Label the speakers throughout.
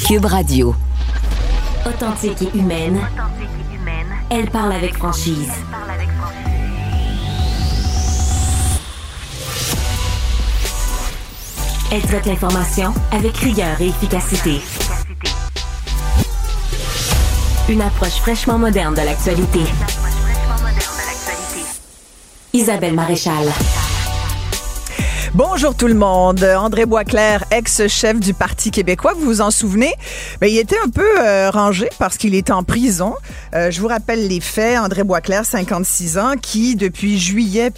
Speaker 1: Cube Radio. Authentique et humaine, elle parle avec franchise. Elle traite l'information avec rigueur et efficacité. Une approche fraîchement moderne de l'actualité. Isabelle Maréchal.
Speaker 2: Bonjour tout le monde. André Boisclair, ex-chef du Parti québécois, vous vous en souvenez? Bien, il était un peu rangé parce qu'il est en prison. Je vous rappelle les faits. André Boisclair, 56 ans, qui, depuis juillet,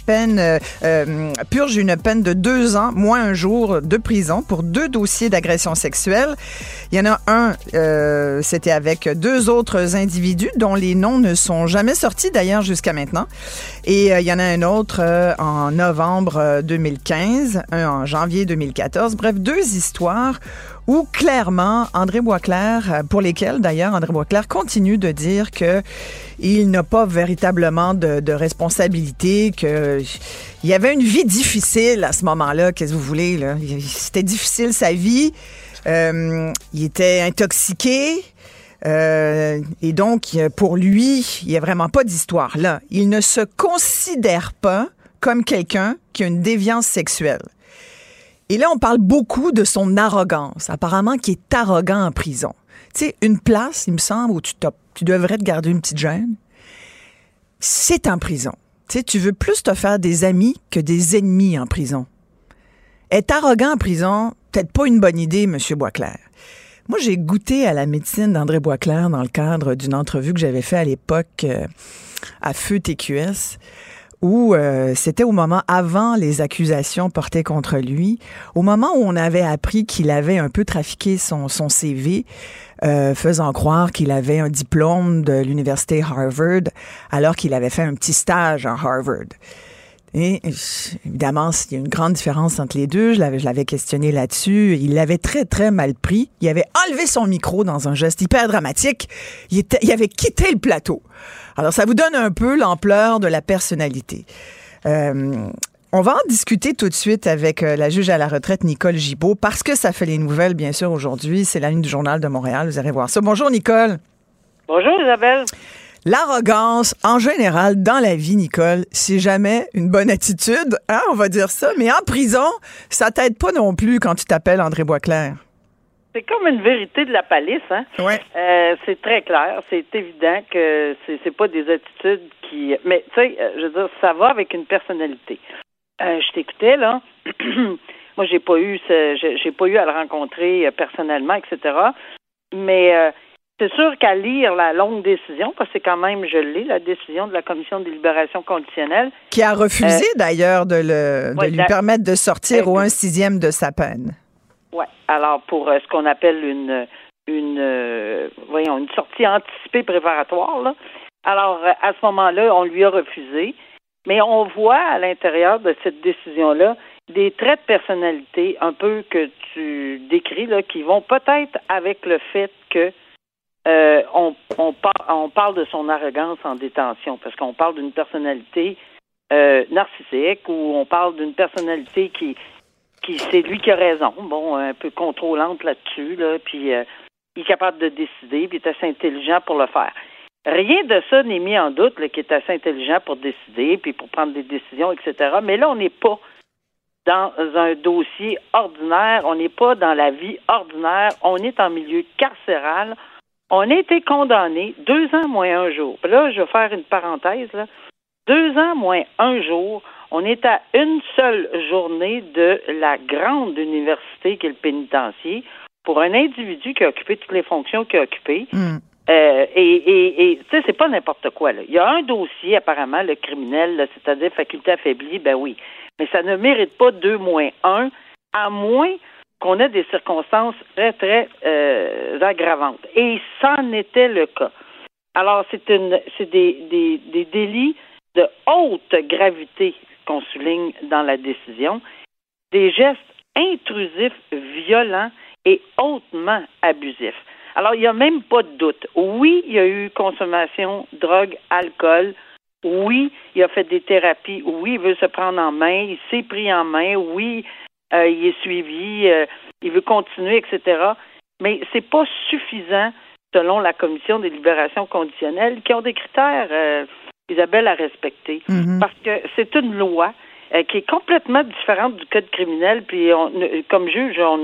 Speaker 2: purge une peine de 2 ans, moins un jour de prison pour 2 dossiers d'agression sexuelle. Il y en a un, c'était avec 2 autres individus dont les noms ne sont jamais sortis d'ailleurs jusqu'à maintenant. Et il y en a un autre en novembre 2015, un en janvier 2014. Bref, 2 histoires où clairement, André Boisclair, pour lesquelles d'ailleurs André Boisclair continue de dire que il n'a pas véritablement de responsabilité, que il y avait une vie difficile à ce moment-là, qu'est-ce que vous voulez, là? C'était difficile sa vie, il était intoxiqué, et donc pour lui, il n'y a vraiment pas d'histoire là. Il ne se considère pas comme quelqu'un qui a une déviance sexuelle. Et là, on parle beaucoup de son arrogance. Apparemment, qu'il est arrogant en prison. Tu sais, une place, il me semble, où tu devrais te garder une petite gêne, c'est en prison. Tu sais, tu veux plus te faire des amis que des ennemis en prison. Être arrogant en prison, peut-être pas une bonne idée, M. Boisclair. Moi, j'ai goûté à la médecine d'André Boisclair dans le cadre d'une entrevue que j'avais faite à l'époque à Feu TQS, où c'était au moment avant les accusations portées contre lui, au moment où on avait appris qu'il avait un peu trafiqué son CV, faisant croire qu'il avait un diplôme de l'université Harvard, alors qu'il avait fait un petit stage à Harvard. Et évidemment, il y a une grande différence entre les deux. Je l'avais questionné là-dessus. Il l'avait très, très mal pris. Il avait enlevé son micro dans un geste hyper dramatique. Il avait quitté le plateau. Alors, ça vous donne un peu l'ampleur de la personnalité. On va en discuter tout de suite avec la juge à la retraite, Nicole Gibault, parce que ça fait les nouvelles, bien sûr, aujourd'hui. C'est la ligne du Journal de Montréal. Vous allez voir ça. Bonjour, Nicole.
Speaker 3: Bonjour, Isabelle.
Speaker 2: L'arrogance, en général, dans la vie, Nicole, c'est jamais une bonne attitude, hein, on va dire ça. Mais en prison, ça t'aide pas non plus quand tu t'appelles André Boisclair.
Speaker 3: C'est comme une vérité de la palisse, hein?
Speaker 2: Ouais.
Speaker 3: C'est très clair, c'est évident que c'est pas des attitudes qui... Mais, tu sais, je veux dire, ça va avec une personnalité. Je t'écoutais, là. Moi, j'ai pas eu à le rencontrer personnellement, etc. Mais... c'est sûr qu'à lire la longue décision, parce que c'est quand même, je l'ai, la décision de la Commission de libération conditionnelle. Qui a refusé,
Speaker 2: d'ailleurs, de lui permettre de sortir au 1/6 de sa peine.
Speaker 3: Oui. Alors, pour ce qu'on appelle une sortie anticipée préparatoire, là. Alors, à ce moment-là, on lui a refusé. Mais on voit à l'intérieur de cette décision-là des traits de personnalité un peu que tu décris, là, qui vont peut-être avec le fait que on parle de son arrogance en détention, parce qu'on parle d'une personnalité narcissique, ou on parle d'une personnalité qui c'est lui qui a raison, bon, un peu contrôlante là-dessus, là, puis il est capable de décider, puis il est assez intelligent pour le faire. Rien de ça n'est mis en doute, là, qu'il est assez intelligent pour décider, puis pour prendre des décisions, etc. Mais là, on n'est pas dans un dossier ordinaire, on n'est pas dans la vie ordinaire, on est en milieu carcéral. On a été condamné 2 ans moins 1 jour. Puis là, je vais faire une parenthèse, là. 2 ans moins 1 jour, on est à une seule journée de la grande université qui est le pénitencier pour un individu qui a occupé toutes les fonctions qu'il a occupées. Et tu sais, c'est pas n'importe quoi, là. Il y a un dossier, apparemment, le criminel, là, c'est-à-dire faculté affaiblie, ben oui. Mais ça ne mérite pas 2 moins 1, à moins qu'on ait des circonstances très, très aggravantes. Et c'en était le cas. Alors, c'est des délits de haute gravité qu'on souligne dans la décision, des gestes intrusifs, violents et hautement abusifs. Alors, il n'y a même pas de doute. Oui, il y a eu consommation, drogue, alcool. Oui, il a fait des thérapies. Oui, il veut se prendre en main. Il s'est pris en main. Oui, il est suivi. Il veut continuer, etc. mais c'est pas suffisant selon la Commission des libérations conditionnelles, qui ont des critères, Isabelle, à respecter.
Speaker 2: Mm-hmm.
Speaker 3: Parce que c'est une loi qui est complètement différente du code criminel, puis comme juge, on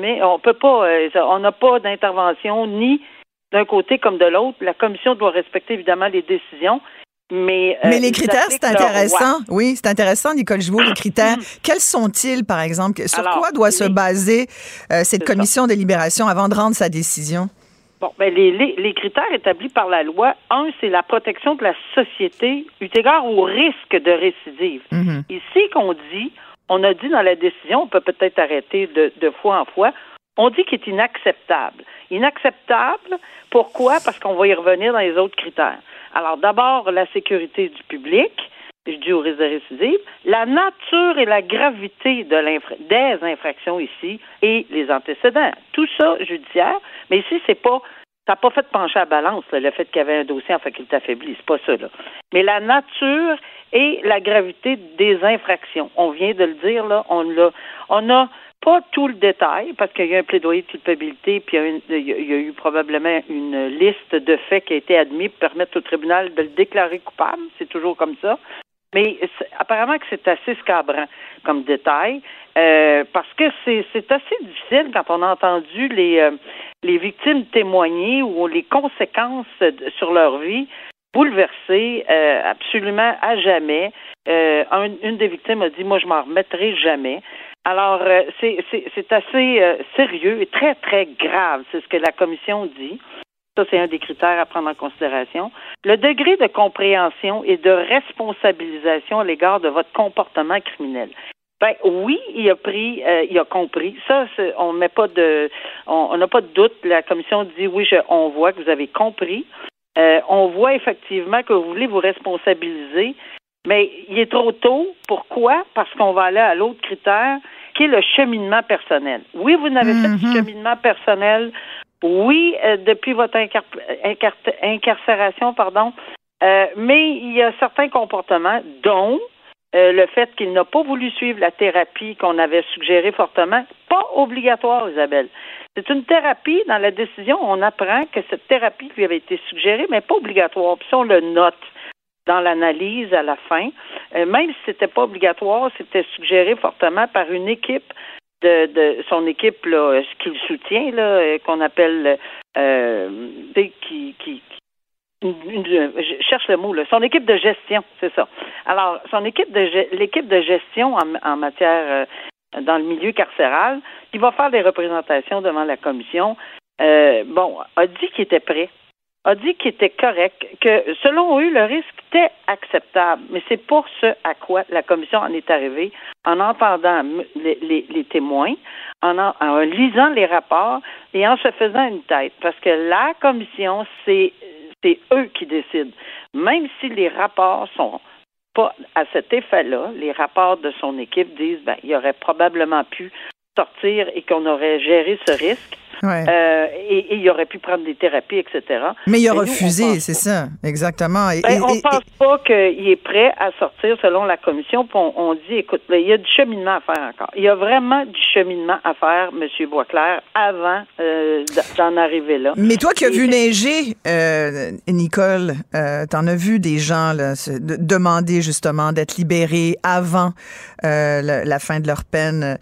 Speaker 3: n'a pas d'intervention ni d'un côté comme de l'autre. La Commission doit respecter évidemment les décisions, mais
Speaker 2: les critères, c'est intéressant. Oui, c'est intéressant, Nicole Gibault, les critères. Quels sont-ils, par exemple? Sur quoi doit se baser cette commission de libération avant de rendre sa décision?
Speaker 3: Bon, ben les critères établis par la loi, c'est la protection de la société eu égard au risque de récidive.
Speaker 2: Mm-hmm.
Speaker 3: Ici, on a dit dans la décision, on peut peut-être arrêter de fois en fois, on dit qu'il est inacceptable. Inacceptable, pourquoi? Parce qu'on va y revenir dans les autres critères. Alors, d'abord, la sécurité du public, je dis au risque de récidive, la nature et la gravité des infractions ici et les antécédents. Tout ça judiciaire, mais ici, ça n'a pas fait pencher à la balance, là, le fait qu'il y avait un dossier en faculté affaiblie, c'est pas ça, là. Mais la nature et la gravité des infractions. On vient de le dire, là, on a pas tout le détail, parce qu'il y a eu un plaidoyer de culpabilité, puis il y a eu probablement une liste de faits qui a été admis pour permettre au tribunal de le déclarer coupable. C'est toujours comme ça. Mais apparemment que c'est assez scabrant comme détail, parce que c'est assez difficile quand on a entendu les victimes témoigner ou les conséquences sur leur vie bouleversées absolument à jamais. Une des victimes a dit « Moi, je m'en remettrai jamais ». Alors, c'est assez sérieux et très, très grave. C'est ce que la Commission dit. Ça, c'est un des critères à prendre en considération. Le degré de compréhension et de responsabilisation à l'égard de votre comportement criminel. Ben oui, il a compris. Ça, on n'a pas de doute. La Commission dit oui, on voit que vous avez compris. On voit effectivement que vous voulez vous responsabiliser. Mais il est trop tôt. Pourquoi? Parce qu'on va aller à l'autre critère, qui est le cheminement personnel. Oui, vous n'avez fait du cheminement personnel. Oui, depuis votre incarcération, mais il y a certains comportements, dont le fait qu'il n'a pas voulu suivre la thérapie qu'on avait suggérée fortement, pas obligatoire, Isabelle. C'est une thérapie. Dans la décision, on apprend que cette thérapie lui avait été suggérée, mais pas obligatoire. Puis ça, on le note dans l'analyse à la fin. Même si c'était pas obligatoire, c'était suggéré fortement par une équipe de son équipe là, ce qu'il soutient là, qu'on appelle je cherche le mot là, son équipe de gestion, c'est ça. Alors, l'équipe de gestion en matière dans le milieu carcéral, qui va faire des représentations devant la commission, a dit qu'il était prêt. A dit qu'il était correct, que selon eux, le risque était acceptable. Mais c'est pas ce à quoi la commission en est arrivée en entendant les témoins, en lisant les rapports et en se faisant une tête. Parce que la commission, c'est eux qui décident. Même si les rapports sont pas à cet effet-là, les rapports de son équipe disent il aurait probablement pu sortir et qu'on aurait géré ce risque.
Speaker 2: Ouais.
Speaker 3: Et il aurait pu prendre des thérapies, etc.
Speaker 2: Mais il a refusé, c'est ça, exactement.
Speaker 3: On ne pense pas qu'il est prêt à sortir selon la commission. Puis on dit, écoute, il y a du cheminement à faire encore. Il y a vraiment du cheminement à faire, M. Boisclair, avant d'en arriver là.
Speaker 2: Mais toi qui as vu neiger, Nicole, t'en as vu des gens là, demander justement d'être libérés avant la fin de leur peine.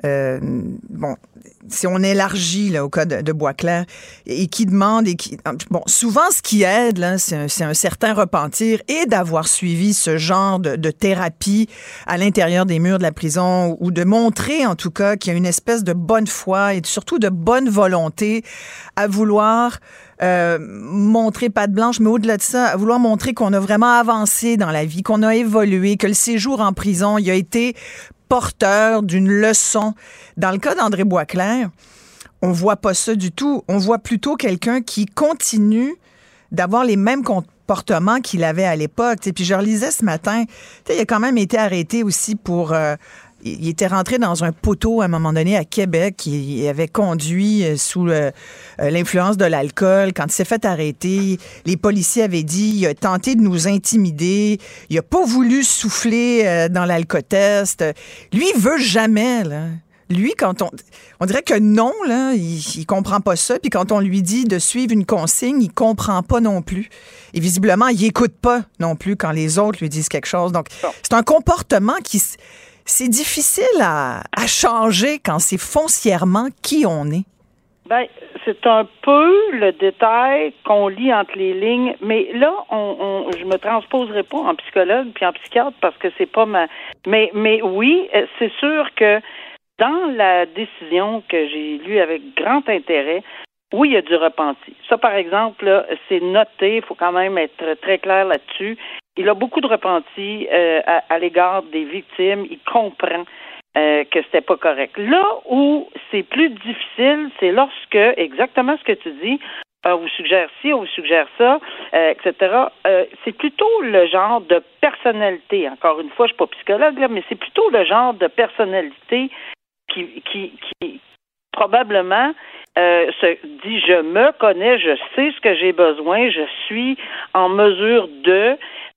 Speaker 2: Si on élargit là, au cas de Boisclair, et qui demande, souvent ce qui aide, là, c'est un certain repentir et d'avoir suivi ce genre de thérapie à l'intérieur des murs de la prison, ou de montrer en tout cas qu'il y a une espèce de bonne foi et surtout de bonne volonté à vouloir montrer patte blanche, mais au-delà de ça, à vouloir montrer qu'on a vraiment avancé dans la vie, qu'on a évolué, que le séjour en prison, il a été porteur d'une leçon. Dans le cas d'André Boisclair, on voit pas ça du tout. On voit plutôt quelqu'un qui continue d'avoir les mêmes comportements qu'il avait à l'époque. Et puis je relisais ce matin, il a quand même été arrêté aussi pour... il était rentré dans un poteau à un moment donné à Québec. Il avait conduit sous l'influence de l'alcool. Quand il s'est fait arrêter, les policiers avaient dit il a tenté de nous intimider. Il a pas voulu souffler dans l'alcotest. Lui, il veut jamais, là. lui, quand on dirait que non, là, il comprend pas ça. Puis quand on lui dit de suivre une consigne, il comprend pas non plus. Et visiblement, il écoute pas non plus quand les autres lui disent quelque chose. Donc, c'est un comportement c'est difficile à changer quand c'est foncièrement qui on est.
Speaker 3: Ben, c'est un peu le détail qu'on lit entre les lignes, mais là, je me transposerai pas en psychologue puis en psychiatre parce que c'est pas mais oui, c'est sûr que dans la décision que j'ai lue avec grand intérêt, oui, il y a du repenti. Ça, par exemple, là, c'est noté, il faut quand même être très clair là-dessus. Il a beaucoup de repenti à l'égard des victimes, il comprend que c'était pas correct. Là où c'est plus difficile, c'est lorsque, exactement ce que tu dis, on vous suggère ci, on vous suggère ça, etc. C'est plutôt le genre de personnalité, encore une fois, je suis pas psychologue, là, mais c'est plutôt le genre de personnalité qui probablement se dit « je me connais, je sais ce que j'ai besoin, je suis en mesure de...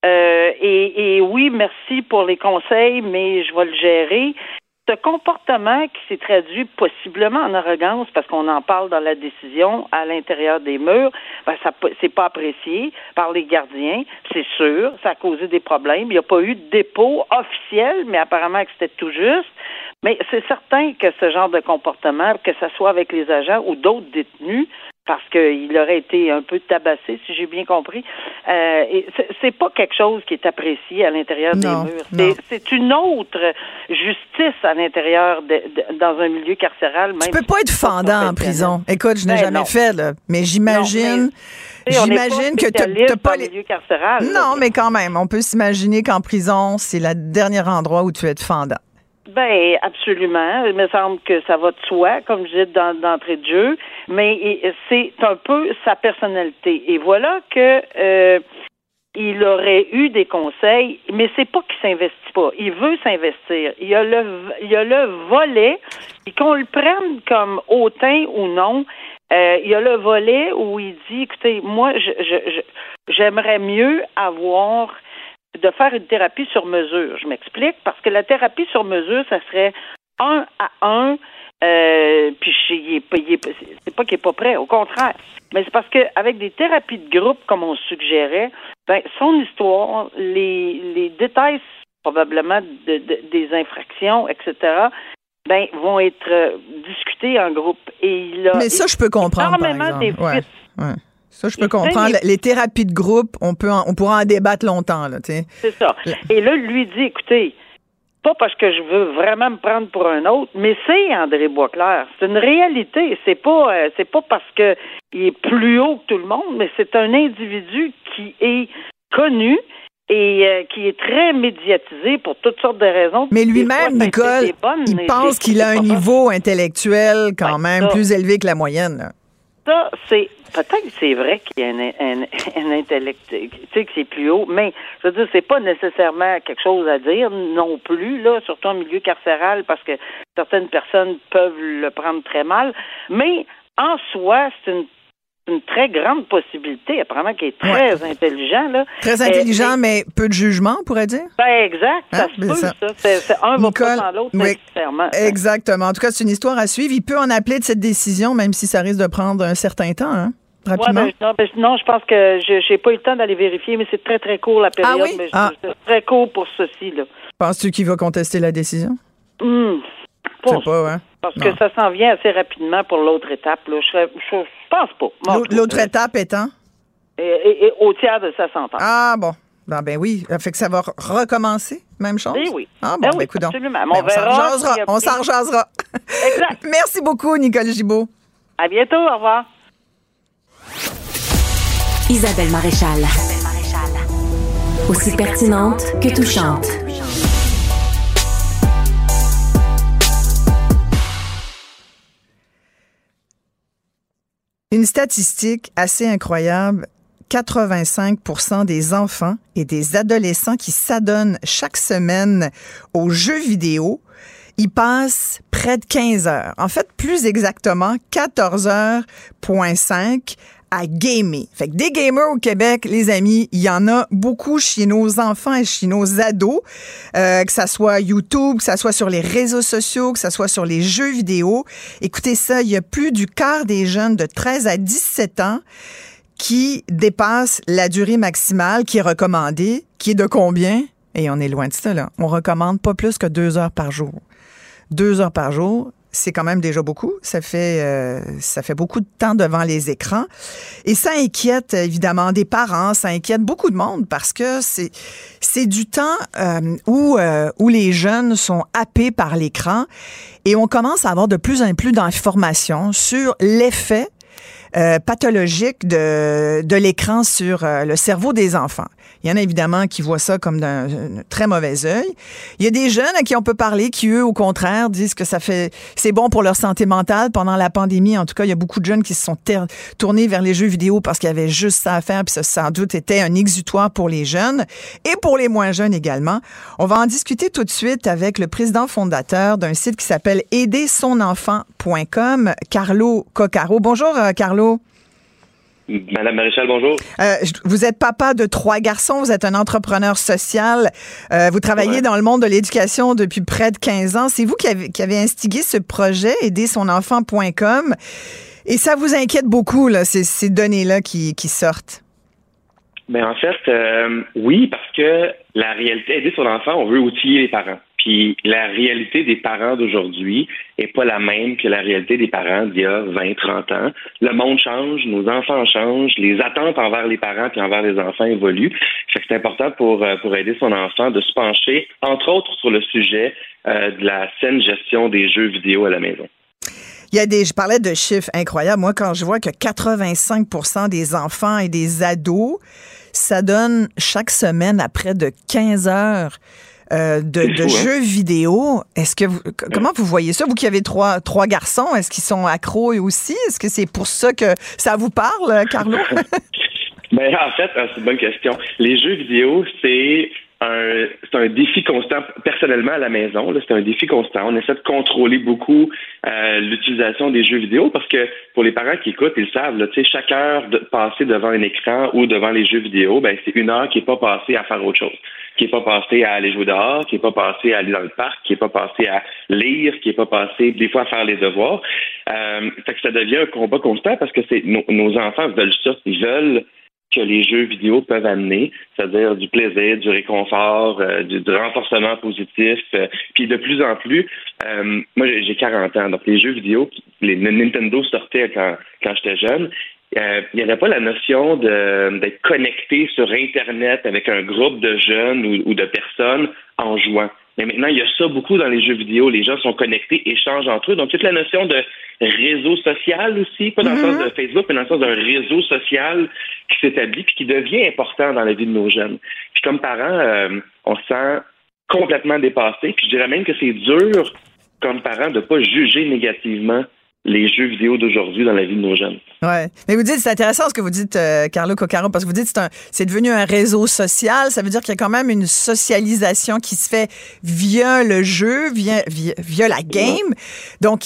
Speaker 3: et oui, merci pour les conseils, mais je vais le gérer. » Ce comportement qui s'est traduit possiblement en arrogance, parce qu'on en parle dans la décision à l'intérieur des murs, ben ça c'est pas apprécié par les gardiens, c'est sûr, ça a causé des problèmes. Il n'y a pas eu de dépôt officiel, mais apparemment que c'était tout juste. Mais c'est certain que ce genre de comportement, que ce soit avec les agents ou d'autres détenus, parce qu'il aurait été un peu tabassé, si j'ai bien compris. Et c'est pas quelque chose qui est apprécié à l'intérieur des murs. C'est une autre justice à l'intérieur dans un milieu carcéral. Même
Speaker 2: tu peux pas être fendant en prison. Écoute, je n'ai jamais fait, là, mais j'imagine... J'imagine que t'as pas les milieu carcéral. Non, mais quand même, on peut s'imaginer qu'en prison, c'est le dernier endroit où tu vas être fendant.
Speaker 3: Ben, absolument. Il me semble que ça va de soi, comme je dis d'entrée de jeu, mais c'est un peu sa personnalité. Et voilà que il aurait eu des conseils, mais c'est pas qu'il s'investit pas. Il veut s'investir. Il y a le volet, et qu'on le prenne comme hautain ou non, il y a le volet où il dit, écoutez, moi, j'aimerais mieux de faire une thérapie sur mesure. Je m'explique, parce que la thérapie sur mesure, ça serait 1 à 1, puis c'est pas qu'il est pas prêt, au contraire. Mais c'est parce qu'avec des thérapies de groupe, comme on suggérait, ben son histoire, les détails probablement des infractions, etc., ben vont être discutés en groupe.
Speaker 2: Mais ça, je peux comprendre, par exemple. Ouais. Ça, je peux comprendre. Les thérapies de groupe, on pourra en débattre longtemps, là, tu sais.
Speaker 3: C'est ça. Et là, lui dit, écoutez, pas parce que je veux vraiment me prendre pour un autre, mais c'est André Boisclair. C'est une réalité. C'est pas parce que il est plus haut que tout le monde, mais c'est un individu qui est connu et qui est très médiatisé pour toutes sortes de raisons.
Speaker 2: Mais lui-même, Nicole, il pense qu'il a un niveau intellectuel quand même plus élevé que la moyenne, là.
Speaker 3: Ça, peut-être que c'est vrai qu'il y a un intellect, tu sais, que c'est plus haut, mais je veux dire, c'est pas nécessairement quelque chose à dire non plus, là, surtout en milieu carcéral, parce que certaines personnes peuvent le prendre très mal. Mais en soi, c'est une très grande possibilité, apparemment, qui est très intelligent, là.
Speaker 2: Très intelligent, mais peu de jugement, on pourrait dire?
Speaker 3: Ben, exact, ça se peut, ça. C'est un va pas dans l'autre, nécessairement.
Speaker 2: Exactement. En tout cas, c'est une histoire à suivre. Il peut en appeler de cette décision, même si ça risque de prendre un certain temps, hein? Rapidement.
Speaker 3: Ouais, non, je pense que j'ai pas eu le temps d'aller vérifier, mais c'est très, très court, la période.
Speaker 2: Ah oui?
Speaker 3: Mais c'est très court pour ceci, là.
Speaker 2: Penses-tu qu'il va contester la décision?
Speaker 3: Je sais pas, hein? Parce que ça s'en vient assez rapidement pour l'autre étape. Là. Je pense pas.
Speaker 2: L'autre étape étant?
Speaker 3: Et au tiers de sa sentence.
Speaker 2: Ah bon. Ben oui. Fait que ça va recommencer, même chose?
Speaker 3: Oui.
Speaker 2: Ah bon, écoute donc.
Speaker 3: Absolument. On
Speaker 2: s'en rejasera.
Speaker 3: Exact.
Speaker 2: Merci beaucoup, Nicole Gibault.
Speaker 3: À bientôt. Au revoir.
Speaker 1: Isabelle Maréchal. Aussi pertinente que touchante.
Speaker 2: Une statistique assez incroyable, 85% des enfants et des adolescents qui s'adonnent chaque semaine aux jeux vidéo, ils passent près de 15 heures. En fait, plus exactement, 14 heures,5 à gamer. Fait que des gamers au Québec, les amis, il y en a beaucoup chez nos enfants et chez nos ados, que ça soit YouTube, que ça soit sur les réseaux sociaux, que ça soit sur les jeux vidéo. Écoutez ça, il y a plus du quart des jeunes de 13 à 17 ans qui dépassent la durée maximale qui est recommandée, qui est de combien? Et on est loin de ça, là. On recommande pas plus que 2 heures par jour. 2 heures par jour, c'est quand même déjà beaucoup. Ça fait beaucoup de temps devant les écrans. Et ça inquiète évidemment des parents, ça inquiète beaucoup de monde parce que c'est du temps où les jeunes sont happés par l'écran et on commence à avoir de plus en plus d'informations sur l'effet pathologique de l'écran sur le cerveau des enfants. Il y en a évidemment qui voient ça comme d'un très mauvais œil. Il y a des jeunes à qui on peut parler qui, eux, au contraire, disent que c'est bon pour leur santé mentale. Pendant la pandémie, en tout cas, il y a beaucoup de jeunes qui se sont tournés vers les jeux vidéo parce qu'il y avait juste ça à faire, puis ça, sans doute, était un exutoire pour les jeunes et pour les moins jeunes également. On va en discuter tout de suite avec le président fondateur d'un site qui s'appelle aidersonenfant.com, Carlo Coccaro. Bonjour, Carlo.
Speaker 4: Madame Maréchal, bonjour.
Speaker 2: Vous êtes papa de 3 garçons, vous êtes un entrepreneur social, vous travaillez dans le monde de l'éducation depuis près de 15 ans. C'est vous qui avez instigé ce projet, aidersonenfant.com, et ça vous inquiète beaucoup, là, ces données-là qui sortent?
Speaker 4: Ben en fait, oui, parce que la réalité, aider son enfant, on veut outiller les parents. Puis la réalité des parents d'aujourd'hui est pas la même que la réalité des parents d'il y a 20, 30 ans. Le monde change, nos enfants changent, les attentes envers les parents puis envers les enfants évoluent. Fait que c'est important pour aider son enfant de se pencher, entre autres, sur le sujet de la saine gestion des jeux vidéo à la maison.
Speaker 2: Je parlais de chiffres incroyables. Moi, quand je vois que 85% des enfants et des ados, ça donne chaque semaine à près de 15 heures de jeux vidéo. Comment vous voyez ça? Vous qui avez trois garçons, est-ce qu'ils sont accros eux aussi? Est-ce que c'est pour ça que ça vous parle, Carlo?
Speaker 4: Ben, en fait, c'est une bonne question. Les jeux vidéo, c'est un défi constant. Personnellement, à la maison, là, c'est un défi constant. On essaie de contrôler beaucoup l'utilisation des jeux vidéo parce que pour les parents qui écoutent, ils savent, là, chaque heure passée devant un écran ou devant les jeux vidéo, ben, c'est 1 heure qui n'est pas passée à faire autre chose, qui n'est pas passée à aller jouer dehors, qui n'est pas passée à aller dans le parc, qui n'est pas passée à lire, qui n'est pas passée des fois à faire les devoirs. Fait que ça devient un combat constant parce que nos enfants veulent ça. Ils veulent que les jeux vidéo peuvent amener, c'est-à-dire du plaisir, du réconfort, du renforcement positif. Puis de plus en plus, moi j'ai 40 ans, donc les jeux vidéo, les Nintendo sortaient quand j'étais jeune. Il n'y avait pas la notion d'être connecté sur Internet avec un groupe de jeunes ou de personnes en jouant. Mais maintenant, il y a ça beaucoup dans les jeux vidéo. Les gens sont connectés, échangent entre eux. Donc, toute la notion de réseau social aussi, pas dans le sens de Facebook, mais dans le sens d'un réseau social qui s'établit puis qui devient important dans la vie de nos jeunes. Puis comme parents, on se sent complètement dépassé. Puis je dirais même que c'est dur, comme parents, de ne pas juger négativement les jeux vidéo d'aujourd'hui dans la vie de nos jeunes.
Speaker 2: Ouais. Mais vous dites, c'est intéressant ce que vous dites, Carlo Coccaro, parce que vous dites c'est devenu un réseau social. Ça veut dire qu'il y a quand même une socialisation qui se fait via le jeu, via la game. Donc,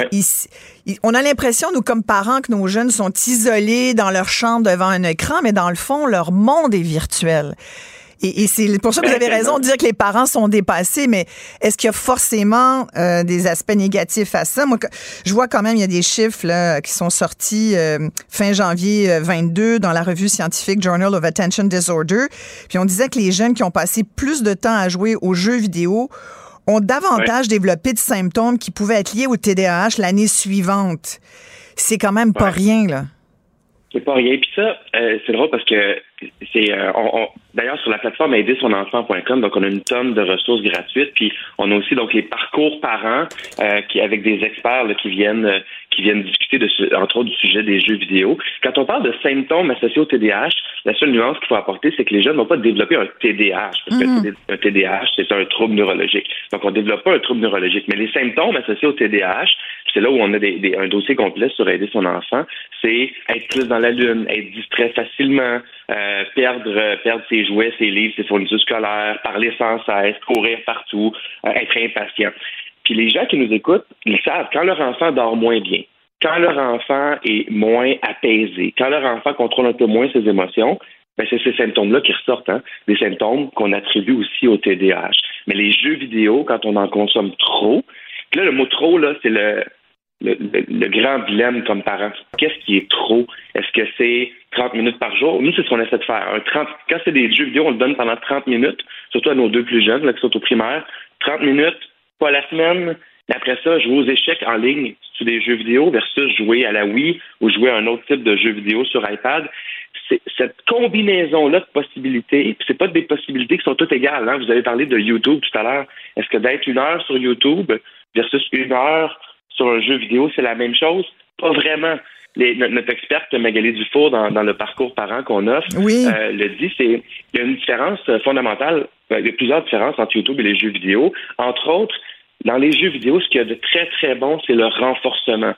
Speaker 2: on a l'impression, nous, comme parents, que nos jeunes sont isolés dans leur chambre devant un écran, mais dans le fond, leur monde est virtuel. Et c'est pour ça que vous avez raison de dire que les parents sont dépassés, mais est-ce qu'il y a forcément des aspects négatifs à ça? Moi, je vois quand même, il y a des chiffres là, qui sont sortis fin janvier 22 dans la revue scientifique Journal of Attention Disorder. Puis on disait que les jeunes qui ont passé plus de temps à jouer aux jeux vidéo ont davantage développé de symptômes qui pouvaient être liés au TDAH l'année suivante. C'est quand même pas rien, là.
Speaker 4: C'est pas rien. Puis ça, c'est drôle parce que c'est d'ailleurs sur la plateforme aidersonenfant.com, donc on a une tonne de ressources gratuites. Puis on a aussi donc les parcours parents qui avec des experts là, qui viennent discuter entre autres du sujet des jeux vidéo. Quand on parle de symptômes associés au TDAH, la seule nuance qu'il faut apporter, c'est que les jeunes n'ont pas développé un TDAH, parce que un TDAH, c'est un trouble neurologique. Donc on ne développe pas un trouble neurologique. Mais les symptômes associés au TDAH, c'est là où on a un dossier complet sur aider son enfant, c'est être plus dans la lune, être distrait facilement, perdre ses jouets, ses livres, ses fournitures scolaires, parler sans cesse, courir partout, être impatient. Puis les gens qui nous écoutent, ils savent, quand leur enfant dort moins bien, quand leur enfant est moins apaisé, quand leur enfant contrôle un peu moins ses émotions, ben c'est ces symptômes-là qui ressortent, hein? Des symptômes qu'on attribue aussi au TDAH. Mais les jeux vidéo, quand on en consomme trop, là, le mot trop, là, c'est le grand dilemme comme parent. Qu'est-ce qui est trop? Est-ce que c'est 30 minutes par jour? Nous, c'est ce qu'on essaie de faire. Quand c'est des jeux vidéo, on le donne pendant 30 minutes, surtout à nos deux plus jeunes, là, qui sont au primaire. 30 minutes, pas la semaine. Et après ça, jouer aux échecs en ligne sur des jeux vidéo versus jouer à la Wii ou jouer à un autre type de jeu vidéo sur iPad. C'est cette combinaison-là de possibilités, puis c'est pas des possibilités qui sont toutes égales. Hein? Vous avez parlé de YouTube tout à l'heure. Est-ce que d'être 1 heure sur YouTube versus 1 heure sur un jeu vidéo, c'est la même chose? Pas vraiment. Notre experte Magali Dufour, dans le parcours parent qu'on offre, le dit, il y a une différence fondamentale. Il y a plusieurs différences entre YouTube et les jeux vidéo. Entre autres, dans les jeux vidéo, ce qu'il y a de très, très bon, c'est le renforcement.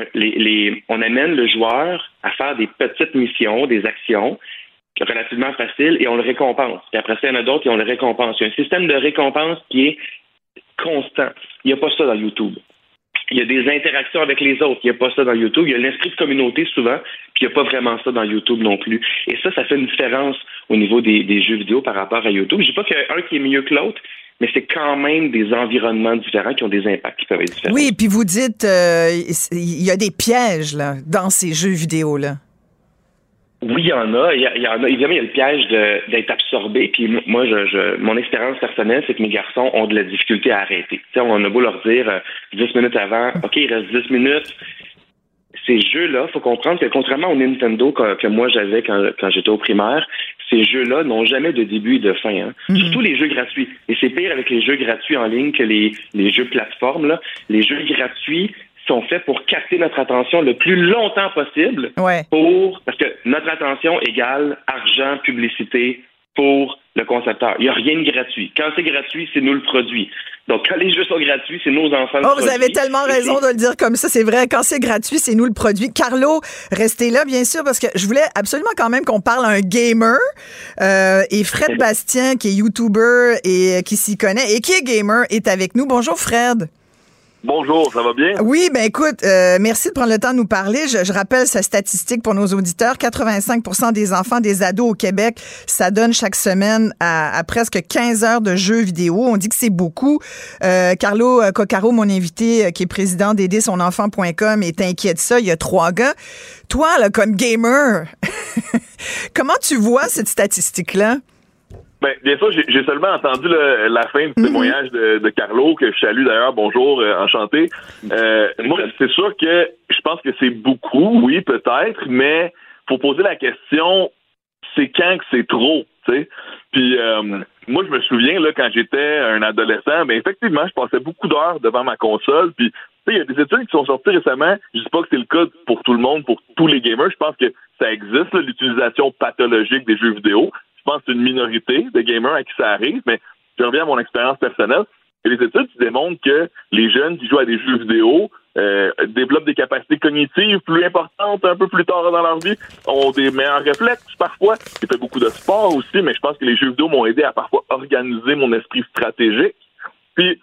Speaker 4: On amène le joueur à faire des petites missions, des actions relativement faciles et on le récompense. Puis après ça, il y en a d'autres et on le récompense. Il y a un système de récompense qui est constant. Il n'y a pas ça dans YouTube. Il y a des interactions avec les autres. Il n'y a pas ça dans YouTube. Il y a l'esprit de communauté souvent, puis il n'y a pas vraiment ça dans YouTube non plus. Et ça fait une différence au niveau des jeux vidéo par rapport à YouTube. Je ne dis pas qu'il y a un qui est mieux que l'autre, mais c'est quand même des environnements différents qui ont des impacts qui peuvent être différents.
Speaker 2: Oui, puis vous dites, il y a des pièges là, dans ces jeux vidéo-là.
Speaker 4: Oui, il y en a. Évidemment, il y a le piège d'être absorbé. Puis moi, mon expérience personnelle, c'est que mes garçons ont de la difficulté à arrêter. T'sais, on a beau leur dire 10 minutes avant, OK, il reste 10 minutes. Ces jeux-là, il faut comprendre que contrairement au Nintendo que moi j'avais quand j'étais au primaire, ces jeux-là n'ont jamais de début et de fin. Hein. Mm-hmm. Surtout les jeux gratuits. Et c'est pire avec les jeux gratuits en ligne que les jeux plateformes. Là. Les jeux gratuits sont faits pour capter notre attention le plus longtemps possible parce que notre attention égale argent, publicité pour le concepteur. Il n'y a rien de gratuit. Quand c'est gratuit, c'est nous le produit. Donc, quand les jeux sont gratuits, c'est nos enfants le produit.
Speaker 2: Vous avez tellement raison de le dire comme ça. C'est vrai. Quand c'est gratuit, c'est nous le produit. Carlo, restez là, bien sûr, parce que je voulais absolument quand même qu'on parle à un gamer. Et Fred Bastien, qui est YouTuber et qui s'y connaît et qui est gamer, est avec nous. Bonjour, Fred.
Speaker 5: Bonjour, ça va bien?
Speaker 2: Oui, ben écoute, merci de prendre le temps de nous parler. Je rappelle sa statistique pour nos auditeurs. 85% des enfants, des ados au Québec, ça donne chaque semaine à presque 15 heures de jeux vidéo. On dit que c'est beaucoup. Carlo Coccaro, mon invité, qui est président d'aidersonenfant.com, est inquiet de ça. Il y a 3 gars. Toi, là, comme gamer, comment tu vois cette statistique-là?
Speaker 5: Ben, bien sûr, j'ai seulement entendu la fin du témoignage de Carlo, que je salue d'ailleurs. Bonjour, enchanté. Moi, c'est sûr que je pense que c'est beaucoup, oui, peut-être, mais faut poser la question, c'est quand que c'est trop, tu sais. Puis moi, je me souviens, là, quand j'étais un adolescent, ben effectivement, je passais beaucoup d'heures devant ma console, puis il y a des études qui sont sorties récemment. Je dis pas que c'est le cas pour tout le monde, pour tous les gamers. Je pense que ça existe, là, l'utilisation pathologique des jeux vidéo. Je pense que c'est une minorité de gamers à qui ça arrive, mais je reviens à mon expérience personnelle. Et les études qui démontrent que les jeunes qui jouent à des jeux vidéo développent des capacités cognitives plus importantes un peu plus tard dans leur vie, ont des meilleurs réflexes parfois. J'ai fait beaucoup de sport aussi, mais je pense que les jeux vidéo m'ont aidé à parfois organiser mon esprit stratégique. Puis,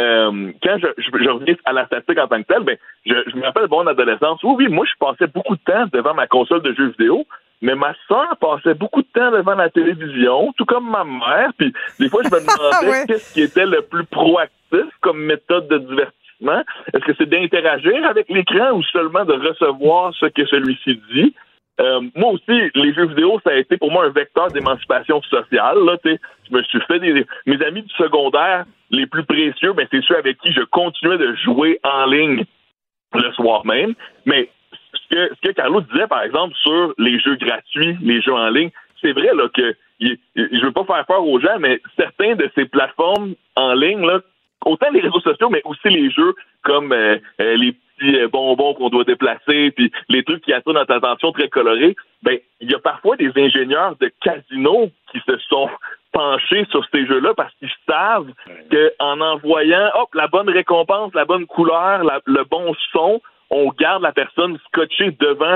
Speaker 5: quand je reviens à la statistique en tant que telle, ben, je me rappelle de mon adolescence. Oui, moi, je passais beaucoup de temps devant ma console de jeux vidéo, mais ma sœur passait beaucoup de temps devant la télévision, tout comme ma mère. Puis des fois, je me demandais qu'est-ce qui était le plus proactif comme méthode de divertissement. Est-ce que c'est d'interagir avec l'écran ou seulement de recevoir ce que celui-ci dit? Moi aussi, les jeux vidéo, ça a été pour moi un vecteur d'émancipation sociale. Là, je me suis fait mes amis du secondaire les plus précieux, ben c'est ceux avec qui je continuais de jouer en ligne le soir même. Mais ce que Carlo disait, par exemple, sur les jeux gratuits, les jeux en ligne, c'est vrai là que je veux pas faire peur aux gens, mais certains de ces plateformes en ligne, là, autant les réseaux sociaux, mais aussi les jeux comme les petits bonbons qu'on doit déplacer, puis les trucs qui attirent notre attention très colorés, ben il y a parfois des ingénieurs de casinos qui se sont penchés sur ces jeux-là parce qu'ils savent qu'en envoyant la bonne récompense, la bonne couleur, le bon son, on garde la personne scotchée devant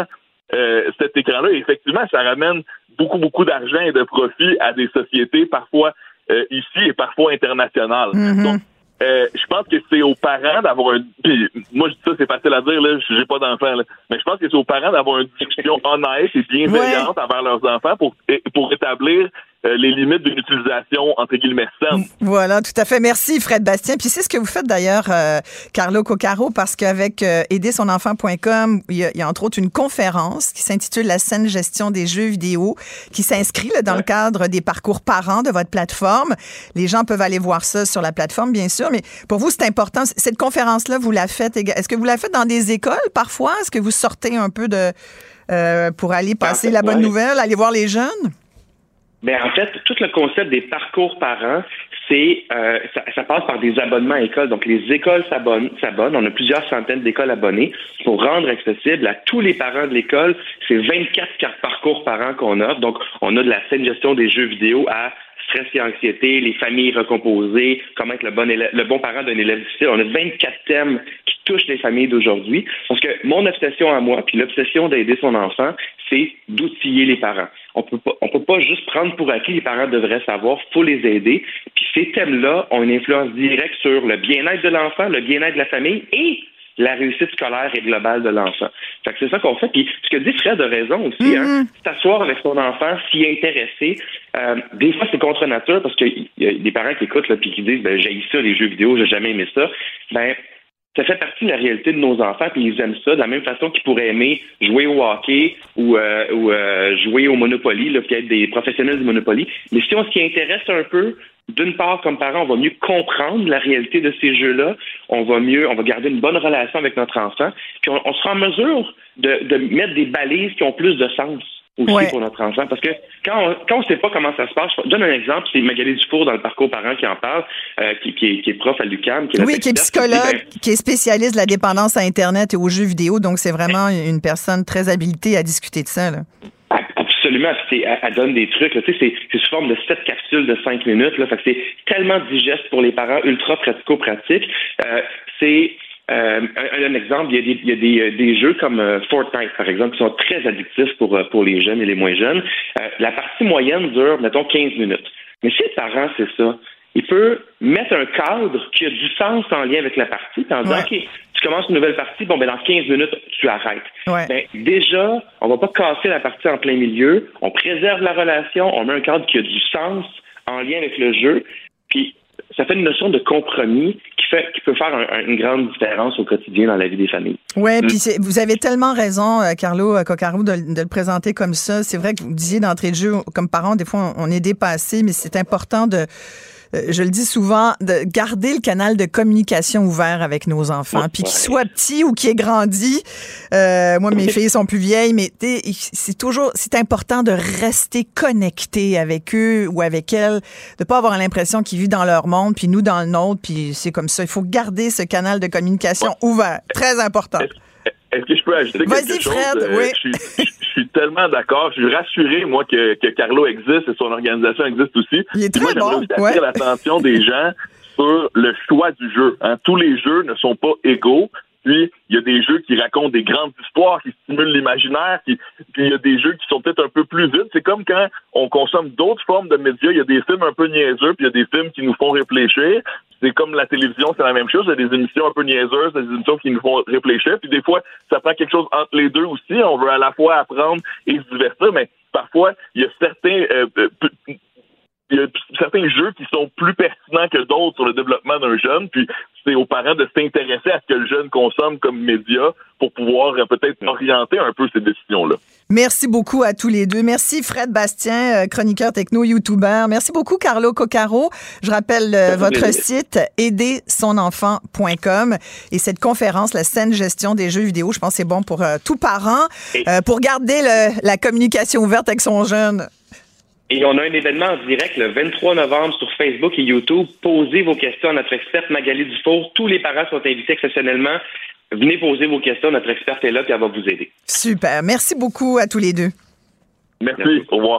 Speaker 5: cet écran-là. Et effectivement, ça ramène beaucoup d'argent et de profit à des sociétés parfois ici et parfois internationales. Mm-hmm. Donc, je pense que c'est aux parents d'avoir puis moi je dis ça, c'est facile à dire, là, j'ai pas d'enfants, là, mais je pense que c'est aux parents d'avoir une discussion honnête et bienveillante envers leurs enfants pour établir les limites d'une utilisation entre guillemets saine.
Speaker 2: Voilà, tout à fait. Merci Fred Bastien. Puis c'est ce que vous faites d'ailleurs, Carlo Coccaro, parce qu'avec aidersonenfant.com, il y a entre autres une conférence qui s'intitule La saine gestion des jeux vidéo, qui s'inscrit là, dans le cadre des parcours parents de votre plateforme. Les gens peuvent aller voir ça sur la plateforme, bien sûr, mais pour vous, c'est important. Cette conférence-là, vous la faites. Est-ce que vous la faites dans des écoles parfois? Est-ce que vous sortez un peu pour aller passer la bonne nouvelle, aller voir les jeunes?
Speaker 4: Ben en fait, tout le concept des parcours parents, c'est ça passe par des abonnements à écoles. Donc, les écoles s'abonnent. On a plusieurs centaines d'écoles abonnées pour rendre accessible à tous les parents de l'école. C'est 24 cartes parcours parents qu'on offre. Donc, on a de la saine gestion des jeux vidéo à stress et anxiété, les familles recomposées, comment être le bon parent d'un élève difficile. On a 24 thèmes qui touchent les familles d'aujourd'hui. Parce que mon obsession à moi, puis l'obsession d'aider son enfant, c'est d'outiller les parents. On peut pas juste prendre pour acquis, les parents devraient savoir, faut les aider. Puis ces thèmes-là ont une influence directe sur le bien-être de l'enfant, le bien-être de la famille et la réussite scolaire et globale de l'enfant. Fait que c'est ça qu'on fait. Puis ce que dit Fred a raison aussi, s'asseoir avec son enfant, s'y intéresser. Des fois, c'est contre nature parce qu'il y a des parents qui écoutent là, puis qui disent j'haïs ça, les jeux vidéo, j'ai jamais aimé ça. Ça fait partie de la réalité de nos enfants, puis ils aiment ça de la même façon qu'ils pourraient aimer jouer au hockey ou jouer au Monopoly, là, puis être des professionnels du Monopoly. Mais si on s'y intéresse un peu, d'une part, comme parents, on va mieux comprendre la réalité de ces jeux-là, on va garder une bonne relation avec notre enfant, puis on sera en mesure de mettre des balises qui ont plus de sens aussi pour notre enfant. Parce que quand on sait pas comment ça se passe, je donne un exemple, c'est Magali Dufour dans le parcours parent qui en parle, qui est prof à l'UQAM. Qui est
Speaker 2: psychologue, qui est spécialiste de la dépendance à Internet et aux jeux vidéo, donc c'est vraiment une personne très habilitée à discuter de ça, là.
Speaker 4: Absolument. Elle donne des trucs. Là, c'est sous forme de 7 capsules de 5 minutes. Là, fait que c'est tellement digeste pour les parents, ultra pratico-pratique. Un exemple, il y a des jeux comme Fortnite, par exemple, qui sont très addictifs pour les jeunes et les moins jeunes. La partie moyenne dure, mettons, 15 minutes. Mais si le parent, c'est ça, il peut mettre un cadre qui a du sens en lien avec la partie, puis en disant, OK, tu commences une nouvelle partie, dans 15 minutes, tu arrêtes. Déjà, on va pas casser la partie en plein milieu, on préserve la relation, on met un cadre qui a du sens en lien avec le jeu, puis ça fait une notion de compromis qui peut faire une grande différence au quotidien dans la vie des familles.
Speaker 2: Oui, puis vous avez tellement raison, Carlo Coccaro, de le présenter comme ça. C'est vrai que vous disiez d'entrée de jeu, comme parents, des fois, on est dépassé, mais c'est important je le dis souvent, de garder le canal de communication ouvert avec nos enfants. Puis qu'ils soient petits ou qu'ils aient grandi. Moi, mes filles sont plus vieilles, mais c'est important de rester connecté avec eux ou avec elles, de pas avoir l'impression qu'ils vivent dans leur monde, puis nous dans le nôtre, puis c'est comme ça. Il faut garder ce canal de communication ouvert. Très important.
Speaker 5: Est-ce que je peux ajouter quelque chose?
Speaker 2: Fred, oui.
Speaker 5: Je suis tellement d'accord. Je suis rassuré, moi, que Carlo existe et son organisation existe aussi.
Speaker 2: Il est très bon.
Speaker 5: J'aimerais aussi attirer l'attention des gens sur le choix du jeu. Tous les jeux ne sont pas égaux. Puis, il y a des jeux qui racontent des grandes histoires, qui stimulent l'imaginaire, puis il y a des jeux qui sont peut-être un peu plus vides. C'est comme quand on consomme d'autres formes de médias. Il y a des films un peu niaiseux, puis il y a des films qui nous font réfléchir. C'est comme la télévision, c'est la même chose. Il y a des émissions un peu niaiseuses, des émissions qui nous font réfléchir. Puis des fois, ça prend quelque chose entre les deux aussi. On veut à la fois apprendre et se divertir, mais parfois, il y a certains jeux qui sont plus pertinents que d'autres sur le développement d'un jeune, puis c'est aux parents de s'intéresser à ce que le jeune consomme comme média pour pouvoir peut-être orienter un peu ces décisions-là.
Speaker 2: Merci beaucoup à tous les deux. Merci Fred Bastien, chroniqueur techno, youtubeur. Merci beaucoup Carlo Coccaro. Je rappelle votre site aidersonenfant.com et cette conférence, la saine gestion des jeux vidéo, je pense que c'est bon pour tout parent, pour garder la communication ouverte avec son jeune.
Speaker 4: Et on a un événement en direct le 23 novembre sur Facebook et YouTube. Posez vos questions à notre experte Magali Dufour. Tous les parents sont invités exceptionnellement. Venez poser vos questions. Notre experte est là et elle va vous aider.
Speaker 2: Super. Merci beaucoup à tous les deux.
Speaker 5: Merci. Au revoir.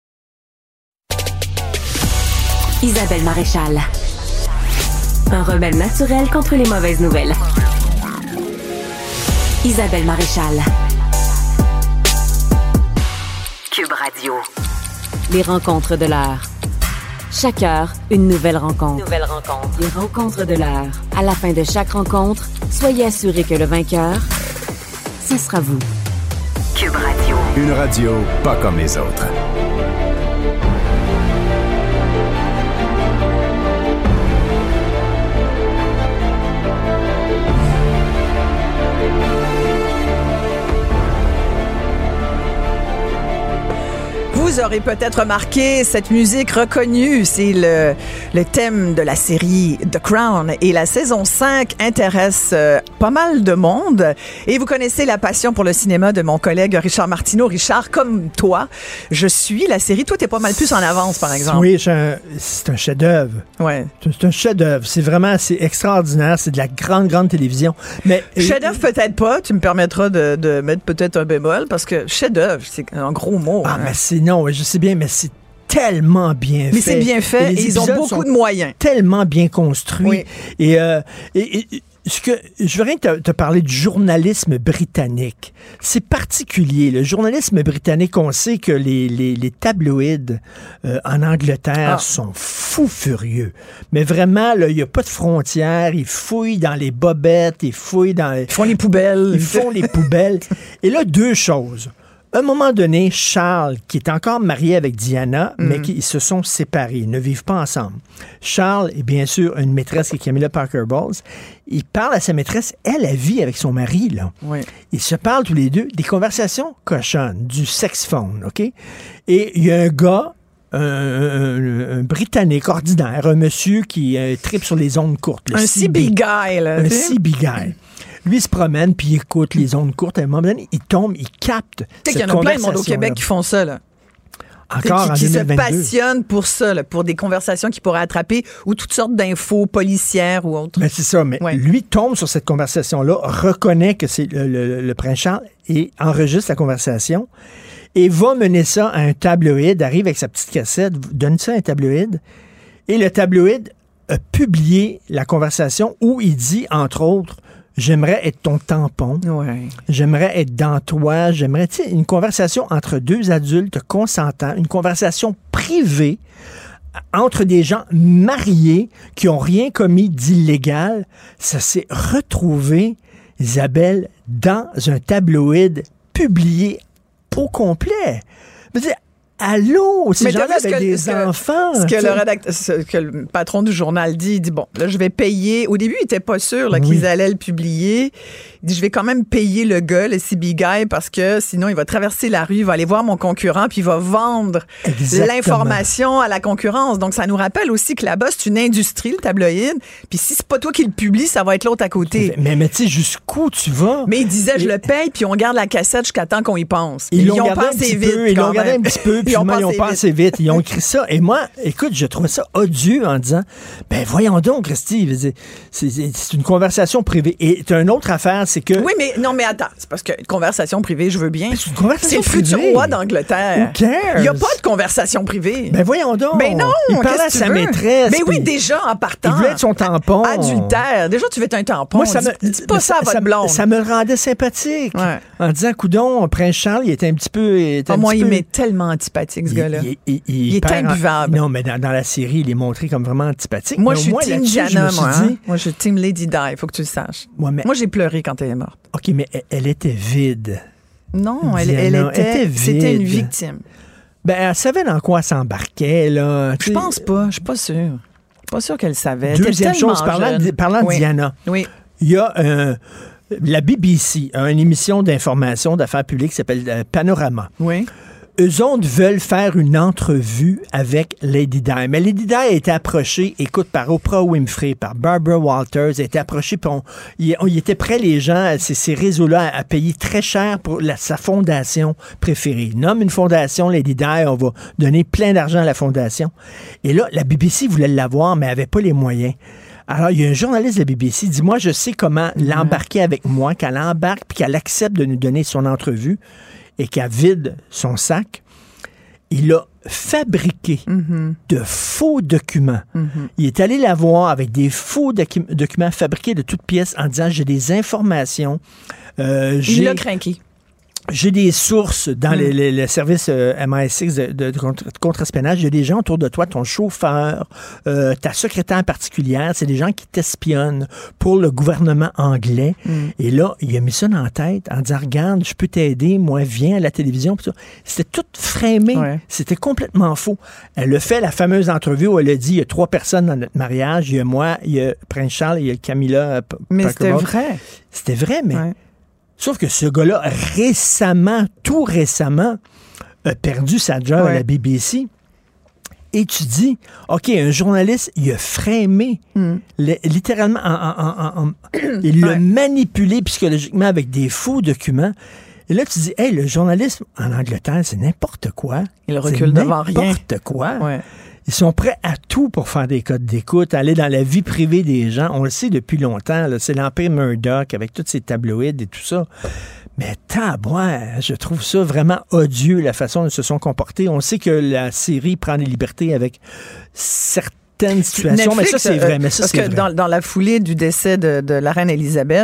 Speaker 1: Isabelle Maréchal. Un remède naturel contre les mauvaises nouvelles. Isabelle Maréchal. Cube Radio. Les rencontres de l'heure. Chaque heure, une nouvelle rencontre. Les rencontres de l'heure. À la fin de chaque rencontre, soyez assurés que le vainqueur, ce sera vous.
Speaker 6: Cube Radio.
Speaker 7: Une radio pas comme les autres.
Speaker 2: Vous aurez peut-être remarqué cette musique reconnue. C'est le thème de la série The Crown. Et la saison 5 intéresse pas mal de monde. Et vous connaissez la passion pour le cinéma de mon collègue Richard Martineau. Richard, comme toi, je suis la série. Toi, t'es pas mal plus en avance, par exemple.
Speaker 8: Oui, c'est un chef-d'œuvre.
Speaker 2: Ouais.
Speaker 8: C'est un chef-d'œuvre. C'est extraordinaire. C'est de la grande télévision. Mais
Speaker 2: chef-d'œuvre, peut-être pas. Tu me permettras de mettre peut-être un bémol parce que chef-d'œuvre, c'est un gros mot.
Speaker 8: Ah, mais non, je sais bien, mais c'est tellement bien fait.
Speaker 2: Mais c'est bien fait et ils ont beaucoup de moyens.
Speaker 8: Tellement bien construits.
Speaker 2: Oui.
Speaker 8: Et je voudrais te parler du journalisme britannique. C'est particulier. Le journalisme britannique, on sait que les tabloïds en Angleterre sont fous furieux. Mais vraiment, il n'y a pas de frontières. Ils fouillent dans les bobettes, ils font les poubelles. Ils font les poubelles. Et là, deux choses. À un moment donné, Charles, qui est encore marié avec Diana, mais ils se sont séparés, ils ne vivent pas ensemble. Charles est bien sûr une maîtresse qui est Camilla Parker Bowles. Il parle à sa maîtresse, elle vit avec son mari, là.
Speaker 2: Oui.
Speaker 8: Ils se parlent tous les deux, des conversations cochonnes, du sex-phone, OK? Et il y a un gars, un Britannique ordinaire, un monsieur qui tripe sur les ondes courtes.
Speaker 2: Un CB guy, là.
Speaker 8: Un CB guy. Lui, il se promène, puis il écoute les ondes courtes. À un moment donné, il tombe, il capte.
Speaker 2: Tu sais qu'il y en a plein de monde au Québec qui font ça, là.
Speaker 8: Encore
Speaker 2: qui
Speaker 8: en 2022.
Speaker 2: se passionnent pour ça, là, pour des conversations qu'il pourrait attraper ou toutes sortes d'infos policières ou autres.
Speaker 8: Mais c'est ça, mais lui tombe sur cette conversation-là, reconnaît que c'est le prince Charles et enregistre la conversation et va mener ça à un tabloïd, arrive avec sa petite cassette, donne ça à un tabloïd et le tabloïd a publié la conversation où il dit, entre autres, j'aimerais être ton tampon.
Speaker 2: Ouais.
Speaker 8: J'aimerais être dans toi. J'aimerais, tu sais, une conversation entre deux adultes consentants, une conversation privée entre des gens mariés qui n'ont rien commis d'illégal. Ça s'est retrouvé, Isabelle, dans un tabloïd publié au complet. Je veux dire, allô, ces gens-là avec des enfants.
Speaker 2: Ce que le patron du journal dit, il dit, bon, là, je vais payer. Au début, il n'était pas sûr là, qu'ils allaient le publier. Il dit, je vais quand même payer le gars, le CB guy, parce que sinon, il va traverser la rue, il va aller voir mon concurrent, puis il va vendre l'information à la concurrence. Donc, ça nous rappelle aussi que là-bas, c'est une industrie, le tabloïd. Puis si c'est pas toi qui le publie, ça va être l'autre à côté.
Speaker 8: Mais tu sais, jusqu'où tu vas?
Speaker 2: Mais il disait, je le paye, puis on garde la cassette jusqu'à temps qu'on y pense.
Speaker 8: Ils ont pensé vite. Ils l'ont gardé un petit peu, puis ils ont passé vite. Ils ont écrit ça. Et moi, écoute, je trouvais ça odieux en disant, ben voyons donc, Christy, c'est une conversation privée. Et tu as une autre affaire, c'est que...
Speaker 2: Oui, mais non, mais attends, c'est parce que conversation privée, je veux bien.
Speaker 8: C'est une conversation
Speaker 2: privée. C'est le futur roi d'Angleterre.
Speaker 8: Who cares?
Speaker 2: Il n'y a pas de conversation privée.
Speaker 8: Ben voyons donc.
Speaker 2: Ben non,
Speaker 8: il parlait à sa maîtresse.
Speaker 2: Mais oui, déjà, en partant.
Speaker 8: Il voulait être son tampon.
Speaker 2: Adultère. Déjà, tu veux être un tampon.
Speaker 8: Moi,
Speaker 2: dis pas ça à votre blonde.
Speaker 8: Ça me le rendait sympathique.
Speaker 2: Ouais.
Speaker 8: En disant, coudon, Prince Charles, il était un petit peu...
Speaker 2: Moi, il m'est tellement antipathique, ce gars-là. Il est imbuvable.
Speaker 8: Non, mais dans la série, il est montré comme vraiment antipathique.
Speaker 2: Moi, je suis team Diana, moi. Moi, je suis team Lady Di, il faut que tu le saches. Moi, j'ai pleuré quand elle est morte.
Speaker 8: OK, mais elle était vide.
Speaker 2: Non, elle était vide. C'était une victime.
Speaker 8: Ben, elle savait dans quoi elle s'embarquait, là.
Speaker 2: Je pense pas, je suis pas sûre. Je suis pas sûre qu'elle savait.
Speaker 8: Deuxième chose, parlant de Diana.
Speaker 2: Oui.
Speaker 8: Il y a la BBC a une émission d'information d'affaires publiques qui s'appelle Panorama.
Speaker 2: Oui.
Speaker 8: Eux autres veulent faire une entrevue avec Lady Di. Mais Lady Di a été approchée, écoute, par Oprah Winfrey, par Barbara Walters, elle a été approchée, puis il était prêt, les gens, ces réseaux-là, à payer très cher pour sa fondation préférée. Nomme une fondation, Lady Di, on va donner plein d'argent à la fondation. Et là, la BBC voulait l'avoir, mais elle n'avait pas les moyens. Alors, il y a un journaliste de la BBC qui dit, moi, je sais comment l'embarquer avec moi, qu'elle embarque, puis qu'elle accepte de nous donner son entrevue, et qu'elle vide son sac. Il a fabriqué de faux documents. Il est allé la voir avec des faux documents fabriqués de toutes pièces en disant, j'ai des informations.
Speaker 2: Il l'a craqué.
Speaker 8: J'ai des sources dans le service MI6 de contre-espionnage. Il y a des gens autour de toi, ton chauffeur, ta secrétaire particulière, c'est des gens qui t'espionnent pour le gouvernement anglais. Et là, il a mis ça dans la tête en disant, regarde, je peux t'aider, moi, viens à la télévision. C'était tout framé. Ouais. C'était complètement faux. Elle a fait la fameuse entrevue où elle a dit, il y a 3 personnes dans notre mariage. Il y a moi, il y a Prince Charles et il y a Camilla.
Speaker 2: Mais c'était vrai.
Speaker 8: C'était vrai, mais... Ouais. Sauf que ce gars-là, tout récemment, a perdu sa job à la BBC. Et tu dis, OK, un journaliste, il a framé, littéralement, il l'a manipulé psychologiquement avec des faux documents. Et là, tu dis, hey, le journalisme en Angleterre, c'est n'importe quoi.
Speaker 2: Il recule devant rien.
Speaker 8: N'importe quoi.
Speaker 2: Ouais.
Speaker 8: Ils sont prêts à tout pour faire des codes d'écoute, aller dans la vie privée des gens. On le sait depuis longtemps. Là, c'est l'empire Murdoch avec tous ces tabloïds et tout ça. Mais je trouve ça vraiment odieux, la façon dont ils se sont comportés. On sait que la série prend des libertés avec certaines situations,
Speaker 2: Netflix,
Speaker 8: mais ça, c'est vrai.
Speaker 2: Parce que dans la foulée du décès de la reine Elisabeth,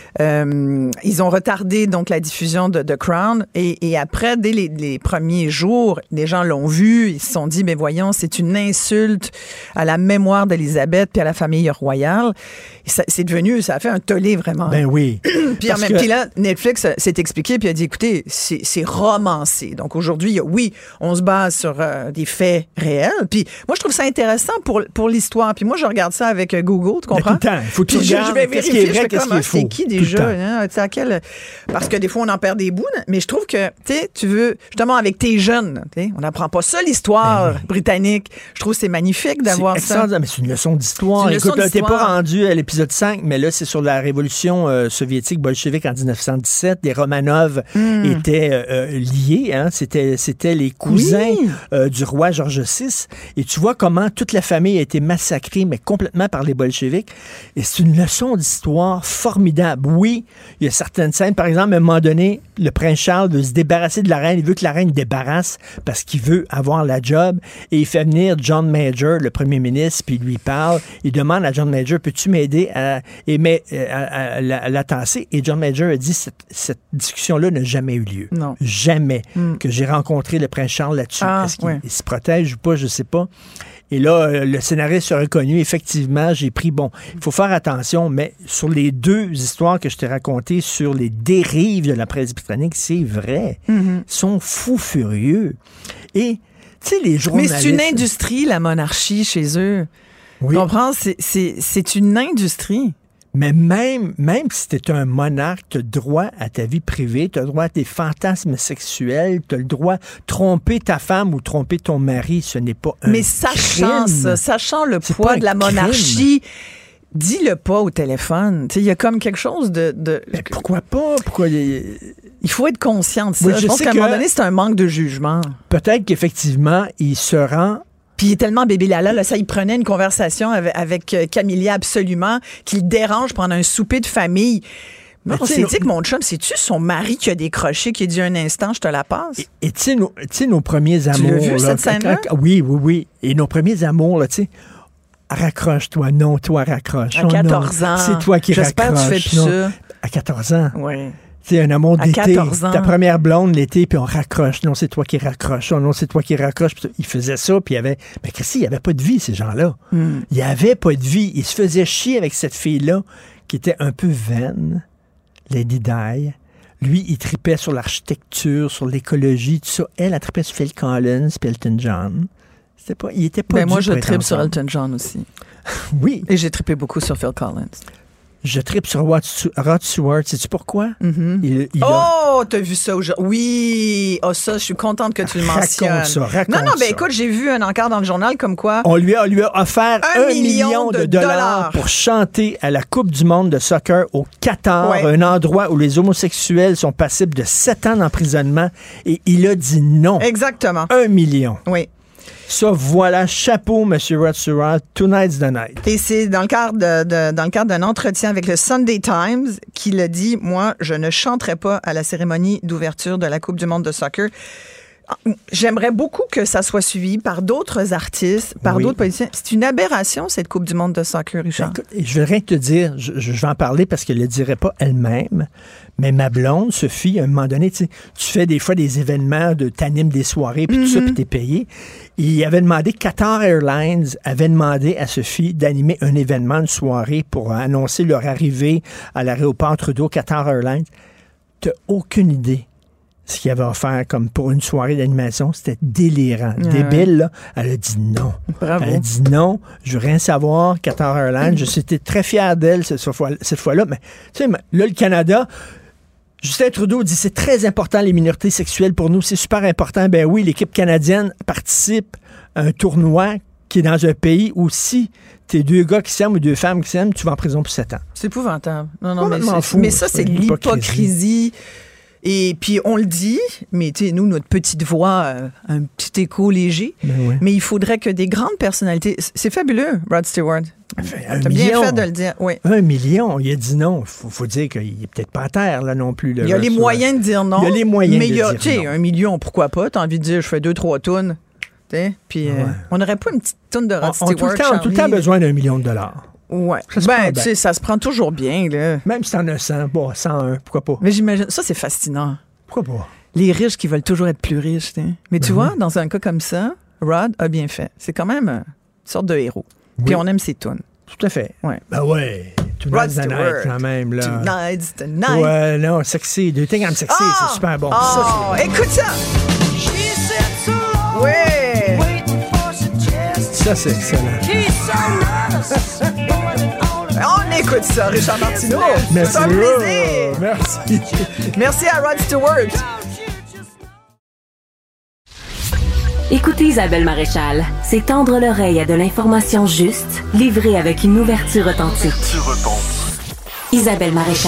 Speaker 2: ils ont retardé donc la diffusion de The Crown et après, dès les premiers jours, les gens l'ont vu, ils se sont dit, mais voyons, c'est une insulte à la mémoire d'Elisabeth puis à la famille royale. Et ça a fait un tollé vraiment.
Speaker 8: Ben oui.
Speaker 2: Puis là, Netflix s'est expliqué puis a dit, écoutez, c'est romancé. Donc aujourd'hui, on se base sur des faits réels. Puis moi, je trouve ça intéressant pour l'histoire. Puis moi, je regarde ça avec Google, tu comprends?
Speaker 8: Tout le temps. Il faut que tu regardes qu'est-ce qui est vrai, qu'est-ce qui est faux.
Speaker 2: C'est qui déjà? Hein? Parce que des fois, on en perd des bouts. Mais je trouve que, tu veux, justement, avec tes jeunes, on n'apprend pas ça, l'histoire britannique. Je trouve que c'est magnifique d'avoir ça.
Speaker 8: Mais c'est une leçon d'histoire. Écoute, t'es pas rendu à l'épisode 5, mais là, c'est sur la révolution soviétique bolchevique en 1917. Les Romanov étaient liés. Hein? C'était les cousins du roi George VI. Et tu vois comment toute la famille a été massacrée, mais complètement par les bolcheviks. Et c'est une leçon d'histoire formidable. Oui, il y a certaines scènes. Par exemple, à un moment donné, le prince Charles veut se débarrasser de la reine. Il veut que la reine débarrasse parce qu'il veut avoir la job. Et il fait venir John Major, le premier ministre, puis il lui parle. Il demande à John Major, peux-tu m'aider à la tasser? Et John Major a dit, cette discussion-là n'a jamais eu lieu.
Speaker 2: Non.
Speaker 8: Jamais. Que j'ai rencontré le prince Charles là-dessus. Est-ce qu'il se protège ou pas? Je sais pas. Et là, le scénariste a reconnu, effectivement, j'ai pris, il faut faire attention, mais sur les 2 histoires que je t'ai racontées sur les dérives de la presse britannique, c'est vrai. Ils sont fous furieux. Et, tu sais, les journalistes...
Speaker 2: Mais c'est une industrie, la monarchie, chez eux. Oui. Tu comprends? C'est une industrie.
Speaker 8: Mais même si tu es un monarque, tu as droit à ta vie privée, tu as droit à tes fantasmes sexuels, tu as le droit de tromper ta femme ou tromper ton mari. Ce n'est pas un crime.
Speaker 2: Mais sachant le poids de la monarchie, dis-le pas au téléphone. Il y a comme quelque chose de...
Speaker 8: Mais pourquoi pas?
Speaker 2: Il faut être conscient de ça. Oui, je pense qu'à un moment donné, c'est un manque de jugement.
Speaker 8: Peut-être qu'effectivement, il se rend...
Speaker 2: Puis il est tellement bébé Lala, ça, il prenait une conversation avec Camilla absolument, qui le dérange pendant un souper de famille. Mais on s'est dit que mon chum, c'est-tu son mari qui a décroché, qui a dit un instant, je te la passe?
Speaker 8: Et tu sais, nos premiers amours...
Speaker 2: Tu l'as vu, cette scène-là?
Speaker 8: Oui. Et nos premiers amours, là, tu sais, raccroche-toi. Non, toi, raccroche.
Speaker 2: À 14 ans.
Speaker 8: C'est toi qui raccroche.
Speaker 2: J'espère que tu fais plus ça.
Speaker 8: À 14 ans?
Speaker 2: Oui.
Speaker 8: C'est un amour d'été.
Speaker 2: À 14 ans.
Speaker 8: Ta première blonde l'été, puis on raccroche. Non, c'est toi qui raccroche. Non, c'est toi qui raccroche. Il faisait ça, puis il y avait... Mais Christy, il n'y avait pas de vie, ces gens-là. Il n'y avait pas de vie. Il se faisait chier avec cette fille-là, qui était un peu vaine, Lady Di. Lui, il tripait sur l'architecture, sur l'écologie, tout ça. Elle tripait sur Phil Collins, puis Elton John. Il était pas
Speaker 2: moi, je tripe sur Elton John aussi.
Speaker 8: Oui.
Speaker 2: Et j'ai trippé beaucoup sur Phil Collins.
Speaker 8: Je tripe sur Rod Stewart. Sais-tu pourquoi?
Speaker 2: T'as vu ça aujourd'hui? Oui! Ça, je suis contente que tu le mentionnes.
Speaker 8: Raconte ça.
Speaker 2: Écoute, j'ai vu un encart dans le journal comme quoi...
Speaker 8: On lui a offert 1 million de dollars pour chanter à la Coupe du monde de soccer au Qatar, un endroit où les homosexuels sont passibles de 7 ans d'emprisonnement, et il a dit non.
Speaker 2: Exactement.
Speaker 8: 1 million.
Speaker 2: Oui.
Speaker 8: Ça, voilà, chapeau, M. Rod Stewart, tonight's the night.
Speaker 2: Et c'est dans le cadre d'un entretien avec le Sunday Times qu'il a dit, moi, je ne chanterai pas à la cérémonie d'ouverture de la Coupe du monde de soccer. J'aimerais beaucoup que ça soit suivi par d'autres artistes, par d'autres politiciens. C'est une aberration, cette Coupe du monde de soccer, Richard.
Speaker 8: Écoute, je vais rien te dire. Je vais en parler parce qu'elle ne le dirait pas elle-même. Mais ma blonde, Sophie, à un moment donné, tu fais des fois des événements, t'animes des soirées, puis tout ça, puis t'es payé. Il avait demandé, Qatar Airlines avait demandé à Sophie d'animer un événement, une soirée, pour annoncer leur arrivée à l'aéroport Trudeau, Qatar Airlines. T'as aucune idée ce qu'il avait offert comme pour une soirée d'animation. C'était délirant. Débile, là. Elle a dit non.
Speaker 2: Bravo.
Speaker 8: Elle a dit non. Je veux rien savoir. Qatar Airlines. J'étais très fier d'elle cette fois-là. Mais, tu sais, là, le Canada, Justin Trudeau dit c'est très important les minorités sexuelles pour nous. C'est super important. Ben oui, l'équipe canadienne participe à un tournoi qui est dans un pays où si t'es deux gars qui s'aiment ou deux femmes qui s'aiment, tu vas en prison pour 7 ans.
Speaker 2: C'est épouvantable. Non,
Speaker 8: mais
Speaker 2: ça, c'est de l'hypocrisie. Et puis, on le dit, mais tu sais, nous, notre petite voix, un petit écho léger. Mais il faudrait que des grandes personnalités... C'est fabuleux, Rod Stewart. T'as bien fait de le dire, oui.
Speaker 8: 1 million, il a dit non. Faut dire qu'il n'est peut-être pas à terre, là, non plus.
Speaker 2: Il y a les moyens de dire non.
Speaker 8: Il y a les moyens de dire non.
Speaker 2: Mais 1 million, pourquoi pas? T'as envie de dire, je fais 2-3 tonnes. Puis, on n'aurait pas une petite tonne de Rod Stewart,
Speaker 8: On a tout le temps besoin d'1 million de dollars.
Speaker 2: Ouais. Tu sais, ça se prend toujours bien, là.
Speaker 8: Même si t'en as 100, 101, pourquoi pas?
Speaker 2: Mais j'imagine, ça, c'est fascinant.
Speaker 8: Pourquoi pas?
Speaker 2: Les riches qui veulent toujours être plus riches, t'sais. Mais tu vois, dans un cas comme ça, Rod a bien fait. C'est quand même une sorte de héros. Puis on aime ses tunes.
Speaker 8: Tout à fait.
Speaker 2: Ouais.
Speaker 8: Ben ouais. Tonight's the night, quand même, là.
Speaker 2: Tonight's the night.
Speaker 8: Ouais, non, sexy. Do you think I'm sexy? C'est super bon.
Speaker 2: Écoute ça! Ouais!
Speaker 8: Ça, c'est excellent.
Speaker 2: On écoute ça, Richard Martineau.
Speaker 8: Merci.
Speaker 2: C'est un plaisir.
Speaker 8: Merci.
Speaker 2: Merci à Rod Stewart.
Speaker 1: Écoutez Isabelle Maréchal, c'est tendre l'oreille à de l'information juste, livrée avec une ouverture authentique. Isabelle Maréchal.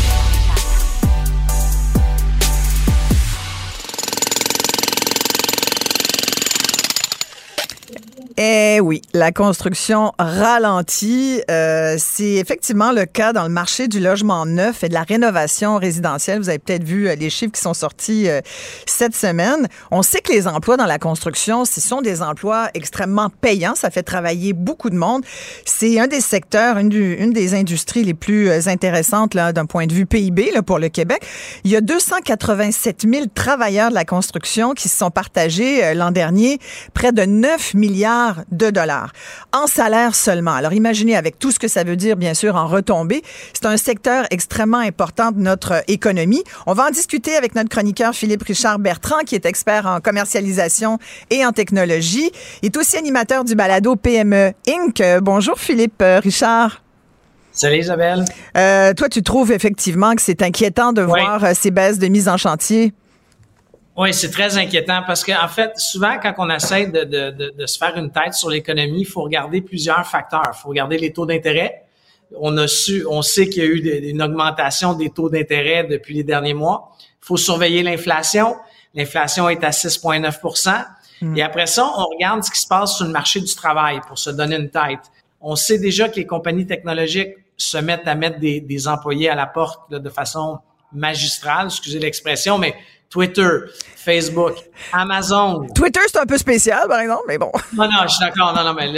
Speaker 2: Eh oui, la construction ralentit. C'est effectivement le cas dans le marché du logement neuf et de la rénovation résidentielle. Vous avez peut-être vu les chiffres qui sont sortis cette semaine. On sait que les emplois dans la construction, ce sont des emplois extrêmement payants. Ça fait travailler beaucoup de monde. C'est un des secteurs, une des industries les plus intéressantes là, d'un point de vue PIB là, pour le Québec. Il y a 287 000 travailleurs de la construction qui se sont partagés l'an dernier près de 9 milliards de dollars en salaire seulement. Alors imaginez avec tout ce que ça veut dire, bien sûr, en retombées. C'est un secteur extrêmement important de notre économie. On va en discuter avec notre chroniqueur Philippe Richard Bertrand, qui est expert en commercialisation et en technologie. Il est aussi animateur du balado PME Inc. Bonjour Philippe Richard.
Speaker 9: Salut Isabelle.
Speaker 2: Toi, tu trouves effectivement que c'est inquiétant de voir ces baisses de mise en chantier?
Speaker 9: Oui, c'est très inquiétant parce qu'en fait, souvent, quand on essaie de se faire une tête sur l'économie, il faut regarder plusieurs facteurs. Il faut regarder les taux d'intérêt. On sait qu'il y a eu une augmentation des taux d'intérêt depuis les derniers mois. Il faut surveiller l'inflation. L'inflation est à 6,9 %. Et après ça, on regarde ce qui se passe sur le marché du travail pour se donner une tête. On sait déjà que les compagnies technologiques se mettent à mettre des employés à la porte là, de façon magistrale, excusez l'expression, mais Twitter, Facebook, Amazon.
Speaker 2: Twitter, c'est un peu spécial, par exemple, mais bon.
Speaker 9: Non, je suis d'accord. Non, mais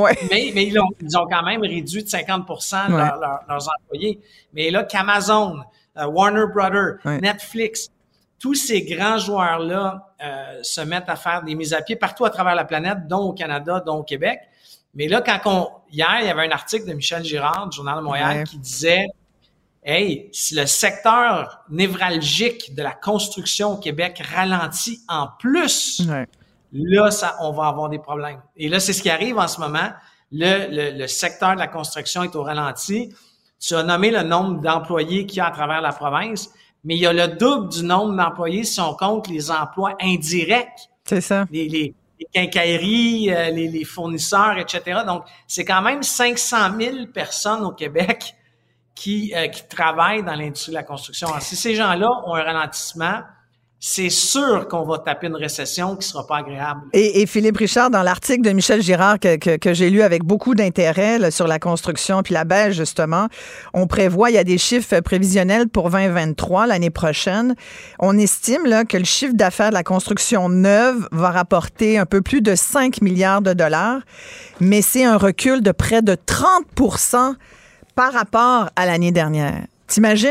Speaker 9: ils ont quand même réduit de 50 leurs employés. Mais là, qu'Amazon, Warner Brothers, Netflix, tous ces grands joueurs-là se mettent à faire des mises à pied partout à travers la planète, dont au Canada, dont au Québec. Mais là, hier, il y avait un article de Michel Girard, du Journal de Montréal, qui disait hey, si le secteur névralgique de la construction au Québec ralentit en plus, là, on va avoir des problèmes. Et là, c'est ce qui arrive en ce moment. Le secteur de la construction est au ralenti. Tu as nommé le nombre d'employés qu'il y a à travers la province, mais il y a le double du nombre d'employés si on compte les emplois indirects.
Speaker 2: C'est ça.
Speaker 9: Les quincailleries, les fournisseurs, etc. Donc, c'est quand même 500 000 personnes au Québec qui travaillent dans l'industrie de la construction. Alors, si ces gens-là ont un ralentissement, c'est sûr qu'on va taper une récession qui sera pas agréable.
Speaker 2: Et Philippe Richard, dans l'article de Michel Girard que j'ai lu avec beaucoup d'intérêt là, sur la construction puis la baisse, justement, on prévoit, il y a des chiffres prévisionnels pour 2023, l'année prochaine. On estime là, que le chiffre d'affaires de la construction neuve va rapporter un peu plus de 5 milliards de dollars, mais c'est un recul de près de 30% par rapport à l'année dernière. T'imagines?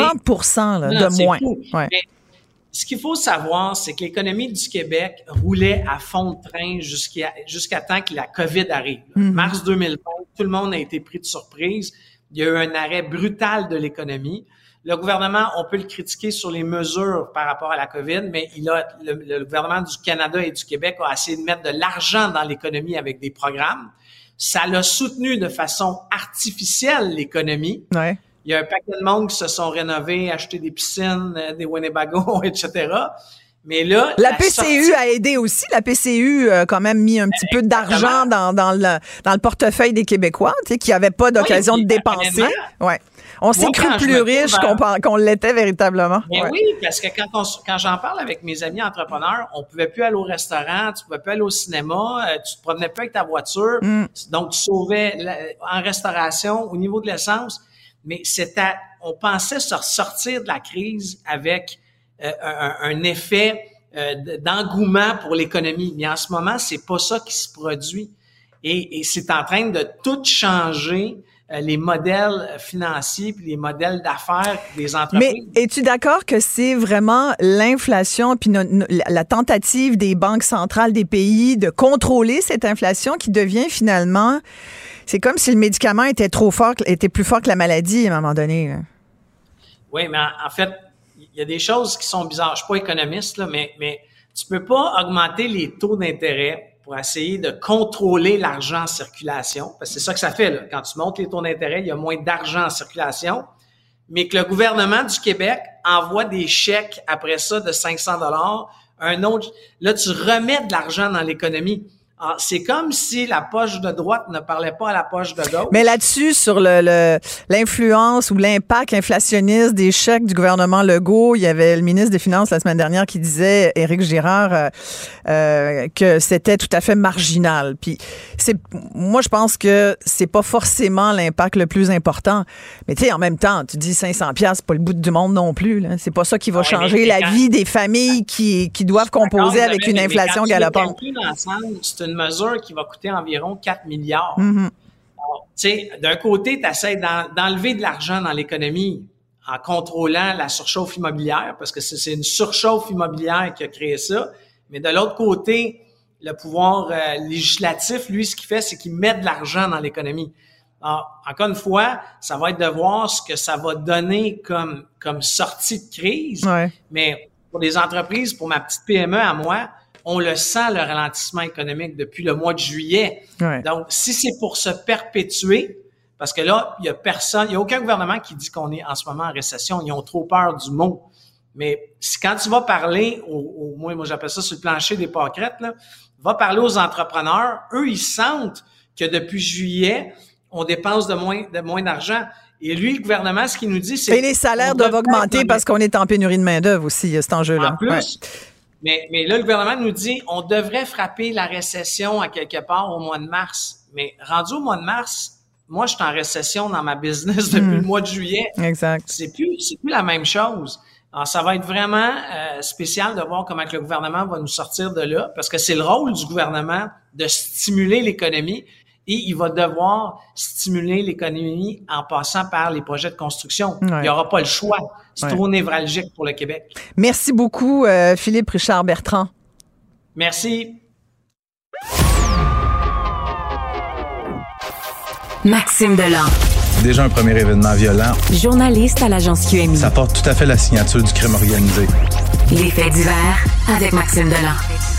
Speaker 2: 30% là, de moins. Ouais.
Speaker 9: Mais ce qu'il faut savoir, c'est que l'économie du Québec roulait à fond de train jusqu'à temps que la COVID arrive. Mars 2020, tout le monde a été pris de surprise. Il y a eu un arrêt brutal de l'économie. Le gouvernement, on peut le critiquer sur les mesures par rapport à la COVID, mais le gouvernement du Canada et du Québec a essayé de mettre de l'argent dans l'économie avec des programmes. Ça l'a soutenu de façon artificielle, l'économie.
Speaker 2: Ouais.
Speaker 9: Il y a un paquet de monde qui se sont rénovés, acheté des piscines, des Winnebago, etc. Mais là,
Speaker 2: la PCU a aidé aussi. La PCU a quand même mis un petit peu d'argent dans le portefeuille des Québécois, tu sais, qui n'avaient pas d'occasion de dépenser. Ouais. On s'est cru plus riche qu'on l'était véritablement.
Speaker 9: Mais oui, parce que quand j'en parle avec mes amis entrepreneurs, on pouvait plus aller au restaurant, tu pouvais plus aller au cinéma, tu te promenais plus avec ta voiture, donc tu sauvais en restauration, au niveau de l'essence. Mais on pensait se sortir de la crise avec un effet d'engouement pour l'économie. Mais en ce moment, c'est pas ça qui se produit. Et c'est en train de tout changer les modèles financiers puis les modèles d'affaires des entreprises.
Speaker 2: Mais es-tu d'accord que c'est vraiment l'inflation puis la tentative des banques centrales des pays de contrôler cette inflation qui devient finalement... C'est comme si le médicament était plus fort que la maladie à un moment donné. Là.
Speaker 9: Oui, mais en fait, il y a des choses qui sont bizarres. Je suis pas économiste, là, mais tu peux pas augmenter les taux d'intérêt pour essayer de contrôler l'argent en circulation. Parce que c'est ça que ça fait, là. Quand tu montes les taux d'intérêt, il y a moins d'argent en circulation. Mais que le gouvernement du Québec envoie des chèques après ça de 500 $, un autre. Là, tu remets de l'argent dans l'économie. Alors, c'est comme si la poche de droite ne parlait pas à la poche de gauche.
Speaker 2: Mais là-dessus, sur l'influence ou l'impact inflationniste des chèques du gouvernement Legault, il y avait le ministre des Finances la semaine dernière qui disait, Éric Girard, que c'était tout à fait marginal. Puis moi, je pense que c'est pas forcément l'impact le plus important. Mais tu sais, en même temps, tu dis 500$, c'est pas le bout du monde non plus. Là. C'est pas ça qui va changer la vie des familles qui doivent composer avec une inflation galopante.
Speaker 9: C'est une mesure qui va coûter environ 4 milliards. Tu sais, d'un côté, tu essaies d'enlever de l'argent dans l'économie en contrôlant la surchauffe immobilière, parce que c'est une surchauffe immobilière qui a créé ça. Mais de l'autre côté, le pouvoir législatif, lui, ce qu'il fait, c'est qu'il met de l'argent dans l'économie. Alors, encore une fois, ça va être de voir ce que ça va donner comme sortie de crise. Ouais. Mais pour les entreprises, pour ma petite PME à moi, on le sent, le ralentissement économique depuis le mois de juillet. Ouais. Donc, si c'est pour se perpétuer, parce que là, il y a aucun gouvernement qui dit qu'on est en ce moment en récession. Ils ont trop peur du mot. Mais quand tu vas parler, moi j'appelle ça sur le plancher des pâquerettes, là, va parler aux entrepreneurs, eux, ils sentent que depuis juillet, on dépense de moins d'argent. Et lui, le gouvernement, ce qu'il nous dit, c'est...
Speaker 2: Et les salaires doivent augmenter parce qu'on est en pénurie de main-d'œuvre aussi, cet enjeu-là.
Speaker 9: En plus... Ouais. Mais là, le gouvernement nous dit on devrait frapper la récession à quelque part au mois de mars. Mais rendu au mois de mars, moi, je suis en récession dans ma business depuis le mois de juillet.
Speaker 2: Exact.
Speaker 9: C'est plus la même chose. Alors, ça va être vraiment spécial de voir comment que le gouvernement va nous sortir de là, parce que c'est le rôle du gouvernement de stimuler l'économie. Et il va devoir stimuler l'économie en passant par les projets de construction. Ouais. Il n'y aura pas le choix. C'est trop névralgique pour le Québec.
Speaker 2: Merci beaucoup, Philippe Richard Bertrand.
Speaker 9: Merci.
Speaker 1: Maxime Delan.
Speaker 7: Déjà un premier événement violent.
Speaker 1: Journaliste à l'agence QMI.
Speaker 7: Ça porte tout à fait la signature du crime organisé.
Speaker 1: Les faits divers avec Maxime Delan.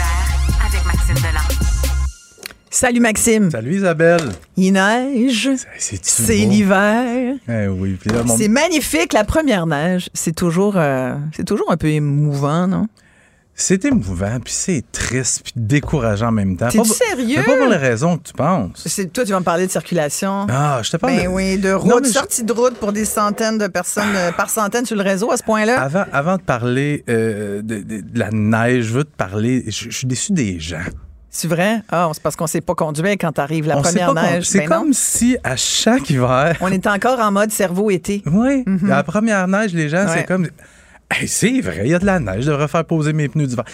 Speaker 2: Salut Maxime.
Speaker 7: Salut Isabelle.
Speaker 2: Il neige. C'est l'hiver.
Speaker 7: Eh oui. Puis là,
Speaker 2: c'est magnifique. La première neige, c'est toujours un peu émouvant, non?
Speaker 7: C'est émouvant, puis c'est triste, puis décourageant en même temps.
Speaker 2: T'es sérieux?
Speaker 7: Mais pas pour les raisons que tu penses.
Speaker 2: Toi, tu vas me parler de circulation.
Speaker 7: Ah, je te parle
Speaker 2: de route, sortie de route pour des centaines de personnes par centaine sur le réseau à ce point-là.
Speaker 7: Avant de parler de la neige, je veux te parler... Je suis déçu des gens.
Speaker 2: C'est vrai? Ah, c'est parce qu'on ne sait pas conduire quand arrive la première neige.
Speaker 7: C'est comme si à chaque hiver...
Speaker 2: On est encore en mode cerveau été.
Speaker 7: Oui. La première neige, les gens, c'est comme... Hey, c'est vrai, il y a de la neige, je devrais faire poser mes pneus d'hiver.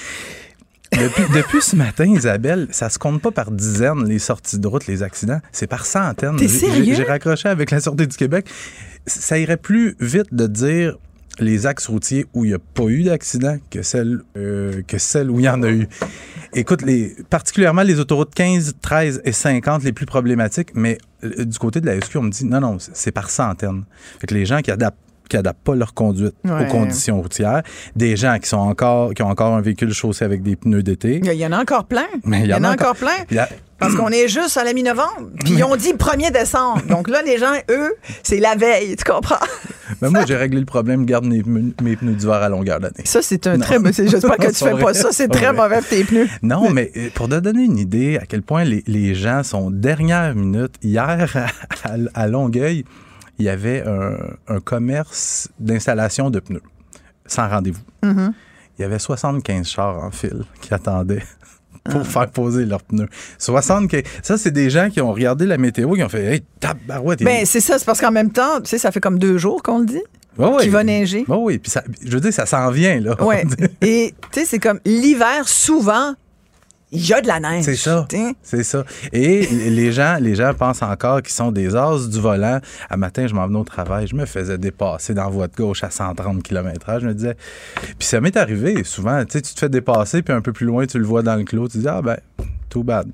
Speaker 7: Depuis ce matin, Isabelle, ça se compte pas par dizaines, les sorties de route, les accidents. C'est par centaines.
Speaker 2: T'es sérieux?
Speaker 7: J'ai raccroché avec la Sûreté du Québec. Ça irait plus vite de dire les axes routiers où il n'y a pas eu d'accident que celles où il y en a eu. Écoute, particulièrement les autoroutes 15, 13 et 50, les plus problématiques, mais du côté de la SQ, on me dit non, c'est par centaines. Fait que les gens qui adaptent pas leur conduite aux conditions routières. Des gens qui ont encore un véhicule chaussé avec des pneus d'été.
Speaker 2: Il y en a encore plein.
Speaker 7: Mais il y en a encore plein.
Speaker 2: Parce qu'on est juste à la mi-novembre. Puis ils ont dit 1er décembre. Donc là, les gens, eux, c'est la veille. Tu comprends?
Speaker 7: Mais moi, j'ai réglé le problème. Garde mes pneus d'hiver à longueur d'année.
Speaker 2: Ça, c'est un très... J'espère que tu fais pas ça. C'est très mauvais pour tes pneus.
Speaker 7: Non, mais pour te donner une idée à quel point les gens sont dernière minute. Hier, à Longueuil, il y avait un commerce d'installation de pneus, sans rendez-vous. Il y avait 75 chars en file qui attendaient pour faire poser leurs pneus. 75. Ça, c'est des gens qui ont regardé la météo, qui ont fait « Hey, tabarouette! »
Speaker 2: c'est ça, c'est parce qu'en même temps, tu sais, ça fait comme 2 jours qu'on le dit. Qu'il va neiger.
Speaker 7: Oui, puis je veux dire, ça s'en vient, là.
Speaker 2: Oui. Et, tu sais, c'est comme l'hiver, souvent... Il y a de la neige.
Speaker 7: C'est ça. Et les gens pensent encore qu'ils sont des as du volant. À matin, je m'en venais au travail, je me faisais dépasser dans la voie de gauche à 130 km/h. Je me disais... Puis ça m'est arrivé souvent. Tu sais, tu te fais dépasser, puis un peu plus loin, tu le vois dans le clos. Tu dis, too bad.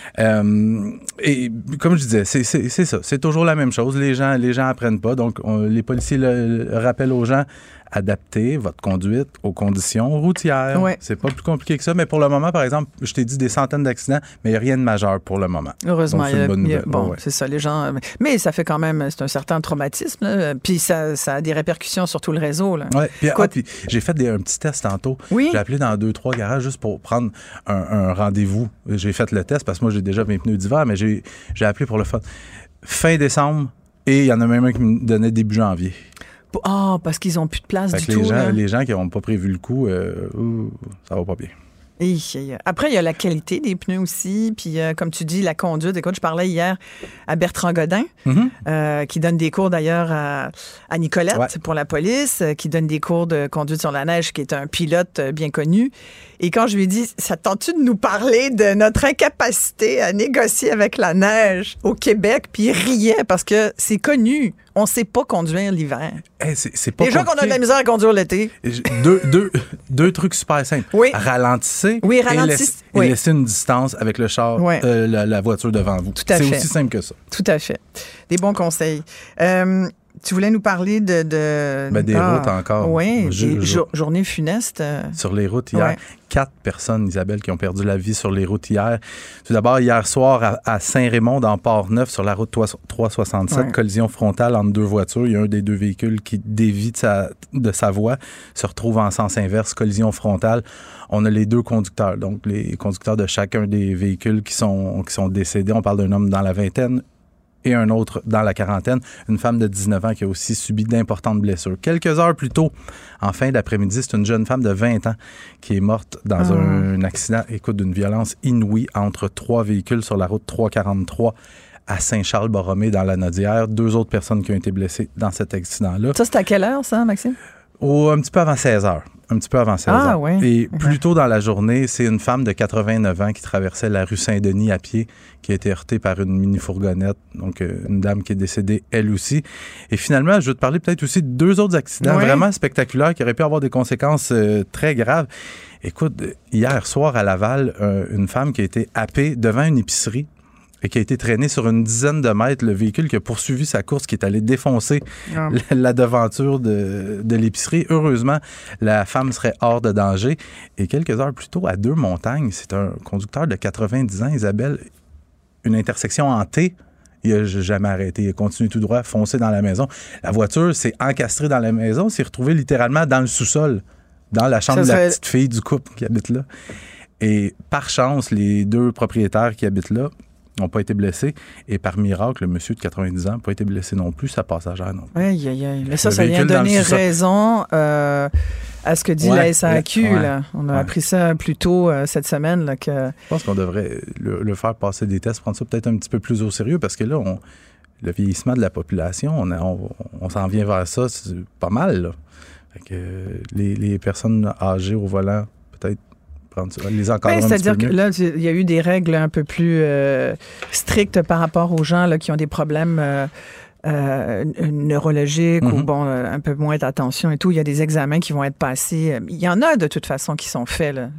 Speaker 7: Et comme je disais, c'est ça. C'est toujours la même chose. Les gens apprennent pas. Donc, les policiers le rappellent aux gens, adaptez votre conduite aux conditions routières.
Speaker 2: Ouais.
Speaker 7: C'est pas plus compliqué que ça. Mais pour le moment, par exemple, je t'ai dit des centaines d'accidents, mais il n'y a rien de majeur pour le moment.
Speaker 2: Heureusement.
Speaker 7: Donc, c'est une bonne nouvelle.
Speaker 2: C'est ça, les gens... Mais ça fait quand même... C'est un certain traumatisme. Là. Puis ça a des répercussions sur tout le réseau.
Speaker 7: Oui. Puis j'ai fait un petit test tantôt.
Speaker 2: Oui.
Speaker 7: J'ai appelé dans 2-3 garages juste pour prendre un rendez-vous. J'ai fait le test parce que moi, j'ai déjà mes pneus d'hiver, mais j'ai appelé pour le fun. Fin décembre, et il y en a même un qui me donnait début janvier.
Speaker 2: Parce qu'ils n'ont plus de place du tout.
Speaker 7: Les gens qui n'ont pas prévu le coup, ça va pas bien.
Speaker 2: Après, il y a la qualité des pneus aussi. Puis, comme tu dis, la conduite. Écoute, je parlais hier à Bertrand Godin, qui donne des cours d'ailleurs à Nicolette pour la police, qui donne des cours de conduite sur la neige, qui est un pilote bien connu. Et quand je lui ai dit, ça tente-tu de nous parler de notre incapacité à négocier avec la neige au Québec? Puis il riait parce que c'est connu. On ne sait pas conduire l'hiver.
Speaker 7: C'est pas
Speaker 2: déjà qu'on a de la misère à conduire l'été.
Speaker 7: Deux trucs super simples.
Speaker 2: Oui.
Speaker 7: Ralentissez.
Speaker 2: Oui, ralentissez.
Speaker 7: Et laissez une distance avec le char, la voiture devant vous.
Speaker 2: Tout à fait.
Speaker 7: C'est aussi simple que ça.
Speaker 2: Tout à fait. Des bons conseils. Tu voulais nous parler des
Speaker 7: routes encore.
Speaker 2: Oui, des journées funestes.
Speaker 7: Sur les routes hier. 4 personnes, Isabelle, qui ont perdu la vie sur les routes hier. Tout d'abord, hier soir, à Saint-Raymond, dans Port-Neuf, sur la route 367, collision frontale entre 2 voitures. Il y a un des 2 véhicules qui dévie de sa voie, se retrouve en sens inverse, collision frontale. On a les 2 conducteurs, donc les conducteurs de chacun des véhicules qui sont décédés. On parle d'un homme dans la vingtaine et un autre dans la quarantaine, une femme de 19 ans qui a aussi subi d'importantes blessures. Quelques heures plus tôt, en fin d'après-midi, c'est une jeune femme de 20 ans qui est morte dans un accident, d'une violence inouïe entre 3 véhicules sur la route 343 à Saint-Charles-Borromée dans la Nodière. 2 autres personnes qui ont été blessées dans cet accident-là.
Speaker 2: Ça, c'est à quelle heure, ça, Maxime?
Speaker 7: Un petit peu avant 16 heures.
Speaker 2: Oui.
Speaker 7: Et plus tôt dans la journée, c'est une femme de 89 ans qui traversait la rue Saint-Denis à pied, qui a été heurtée par une mini-fourgonnette. Donc, une dame qui est décédée, elle aussi. Et finalement, je vais te parler peut-être aussi de 2 autres accidents vraiment spectaculaires qui auraient pu avoir des conséquences très graves. Écoute, hier soir à Laval, une femme qui a été happée devant une épicerie et qui a été traîné sur une dizaine de mètres, le véhicule qui a poursuivi sa course, qui est allé défoncer la devanture de l'épicerie. Heureusement, la femme serait hors de danger. Et quelques heures plus tôt, à Deux-Montagnes, c'est un conducteur de 90 ans, Isabelle, une intersection en T. Il n'a jamais arrêté. Il a continué tout droit, foncé dans la maison. La voiture s'est encastrée dans la maison, s'est retrouvée littéralement dans le sous-sol dans la chambre de la petite fille du couple qui habite là. Et par chance, les 2 propriétaires qui habitent là n'ont pas été blessés. Et par miracle, le monsieur de 90 ans n'a pas été blessé non plus, sa passagère non plus.
Speaker 2: Aïe, aïe, aïe. Mais ça vient donner raison à ce que dit la SAQ. Là. On a appris ça plus tôt cette semaine. Là, que...
Speaker 7: Je pense qu'on devrait le faire passer des tests, prendre ça peut-être un petit peu plus au sérieux, parce que là, le vieillissement de la population, on s'en vient vers ça, c'est pas mal. Là. Fait que, les personnes âgées au volant, peut-être, les encadrer un petit peu mieux.
Speaker 2: C'est-à-dire que là, il y a eu des règles un peu plus strictes par rapport aux gens là, qui ont des problèmes neurologiques ou un peu moins d'attention et tout. Il y a des examens qui vont être passés. Il y en a de toute façon qui sont faits. Là.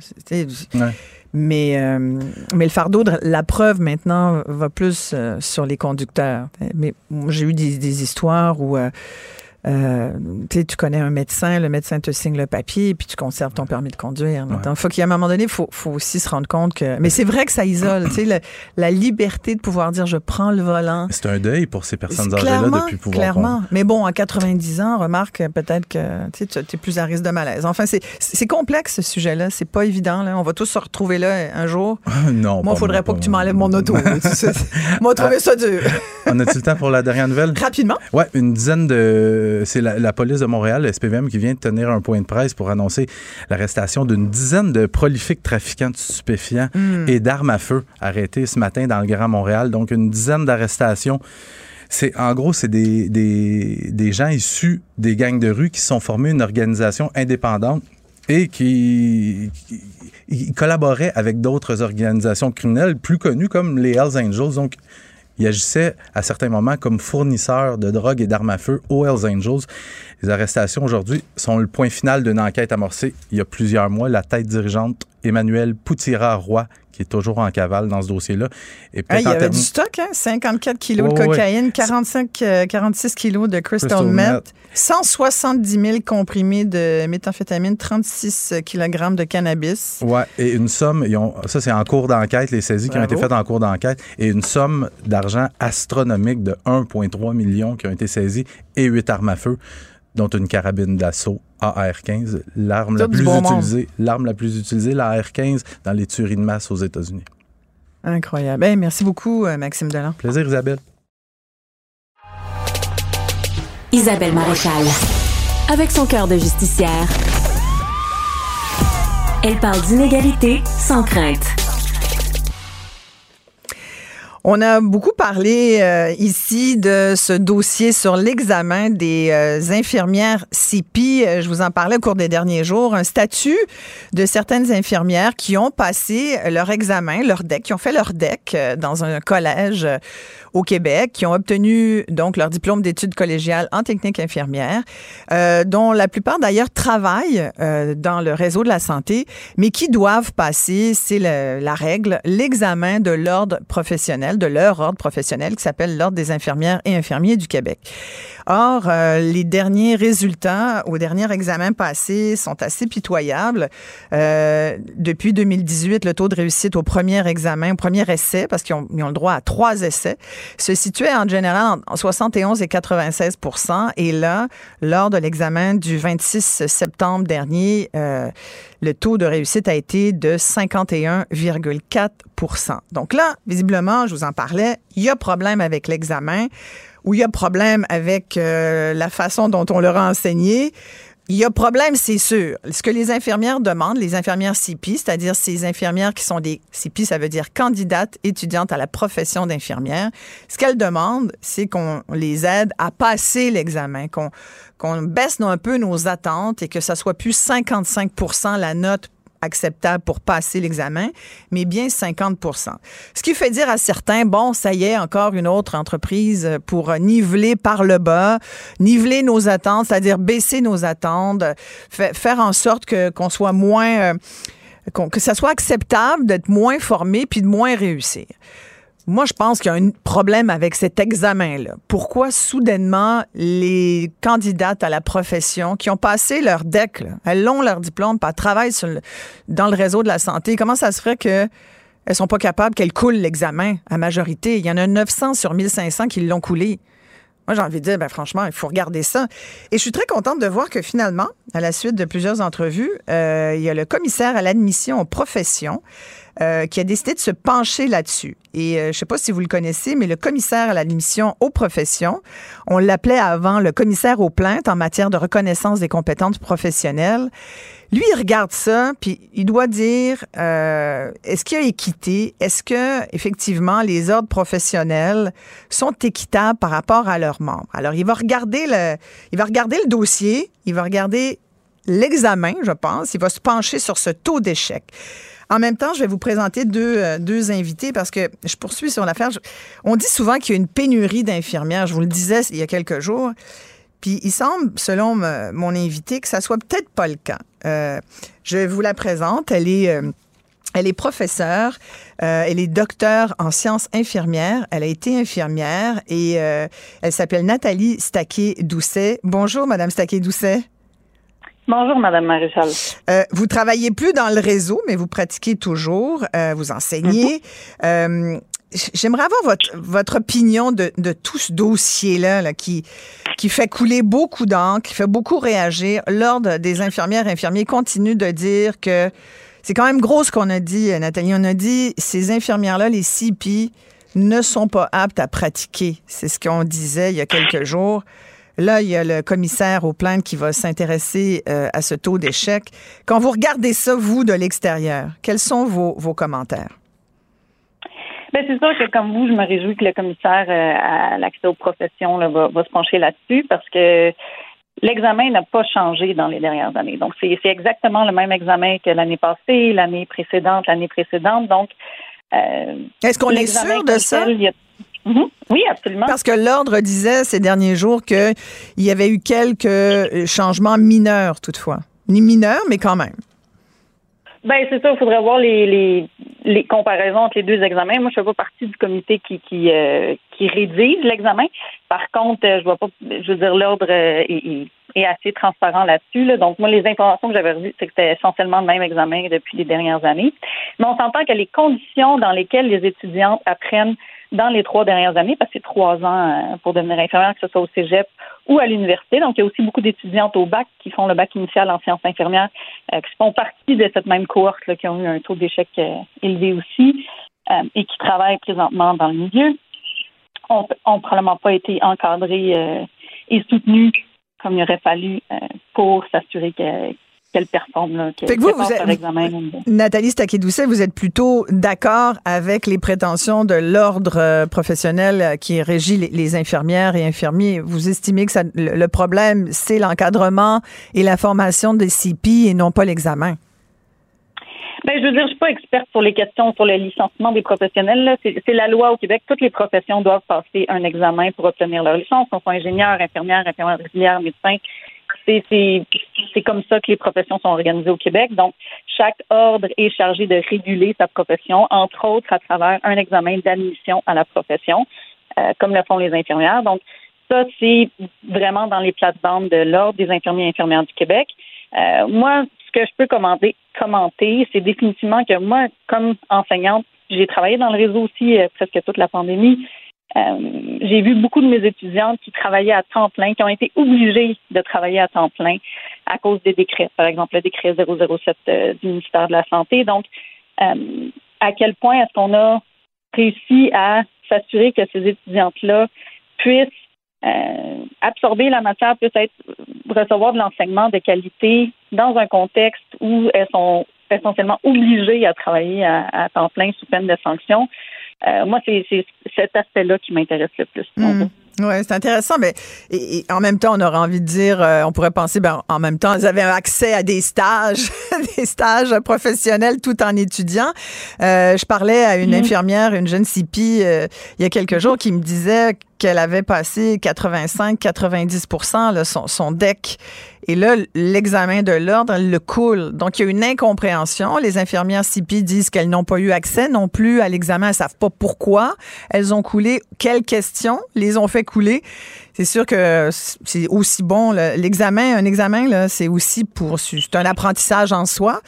Speaker 2: Mais le fardeau de la preuve maintenant va plus sur les conducteurs. Mais j'ai eu des histoires où... tu connais un médecin, le médecin te signe le papier, puis tu conserves ton permis de conduire. Donc, faut qu'à un moment donné, faut aussi se rendre compte que... Mais c'est vrai que ça isole, la liberté de pouvoir dire « je prends le volant ».
Speaker 7: C'est un deuil pour ces personnes âgées-là depuis pouvoir...
Speaker 2: Clairement, mais bon, à 90 ans, remarque peut-être que tu es plus à risque de malaise. Enfin, c'est complexe ce sujet-là, c'est pas évident. Là. On va tous se retrouver là un jour.
Speaker 7: Non,
Speaker 2: moi, il faudrait pas que tu m'enlèves mon auto. Moi, trouvé ça dur.
Speaker 7: On a-tu le temps pour la dernière nouvelle?
Speaker 2: Rapidement.
Speaker 7: Oui, une dizaine de... C'est la police de Montréal, le SPVM, qui vient de tenir un point de presse pour annoncer l'arrestation d'une dizaine de prolifiques trafiquants de stupéfiants et d'armes à feu arrêtés ce matin dans le Grand Montréal. Donc, une dizaine d'arrestations. En gros, c'est des gens issus des gangs de rue qui se sont formés une organisation indépendante et qui collaboraient avec d'autres organisations criminelles plus connues comme les Hells Angels. Donc, il agissait à certains moments comme fournisseur de drogue et d'armes à feu aux Hells Angels. Les arrestations aujourd'hui sont le point final d'une enquête amorcée il y a plusieurs mois. La tête dirigeante, Emmanuel Poutira-Roy, qui est toujours en cavale dans ce dossier-là. Et
Speaker 2: il y avait du stock, 54 kilos de cocaïne, 46 kilos de crystal meth, 170 000 comprimés de méthamphétamine, 36 kg de cannabis.
Speaker 7: Oui, et une somme, ça c'est en cours d'enquête, les saisies qui ont été faites en cours d'enquête, et une somme d'argent astronomique de 1,3 million qui ont été saisies et 8 armes à feu, dont une carabine d'assaut AR-15, l'arme la plus utilisée, la AR-15, dans les tueries de masse aux États-Unis.
Speaker 2: Incroyable. Merci beaucoup, Maxime Delan.
Speaker 7: Plaisir, Isabelle.
Speaker 1: Isabelle Maréchal. Avec son cœur de justicière, elle parle d'inégalité sans crainte.
Speaker 2: On a beaucoup parlé ici de ce dossier sur l'examen des infirmières CIPI. Je vous en parlais au cours des derniers jours. Un statut de certaines infirmières qui ont passé leur examen, leur DEC, qui ont fait leur DEC dans un collège au Québec, qui ont obtenu donc leur diplôme d'études collégiales en technique infirmière, dont la plupart d'ailleurs travaillent dans le réseau de la santé, mais qui doivent passer, c'est la règle, l'examen de l'ordre professionnel, de leur ordre professionnel qui s'appelle l'Ordre des infirmières et infirmiers du Québec. Or, les derniers résultats au dernier examen passé sont assez pitoyables. Depuis 2018, le taux de réussite au premier examen, au premier essai, parce qu'ils ont le droit à 3 essais, se situait en général en 71 et 96 %. Et là, lors de l'examen du 26 septembre dernier, le taux de réussite a été de 51,4 %. Donc là, visiblement, je vous en parlais, il y a problème avec l'examen ou il y a problème avec la façon dont on leur a enseigné. Il y a problème, c'est sûr. Ce que les infirmières demandent, les infirmières CIPI, c'est-à-dire ces infirmières qui sont des CIPI, ça veut dire candidates étudiantes à la profession d'infirmière. Ce qu'elles demandent, c'est qu'on les aide à passer l'examen, qu'on baisse un peu nos attentes et que ça soit plus 55 % la note acceptable pour passer l'examen, mais bien 50 %. Ce qui fait dire à certains, bon, ça y est, encore une autre entreprise pour niveler par le bas, niveler nos attentes, c'est-à-dire baisser nos attentes, faire en sorte qu'on soit moins, que ça soit acceptable d'être moins formé puis de moins réussir. Moi, je pense qu'il y a un problème avec cet examen-là. Pourquoi, soudainement, les candidates à la profession qui ont passé leur DEC, là, elles ont leur diplôme, puis elles travaillent dans le réseau de la santé, comment ça se ferait qu'elles ne sont pas capables, qu'elles coulent l'examen à majorité? Il y en a 900 sur 1500 qui l'ont coulé. Moi, j'ai envie de dire, franchement, il faut regarder ça. Et je suis très contente de voir que finalement, à la suite de plusieurs entrevues, il y a le commissaire à l'admission aux professions qui a décidé de se pencher là-dessus. Et je ne sais pas si vous le connaissez, mais le commissaire à l'admission aux professions, on l'appelait avant le commissaire aux plaintes en matière de reconnaissance des compétences professionnelles. Lui, il regarde ça, puis il doit dire, est-ce qu'il y a équité? Est-ce que, effectivement, les ordres professionnels sont équitables par rapport à leurs membres? Alors, il va regarder le dossier, il va regarder l'examen, je pense, il va se pencher sur ce taux d'échec. En même temps, je vais vous présenter deux invités parce que je poursuis sur l'affaire. On dit souvent qu'il y a une pénurie d'infirmières. Je vous le disais il y a quelques jours. Puis il semble, selon mon invité, que ça soit peut-être pas le cas. Je vous la présente. Elle est professeure. Elle est docteure en sciences infirmières. Elle a été infirmière et elle s'appelle Nathalie Staquet-Doucet. Bonjour, Madame Staquet-Doucet.
Speaker 10: Bonjour, Madame Maréchal.
Speaker 2: Vous travaillez plus dans le réseau, mais vous pratiquez toujours. Vous enseignez. J'aimerais avoir votre opinion de tout ce dossier-là qui fait couler beaucoup d'encre, qui fait beaucoup réagir. L'Ordre des infirmières et infirmiers continue de dire que c'est quand même gros ce qu'on a dit, Nathalie. On a dit ces infirmières-là, les CP, ne sont pas aptes à pratiquer. C'est ce qu'on disait il y a quelques jours. Là, il y a le commissaire aux plaintes qui va s'intéresser à ce taux d'échec. Quand vous regardez ça, vous, de l'extérieur, quels sont vos commentaires?
Speaker 10: Bien, c'est sûr que, comme vous, je me réjouis que le commissaire à l'accès aux professions là, va se pencher là-dessus parce que l'examen n'a pas changé dans les dernières années. Donc, c'est exactement le même examen que l'année passée, l'année précédente. Donc,
Speaker 2: est-ce qu'on est sûr de ça?
Speaker 10: Oui, absolument.
Speaker 2: Parce que l'Ordre disait ces derniers jours qu'il y avait eu quelques changements mineurs, toutefois. Ni mineurs, mais quand même.
Speaker 10: Ben c'est ça, il faudrait voir les comparaisons entre les deux examens. Moi, je ne fais pas partie du comité qui rédige l'examen. Par contre, l'Ordre est assez transparent là-dessus. Là. Donc, moi, les informations que j'avais revues, c'est que c'était essentiellement le même examen depuis les dernières années. Mais on s'entend que les conditions dans lesquelles les étudiantes apprennent dans les 3 dernières années, parce que c'est 3 ans pour devenir infirmière, que ce soit au cégep ou à l'université. Donc, il y a aussi beaucoup d'étudiantes au bac qui font le bac initial en sciences infirmières, qui font partie de cette même cohorte là, qui ont eu un taux d'échec élevé aussi et qui travaillent présentement dans le milieu, ont probablement pas été encadrés et soutenus comme il aurait fallu pour s'assurer qu'elle performe, là, qu'elle passe leur examen.
Speaker 2: Nathalie Staquet-Doucet, vous êtes plutôt d'accord avec les prétentions de l'ordre professionnel qui régit les infirmières et infirmiers. Vous estimez que le problème, c'est l'encadrement et la formation des CP et non pas l'examen?
Speaker 10: Ben, je veux dire, je suis pas experte sur les questions sur le licenciement des professionnels. Là. C'est la loi au Québec. Toutes les professions doivent passer un examen pour obtenir leur licence. On soit ingénieur, infirmière auxiliaire, médecin. C'est comme ça que les professions sont organisées au Québec. Donc, chaque ordre est chargé de réguler sa profession, entre autres à travers un examen d'admission à la profession, comme le font les infirmières. Donc, ça, c'est vraiment dans les plates-bandes de l'Ordre des infirmiers et infirmières du Québec. Moi, ce que je peux commenter, c'est définitivement que moi, comme enseignante, j'ai travaillé dans le réseau aussi presque toute la pandémie. J'ai vu beaucoup de mes étudiantes qui travaillaient à temps plein, qui ont été obligées de travailler à temps plein à cause des décrets, par exemple le décret 007 du ministère de la Santé. Donc, à quel point est-ce qu'on a réussi à s'assurer que ces étudiantes-là puissent absorber la matière, peut-être recevoir de l'enseignement de qualité dans un contexte où elles sont essentiellement obligées à travailler à temps plein sous peine de sanctions. Moi, c'est cet aspect-là qui m'intéresse le plus.
Speaker 2: Oui, c'est intéressant, mais et en même temps, on aurait envie de dire, on pourrait penser, en même temps, ils avaient accès à des stages, des stages professionnels tout en étudiant. Je parlais à une infirmière, une jeune CP, il y a quelques jours, qui me disait qu'elle avait passé 85-90% son DEC. Et là, l'examen de l'ordre, elle le coule. Donc, il y a une incompréhension. Les infirmières CP disent qu'elles n'ont pas eu accès non plus à l'examen. Elles ne savent pas pourquoi. Elles ont coulé. Quelles questions les ont fait couler? C'est sûr que c'est aussi bon. Un examen, là, c'est aussi c'est un apprentissage en soi.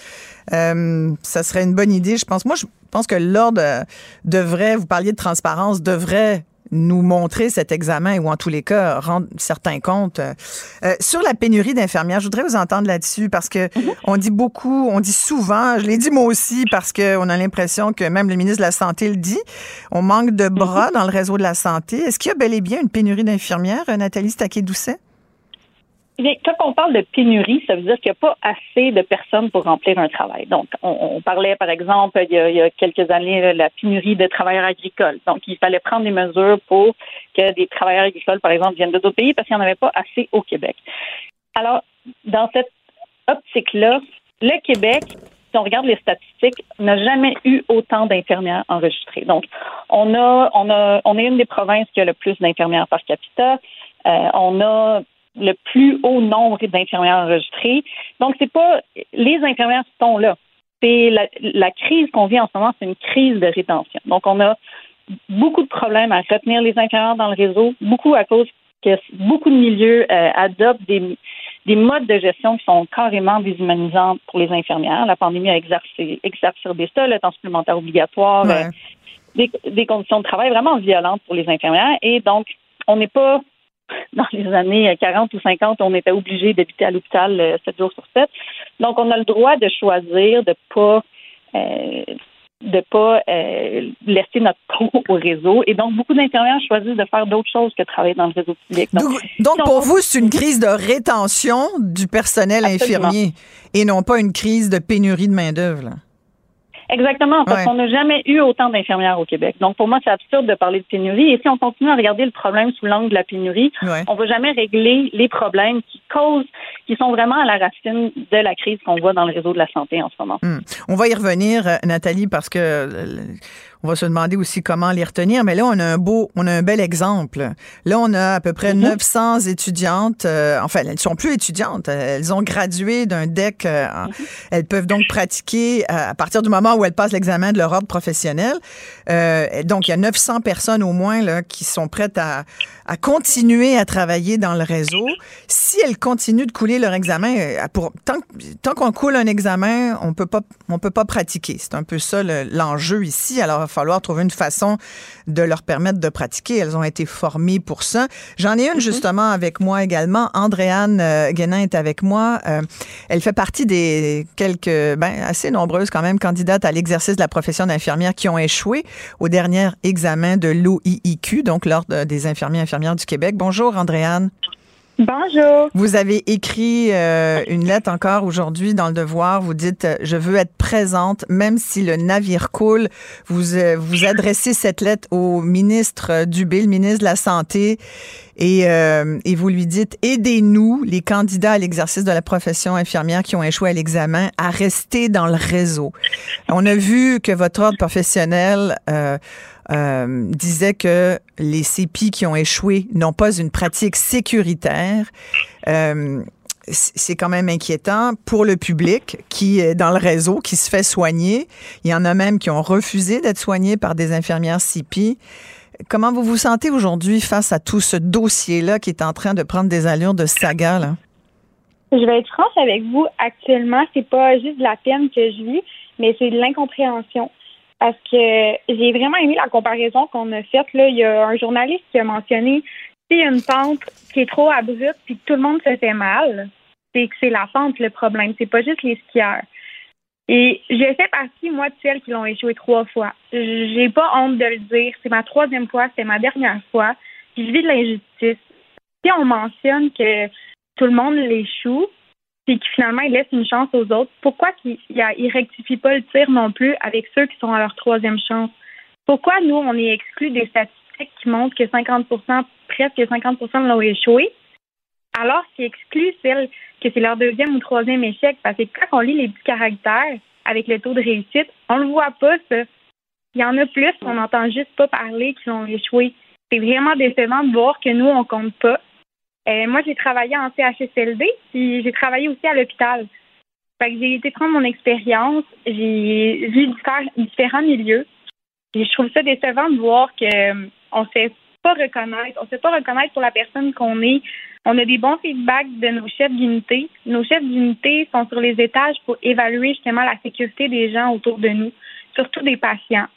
Speaker 2: Ça serait une bonne idée, je pense. Moi, je pense que l'ordre devrait, vous parliez de transparence, devrait nous montrer cet examen ou en tous les cas rendre certains comptes. Sur la pénurie d'infirmières, je voudrais vous entendre là-dessus parce que on dit souvent, je l'ai dit moi aussi parce qu'on a l'impression que même le ministre de la Santé le dit, on manque de bras dans le réseau de la santé. Est-ce qu'il y a bel et bien une pénurie d'infirmières, Nathalie Staquet-Doucet?
Speaker 10: Bien, quand on parle de pénurie, ça veut dire qu'il n'y a pas assez de personnes pour remplir un travail. Donc, on parlait, par exemple, il y a quelques années, de la pénurie de travailleurs agricoles. Donc, il fallait prendre des mesures pour que des travailleurs agricoles, par exemple, viennent d'autres pays parce qu'il n'y en avait pas assez au Québec. Alors, dans cette optique-là, le Québec, si on regarde les statistiques, n'a jamais eu autant d'infirmières enregistrées. Donc, on est une des provinces qui a le plus d'infirmières par capita. On a le plus haut nombre d'infirmières enregistrées. Donc, c'est pas les infirmières sont là. C'est la crise qu'on vit en ce moment, c'est une crise de rétention. Donc, on a beaucoup de problèmes à retenir les infirmières dans le réseau, beaucoup à cause que beaucoup de milieux adoptent des modes de gestion qui sont carrément déshumanisants pour les infirmières. La pandémie a exacerbé ça, le temps supplémentaire obligatoire, des conditions de travail vraiment violentes pour les infirmières. Et donc, on n'est pas dans les années 40 ou 50, on était obligé d'habiter à l'hôpital 7 jours sur 7. Donc, on a le droit de choisir de pas laisser notre trou au réseau. Et donc, beaucoup d'infirmières choisissent de faire d'autres choses que travailler dans le réseau public.
Speaker 2: Donc pour vous, c'est une crise de rétention du personnel infirmier et non pas une crise de pénurie de main-d'œuvre, là.
Speaker 10: Exactement, parce qu'on n'a jamais eu autant d'infirmières au Québec. Donc, pour moi, c'est absurde de parler de pénurie. Et si on continue à regarder le problème sous l'angle de la pénurie, on ne va jamais régler les problèmes qui sont vraiment à la racine de la crise qu'on voit dans le réseau de la santé en ce moment.
Speaker 2: On va y revenir, Nathalie, parce que on va se demander aussi comment les retenir. Mais là, on a un bel exemple. Là, on a à peu près 900 étudiantes. Enfin, elles ne sont plus étudiantes. Elles ont gradué d'un DEC. Elles peuvent donc pratiquer à partir du moment où elles passent l'examen de leur ordre professionnel. Donc, il y a 900 personnes au moins là, qui sont prêtes à continuer à travailler dans le réseau. Si elles continuent de couler leur examen, tant qu'on coule un examen, on peut pas pratiquer. C'est un peu ça l'enjeu ici. Alors, il va falloir trouver une façon de leur permettre de pratiquer. Elles ont été formées pour ça. J'en ai une justement avec moi également. Andréane Guénin est avec moi. Elle fait partie des assez nombreuses quand même candidates à l'exercice de la profession d'infirmière qui ont échoué au dernier examen de l'OIIQ, donc l'Ordre des infirmiers et infirmières du Québec. Bonjour, Andréane.
Speaker 11: Bonjour.
Speaker 2: Vous avez écrit une lettre encore aujourd'hui dans Le Devoir. Vous dites « Je veux être présente, même si le navire coule ». Vous adressez cette lettre au ministre Dubé, le ministre de la Santé, et vous lui dites « Aidez-nous, les candidats à l'exercice de la profession infirmière qui ont échoué à l'examen, à rester dans le réseau ». On a vu que votre ordre professionnel disait que les CEPI qui ont échoué n'ont pas une pratique sécuritaire. C'est quand même inquiétant pour le public qui est dans le réseau, qui se fait soigner. Il y en a même qui ont refusé d'être soignés par des infirmières CEPI. Comment vous vous sentez aujourd'hui face à tout ce dossier-là qui est en train de prendre des allures de saga, là?
Speaker 11: Je vais être franche avec vous. Actuellement, c'est pas juste de la peine que je vis, mais c'est de l'incompréhension. Parce que j'ai vraiment aimé la comparaison qu'on a faite. Là, il y a un journaliste qui a mentionné s'il y a une pente qui est trop abrupte puis que tout le monde se fait mal, c'est que c'est la pente le problème. C'est pas juste les skieurs. Et je fais partie, moi, de celles qui l'ont échoué 3 fois. J'ai pas honte de le dire. C'est ma 3e fois, c'est ma dernière fois. Puis je vis de l'injustice. Si on mentionne que tout le monde l'échoue, puis que finalement, il laisse une chance aux autres, pourquoi il rectifie pas le tir non plus avec ceux qui sont à leur 3e chance? Pourquoi nous, on est exclus des statistiques qui montrent que 50%, presque 50% l'ont échoué, alors qu'il exclut celles que c'est leur 2e ou 3e échec? Parce que quand on lit les petits caractères avec le taux de réussite, on le voit pas, ça. Il y en a plus qu'on n'entend juste pas parler qui ont échoué. C'est vraiment décevant de voir que nous, on compte pas. Moi, j'ai travaillé en CHSLD, puis j'ai travaillé aussi à l'hôpital. Fait que j'ai été prendre mon expérience, j'ai vu différents milieux. Et je trouve ça décevant de voir qu'on ne sait pas reconnaître. On ne sait pas reconnaître pour la personne qu'on est. On a des bons feedbacks de nos chefs d'unité. Nos chefs d'unité sont sur les étages pour évaluer justement la sécurité des gens autour de nous, surtout des patients.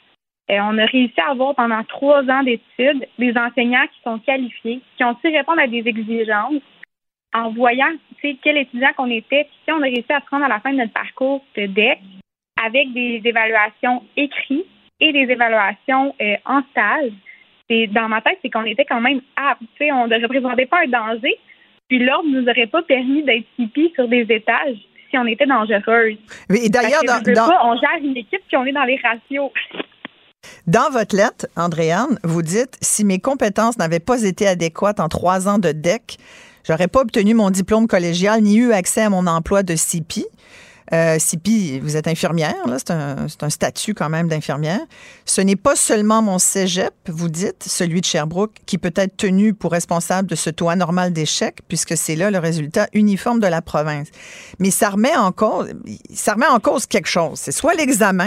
Speaker 11: On a réussi à avoir pendant 3 ans d'études des enseignants qui sont qualifiés, qui ont su répondre à des exigences en voyant quel étudiant qu'on était. Puis on a réussi à se rendre à la fin de notre parcours de DEC avec des évaluations écrites et des évaluations en stage. Dans ma tête, c'est qu'on était quand même aptes. On ne représentait pas un danger. Puis l'ordre ne nous aurait pas permis d'être CP sur des étages si on était dangereuse.
Speaker 2: Et d'ailleurs,
Speaker 11: on gère une équipe puis on est dans les ratios.
Speaker 2: Dans votre lettre, Andréane, vous dites « Si mes compétences n'avaient pas été adéquates en 3 ans de DEC, j'aurais pas obtenu mon diplôme collégial ni eu accès à mon emploi de CP. » CP, vous êtes infirmière, là, c'est un statut quand même d'infirmière. Ce n'est pas seulement mon cégep, vous dites, celui de Sherbrooke, qui peut être tenu pour responsable de ce taux anormal d'échec, puisque c'est là le résultat uniforme de la province. Mais ça remet en cause quelque chose. C'est soit l'examen,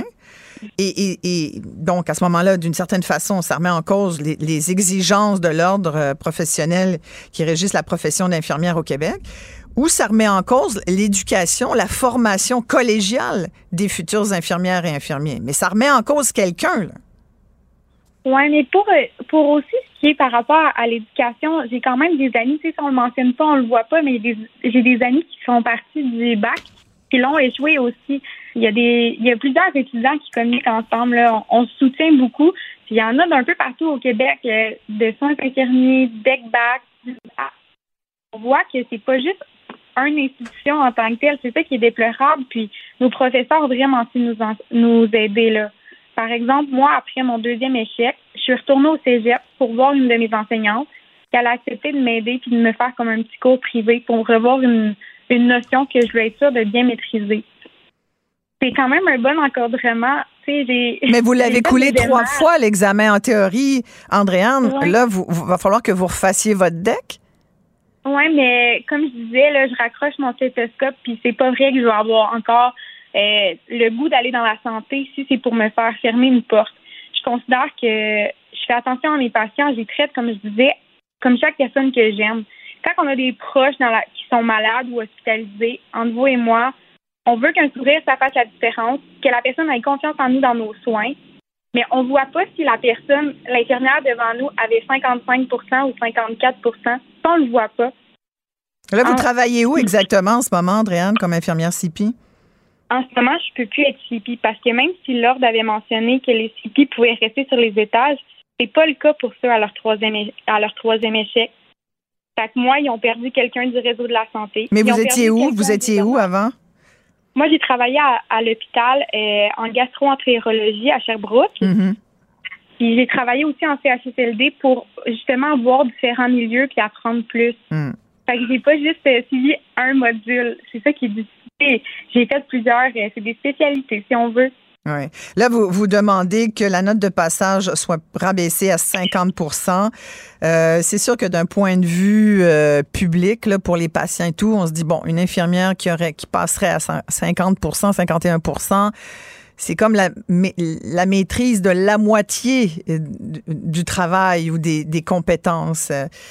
Speaker 2: et donc, à ce moment-là, d'une certaine façon, ça remet en cause les exigences de l'ordre professionnel qui régissent la profession d'infirmière au Québec, ou ça remet en cause l'éducation, la formation collégiale des futures infirmières et infirmiers. Mais ça remet en cause quelqu'un, là.
Speaker 11: Oui, mais pour aussi ce qui est par rapport à l'éducation, j'ai quand même des amis, tu sais, si on le mentionne pas, on le voit pas, mais j'ai des amis qui font partie du bac, qui l'ont échoué aussi. Il y a plusieurs étudiants qui communiquent ensemble, là. On se soutient beaucoup. Puis il y en a d'un peu partout au Québec, de soins infirmiers, DEC-BAC. On voit que c'est pas juste une institution en tant que telle, c'est ça qui est déplorable. Puis nos professeurs ont vraiment su nous aider, là. Par exemple, moi, après mon 2e échec, je suis retournée au cégep pour voir une de mes enseignantes qui a accepté de m'aider puis de me faire comme un petit cours privé pour revoir une notion que je veux être sûre de bien maîtriser. C'est quand même un bon encadrement.
Speaker 2: Mais vous l'avez coulé 3 fois, l'examen en théorie, Andréane. Ouais. Là, va falloir que vous refassiez votre DEC.
Speaker 11: Oui, mais comme je disais, là, je raccroche mon stéthoscope, puis c'est pas vrai que je vais avoir encore le goût d'aller dans la santé si c'est pour me faire fermer une porte. Je considère que je fais attention à mes patients, je les traite, comme je disais, comme chaque personne que j'aime. Quand on a des proches qui sont malades ou hospitalisés, entre vous et moi, on veut qu'un sourire, ça fasse la différence, que la personne ait confiance en nous dans nos soins, mais on ne voit pas si l'infirmière devant nous avait 55 ou 54 ça, on ne le voit pas.
Speaker 2: Là, vous travaillez où exactement en ce moment, Andréane, comme infirmière CP?
Speaker 11: En ce moment, je ne peux plus être CP parce que même si l'ordre avait mentionné que les CP pouvaient rester sur les étages, c'est pas le cas pour ceux à leur troisième échec. Fait que moi, ils ont perdu quelqu'un du réseau de la santé.
Speaker 2: Mais vous étiez où? Vous étiez où avant?
Speaker 11: Moi, j'ai travaillé à l'hôpital en gastro-entérologie à Sherbrooke. Mm-hmm. Puis j'ai travaillé aussi en CHSLD pour justement voir différents milieux puis apprendre plus. Mm. Fait que j'ai pas juste suivi un module. C'est ça qui est difficile. J'ai fait plusieurs, c'est des spécialités, si on veut.
Speaker 2: Oui. Là, vous demandez que la note de passage soit rabaissée à 50 c'est sûr que d'un point de vue public, là, pour les patients et tout, on se dit, bon, une infirmière qui passerait à 50 51 c'est comme la maîtrise de la moitié du travail ou des compétences.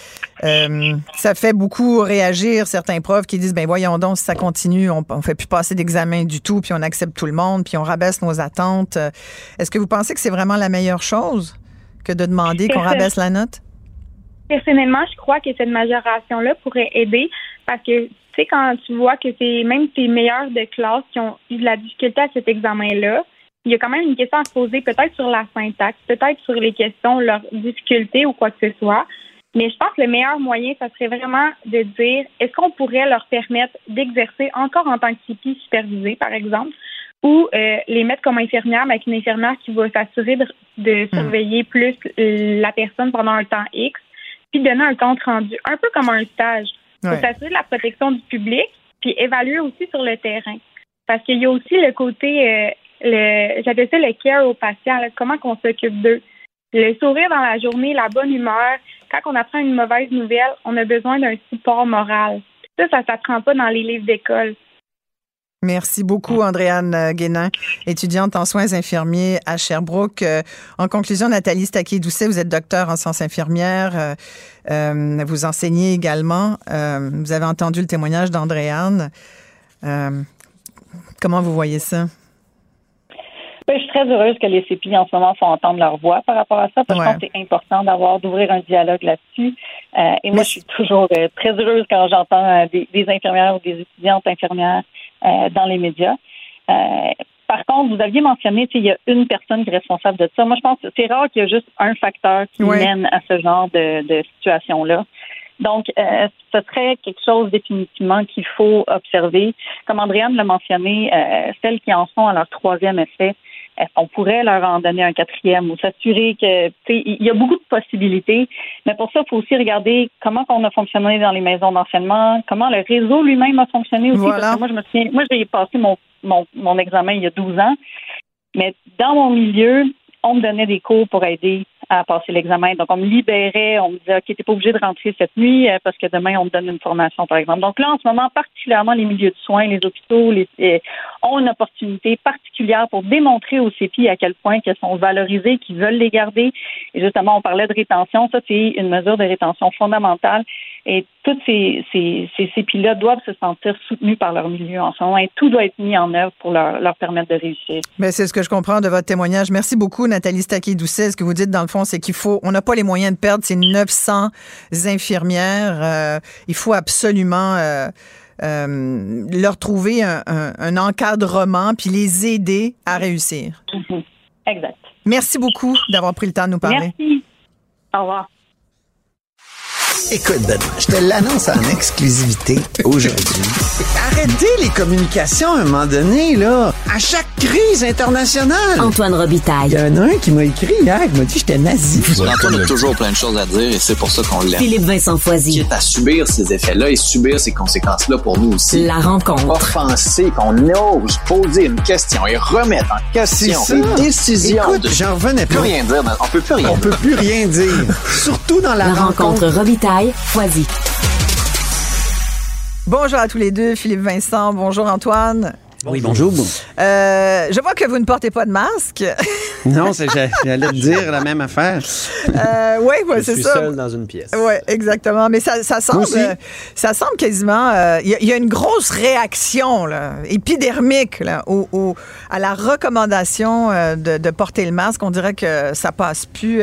Speaker 2: Ça fait beaucoup réagir certains profs qui disent, ben voyons donc, si ça continue, on fait plus passer d'examen du tout, puis on accepte tout le monde, puis on rabaisse nos attentes. Est-ce que vous pensez que c'est vraiment la meilleure chose que de demander qu'on rabaisse la note?
Speaker 11: Personnellement, je crois que cette majoration-là pourrait aider parce que, tu sais, quand tu vois que c'est même tes meilleurs de classe qui ont eu de la difficulté à cet examen-là, il y a quand même une question à se poser, peut-être sur la syntaxe, peut-être sur les questions, leurs difficultés ou quoi que ce soit. Mais je pense que le meilleur moyen, ça serait vraiment de dire, est-ce qu'on pourrait leur permettre d'exercer encore en tant que CP supervisé, par exemple, ou les mettre comme infirmière, mais avec une infirmière qui va s'assurer de surveiller plus la personne pendant un temps X, puis donner un compte rendu, un peu comme un stage, pour s'assurer de la protection du public, puis évaluer aussi sur le terrain. Parce qu'il y a aussi le côté, j'appelle ça le care aux patients, là, comment qu'on s'occupe d'eux. Le sourire dans la journée, la bonne humeur. Quand on apprend une mauvaise nouvelle, on a besoin d'un support moral. Ça s'apprend pas dans les livres d'école.
Speaker 2: Merci beaucoup, Andréane Guénin, étudiante en soins infirmiers à Sherbrooke. En conclusion, Nathalie Staquier-Doucet, vous êtes docteur en sciences infirmières. Vous enseignez également. Vous avez entendu le témoignage d'Andréane. Comment vous voyez ça?
Speaker 10: Je je suis très heureuse que les CPI en ce moment font entendre leur voix par rapport à ça, parce que je pense que c'est important d'ouvrir un dialogue là-dessus. Et moi, je suis toujours très heureuse quand j'entends des infirmières ou des étudiantes infirmières dans les médias. Par contre, vous aviez mentionné, il y a une personne qui est responsable de ça. Moi, je pense que c'est rare qu'il y ait juste un facteur qui mène à ce genre de situation-là. Donc, ce serait quelque chose définitivement qu'il faut observer. Comme Andréane l'a mentionné, celles qui en sont à leur 3e essai, est-ce qu'on pourrait leur en donner un 4e ou s'assurer que, il y a beaucoup de possibilités, mais pour ça, il faut aussi regarder comment on a fonctionné dans les maisons d'enseignement, comment le réseau lui-même a fonctionné aussi. Voilà. Parce que moi, je me souviens, j'ai passé mon examen il y a 12 ans, mais dans mon milieu, on me donnait des cours pour aider à passer l'examen. Donc, on me libérait, on me disait, OK, t'es pas obligé de rentrer cette nuit parce que demain, on te donne une formation, par exemple. Donc là, en ce moment, particulièrement les milieux de soins, les hôpitaux ont une opportunité particulière pour démontrer aux CPI à quel point qu'ils sont valorisés, qu'ils veulent les garder. Et justement, on parlait de rétention. Ça, c'est une mesure de rétention fondamentale. Et toutes ces CPI-là doivent se sentir soutenus par leur milieu en ce moment et tout doit être mis en œuvre pour leur permettre de réussir.
Speaker 2: Bien, c'est ce que je comprends de votre témoignage. Merci beaucoup, Nathalie Staquet-Doucet. Ce que vous dites, dans le fond, c'est on n'a pas les moyens de perdre ces 900 infirmières. Il faut absolument leur trouver un encadrement puis les aider à réussir.
Speaker 10: Mm-hmm. Exact.
Speaker 2: Merci beaucoup d'avoir pris le temps de nous parler.
Speaker 10: Merci. Au revoir.
Speaker 12: Écoute, Benoît, je te l'annonce en exclusivité aujourd'hui. Arrêtez les communications à un moment donné, là. À chaque crise internationale.
Speaker 1: Antoine Robitaille.
Speaker 12: Il y en a un qui m'a écrit hier, qui m'a dit que j'étais nazi.
Speaker 13: Antoine a toujours plein de choses à dire et c'est pour ça qu'on l'aime.
Speaker 1: Philippe Vincent Foisy.
Speaker 13: Quitte à subir ces effets-là et subir ces conséquences-là pour nous aussi.
Speaker 1: La rencontre.
Speaker 13: Offenser, qu'on ose poser une question et remettre en question les décisions.
Speaker 12: Écoute, j'en revenais pas.
Speaker 13: Rien dire. On peut plus rien dire.
Speaker 12: On peut plus rien dire. Surtout dans la
Speaker 1: rencontre Robitaille. Foisy.
Speaker 2: Bonjour à tous les deux, Philippe Vincent. Bonjour Antoine.
Speaker 14: Oui, bonjour.
Speaker 2: Je vois que vous ne portez pas de masque.
Speaker 14: Non, j'allais te dire la même affaire.
Speaker 2: Oui, c'est ça.
Speaker 14: Je suis seul dans une pièce.
Speaker 2: Oui, exactement. Mais ça semble quasiment... Il y a une grosse réaction là, épidermique là, à la recommandation de porter le masque. On dirait que ça passe plus...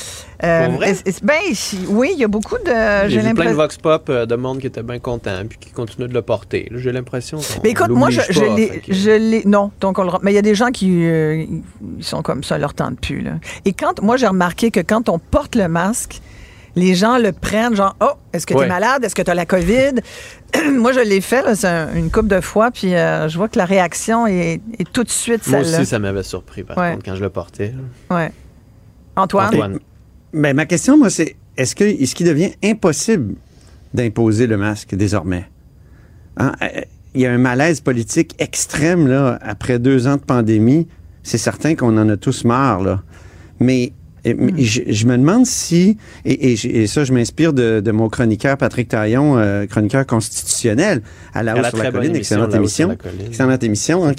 Speaker 2: oui, il y a beaucoup de...
Speaker 14: J'ai vu plein de vox pop de monde qui était bien content puis qui continuait de le porter. Là, j'ai l'impression qu'on
Speaker 2: mais écoute, moi, je l'ai... Non, donc mais il y a des gens qui ils sont comme ça, leur tente plus. Là. Et moi, j'ai remarqué que quand on porte le masque, les gens le prennent genre, oh, est-ce que tu es malade? Est-ce que tu as la COVID? Moi, je l'ai fait là, une couple de fois, puis je vois que la réaction est tout de suite celle-là.
Speaker 14: Moi aussi, ça m'avait surpris, par contre, quand je le portais.
Speaker 2: Oui. Antoine?
Speaker 14: Ben,
Speaker 12: ma question, moi, c'est est-ce qu'il devient impossible d'imposer le masque désormais? Hein? Il y a un malaise politique extrême là, après 2 ans de pandémie. C'est certain qu'on en a tous marre. Là. Mais je me demande si, et ça, je m'inspire de mon chroniqueur Patrick Taillon, chroniqueur constitutionnel à La Haut sur la Colline, excellente émission. Excellente émission. Hein,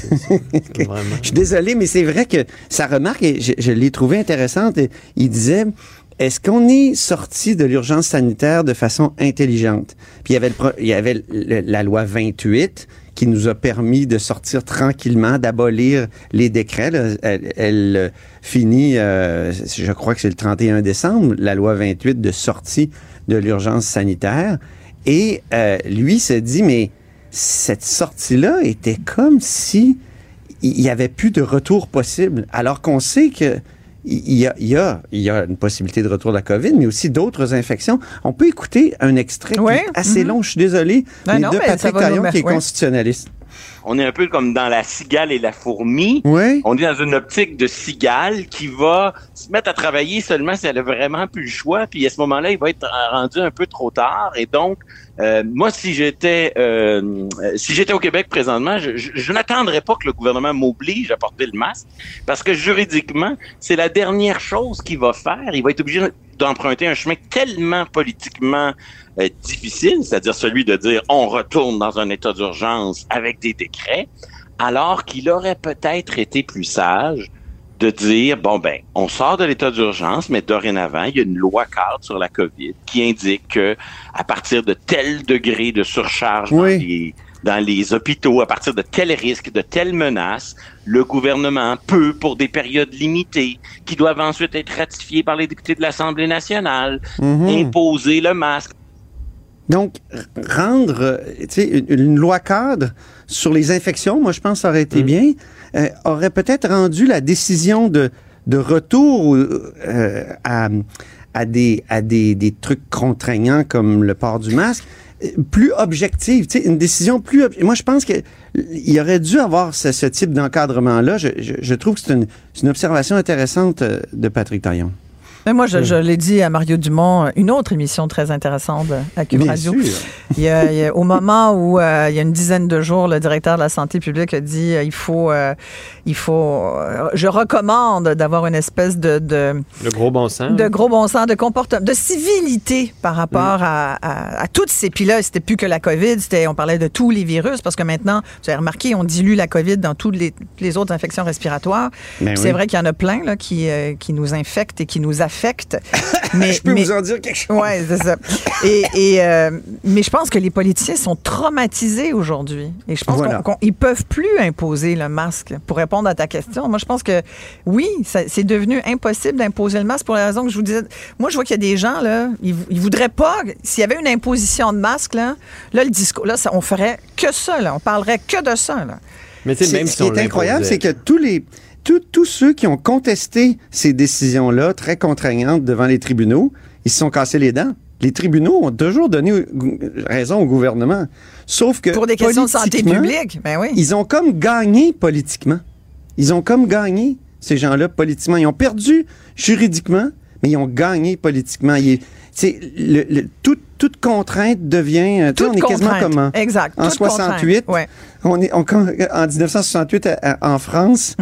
Speaker 12: je suis désolé, mais c'est vrai que sa remarque, et je l'ai trouvée intéressante. Il disait, est-ce qu'on est sorti de l'urgence sanitaire de façon intelligente? Puis il y avait la loi 28 qui nous a permis de sortir tranquillement, d'abolir les décrets. Là. Elle finit, je crois que c'est le 31 décembre, la loi 28 de sortie de l'urgence sanitaire. Et lui se dit, mais cette sortie-là était comme si il n'y avait plus de retour possible, alors qu'on sait que il y a une possibilité de retour de la COVID, mais aussi d'autres infections. On peut écouter un extrait qui est assez long, je suis désolé, de Patrick Taillon, qui est constitutionnaliste.
Speaker 15: On est un peu comme dans la cigale et la fourmi.
Speaker 12: Oui.
Speaker 15: On est dans une optique de cigale qui va se mettre à travailler seulement si elle a vraiment plus le choix. Puis à ce moment-là, il va être rendu un peu trop tard. Et donc, moi, si j'étais au Québec présentement, je n'attendrais pas que le gouvernement m'oblige à porter le masque, parce que juridiquement, c'est la dernière chose qu'il va faire. Il va être obligé d'emprunter un chemin tellement politiquement difficile, c'est-à-dire celui de dire on retourne dans un état d'urgence avec des décrets, alors qu'il aurait peut-être été plus sage de dire, on sort de l'état d'urgence, mais dorénavant, il y a une loi cadre sur la COVID qui indique que à partir de tel degré de surcharge dans les hôpitaux à partir de tels risques, de telles menaces, le gouvernement peut, pour des périodes limitées, qui doivent ensuite être ratifiées par les députés de l'Assemblée nationale, imposer le masque.
Speaker 12: Donc, rendre une loi cadre sur les infections, moi je pense que ça aurait été bien, aurait peut-être rendu la décision de retour à des trucs contraignants comme le port du masque plus objective, une décision plus... Moi, je pense qu'il aurait dû avoir ce type d'encadrement-là. Je trouve que c'est une observation intéressante de Patrick Taillon.
Speaker 2: Mais moi, je l'ai dit à Mario Dumont, une autre émission très intéressante à Cube Radio.
Speaker 12: Bien sûr.
Speaker 2: Il y a, au moment où, il y a une dizaine de jours, le directeur de la santé publique a dit je recommande d'avoir une espèce de
Speaker 14: gros bon sens.
Speaker 2: De gros bon sens, de comportement, de civilité par rapport à toutes ces... Puis là, c'était plus que la COVID, on parlait de tous les virus, parce que maintenant, vous avez remarqué, on dilue la COVID dans toutes les autres infections respiratoires. C'est vrai qu'il y en a plein là, qui nous infectent et qui nous affectent. Mais,
Speaker 12: je peux vous en dire quelque chose.
Speaker 2: Oui, c'est ça. Mais je pense que les politiciens sont traumatisés aujourd'hui. Et je pense qu'ils ne peuvent plus imposer le masque. Pour répondre à ta question, moi, je pense que oui, c'est devenu impossible d'imposer le masque pour la raison que je vous disais. Moi, je vois qu'il y a des gens, là, ils voudraient pas... S'il y avait une imposition de masque, là le discours, là, on ferait que ça, là. On parlerait que de ça, là.
Speaker 14: Mais tu sais, même
Speaker 12: ce qui est incroyable, c'est que tous ceux qui ont contesté ces décisions-là, très contraignantes devant les tribunaux, ils se sont cassés les dents. Les tribunaux ont toujours donné raison au gouvernement. Sauf que...
Speaker 2: Pour des questions de santé publique, ben oui.
Speaker 12: Ils ont comme gagné politiquement. Ils ont comme gagné, ces gens-là, politiquement. Ils ont perdu juridiquement, mais ils ont gagné politiquement. Toute contrainte devient... on est quasiment comme en 68.
Speaker 2: Ouais.
Speaker 12: En 1968, en France,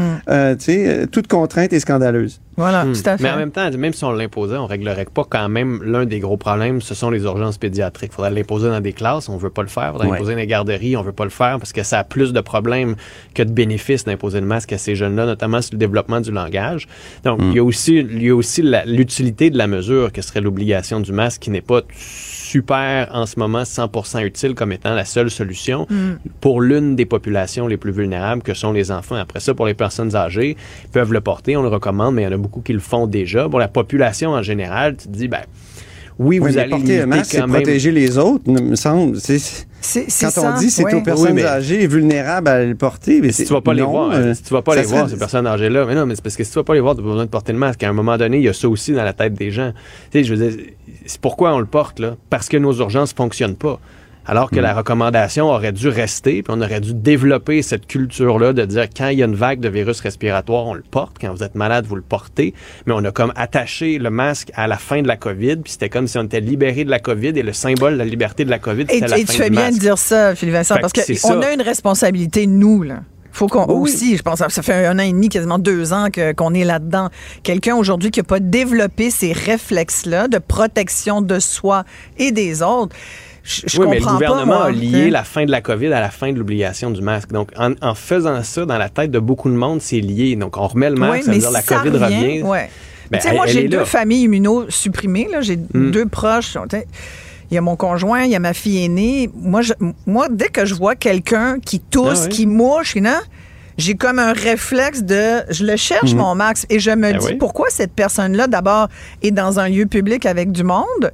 Speaker 12: toute contrainte est scandaleuse.
Speaker 2: Voilà, tout à fait.
Speaker 14: Mais en même temps, même si on l'imposait, on ne réglerait pas quand même l'un des gros problèmes, ce sont les urgences pédiatriques. Il faudrait l'imposer dans des classes, on ne veut pas le faire. Il faudrait l'imposer dans les garderies, on ne veut pas le faire parce que ça a plus de problèmes que de bénéfices d'imposer le masque à ces jeunes-là, notamment sur le développement du langage. Donc, il y a aussi l'utilité de la mesure, que serait l'obligation du masque, qui n'est pas super, en ce moment, 100% utile comme étant la seule solution pour l'une des populations les plus vulnérables, que sont les enfants. Après ça, pour les personnes âgées, ils peuvent le porter, on le recommande, mais il y en a beaucoup qui le font déjà. Pour la population en général, tu te dis, oui, vous allez
Speaker 12: porter un masque, c'est protéger les autres, me semble. Quand on dit c'est aux personnes âgées et vulnérables à le porter, mais
Speaker 14: si tu vas pas les voir, ces personnes âgées-là, mais non, mais c'est parce que si tu vas pas les voir, tu n'as pas besoin de porter le masque. À un moment donné, il y a ça aussi dans la tête des gens. Tu sais, je veux dire, c'est pourquoi on le porte là, parce que nos urgences fonctionnent pas. Alors que la recommandation aurait dû rester, puis on aurait dû développer cette culture-là de dire quand il y a une vague de virus respiratoire, on le porte. Quand vous êtes malade, vous le portez. Mais on a comme attaché le masque à la fin de la COVID, puis c'était comme si on était libéré de la COVID et le symbole de la liberté de la COVID, c'était la fin du masque.
Speaker 2: Et tu fais bien de dire ça, Philippe Vincent, parce qu'on a une responsabilité, nous, là. Faut qu'on aussi, je pense, ça fait 1 an et demi, quasiment 2 ans qu'on est là-dedans. Quelqu'un aujourd'hui qui n'a pas développé ces réflexes-là de protection de soi et des autres.
Speaker 14: Mais le gouvernement a lié la fin de la COVID à la fin de l'obligation du masque. Donc, en faisant ça, dans la tête de beaucoup de monde, c'est lié. Donc, on remet le masque, ça veut dire la COVID revient.
Speaker 2: Ouais. Moi, j'ai 2 familles immunosupprimées. Là. J'ai 2 proches. Il y a mon conjoint, il y a ma fille aînée. Moi, dès que je vois quelqu'un qui tousse, qui mouche, j'ai comme un réflexe je le cherche, mon Max, et je me dis, pourquoi cette personne-là, d'abord, est dans un lieu public avec du monde,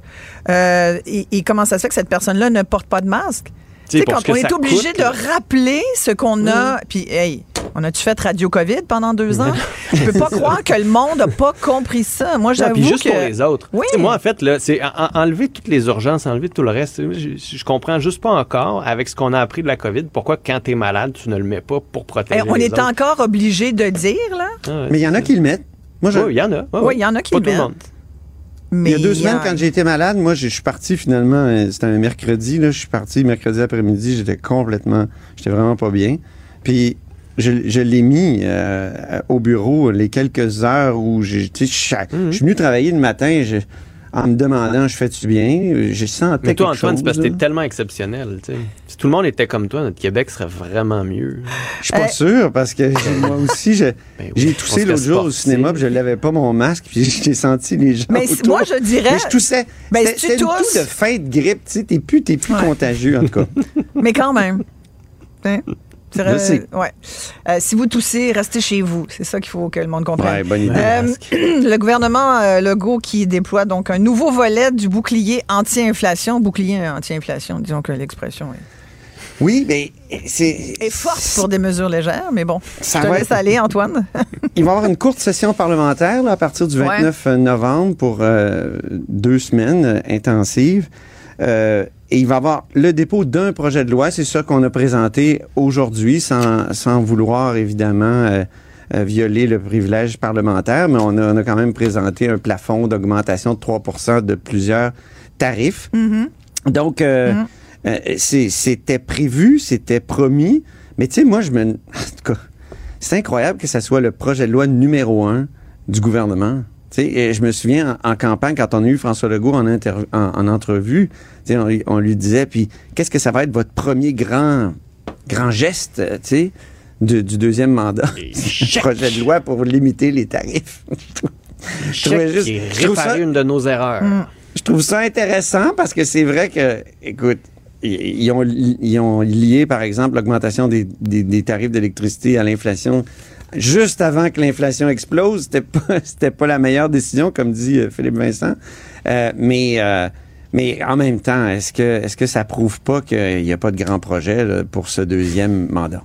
Speaker 2: et comment ça se fait que cette personne-là ne porte pas de masque? Tu sais, quand on est obligé de rappeler ce qu'on a, puis, on a-tu fait Radio COVID pendant 2 ans? Je peux pas croire que le monde n'a pas compris ça. Moi, j'avoue
Speaker 14: puis juste pour les autres. Oui. Moi, en fait, là, c'est enlever toutes les urgences, enlever tout le reste. Je comprends juste pas encore, avec ce qu'on a appris de la COVID, pourquoi quand t'es malade, tu ne le mets pas pour protéger les autres.
Speaker 2: On est encore obligé de dire, là?
Speaker 12: Mais il y en a qui le mettent.
Speaker 14: Oui, il y en a.
Speaker 2: Oui, il y en a qui le mettent.
Speaker 12: Mais il y a 2 semaines, quand j'ai été malade, moi, je suis parti finalement, c'était un mercredi, là, je suis parti mercredi après-midi, j'étais vraiment pas bien. Puis, je l'ai mis au bureau les quelques heures où je suis venu travailler le matin en me demandant, je fais-tu bien? J'ai senti
Speaker 14: mais toi, Antoine, c'est parce que t'es tellement exceptionnel. T'sais. Si tout le monde était comme toi, notre Québec serait vraiment mieux.
Speaker 12: Je suis pas sûr, parce que moi aussi, j'ai toussé l'autre jour au cinéma, puis je l'avais pas mon masque, puis j'ai senti les gens autour.
Speaker 2: Moi, je dirais...
Speaker 12: Mais je toussais. C'était une toux de fin de grippe. T'es plus contagieux, en tout cas.
Speaker 2: Mais quand même. Si vous toussez, restez chez vous. C'est ça qu'il faut que le monde comprenne.
Speaker 12: Ouais, bonne idée.
Speaker 2: Le gouvernement Legault qui déploie donc un nouveau volet du bouclier anti-inflation. Bouclier anti-inflation, disons que l'expression est...
Speaker 12: Oui, mais
Speaker 2: est forte pour des mesures légères, mais bon.
Speaker 12: Ça
Speaker 2: je te laisse aller, Antoine.
Speaker 12: Il va y avoir une courte session parlementaire là, à partir du 29 novembre pour 2 semaines intensives. Et il va y avoir le dépôt d'un projet de loi. C'est ça qu'on a présenté aujourd'hui, sans vouloir évidemment violer le privilège parlementaire, mais on a quand même présenté un plafond d'augmentation de 3% de plusieurs tarifs. Mm-hmm. Donc, c'était prévu, c'était promis. Mais tu sais, moi, en tout cas, c'est incroyable que ça soit le projet de loi numéro 1 du gouvernement. Et je me souviens, en campagne, quand on a eu François Legault en entrevue, on lui disait, puis qu'est-ce que ça va être votre premier grand geste, du deuxième mandat? Projet de loi pour limiter les tarifs.
Speaker 14: Je trouve ça une de nos erreurs.
Speaker 12: Je trouve ça intéressant parce que c'est vrai que, écoute, ils ont lié, par exemple, l'augmentation des tarifs d'électricité à l'inflation juste avant que l'inflation explose. C'était pas la meilleure décision, comme dit Philippe Vincent. Mais en même temps, est-ce que ça prouve pas qu'il n'y a pas de grand projet là, pour ce deuxième mandat?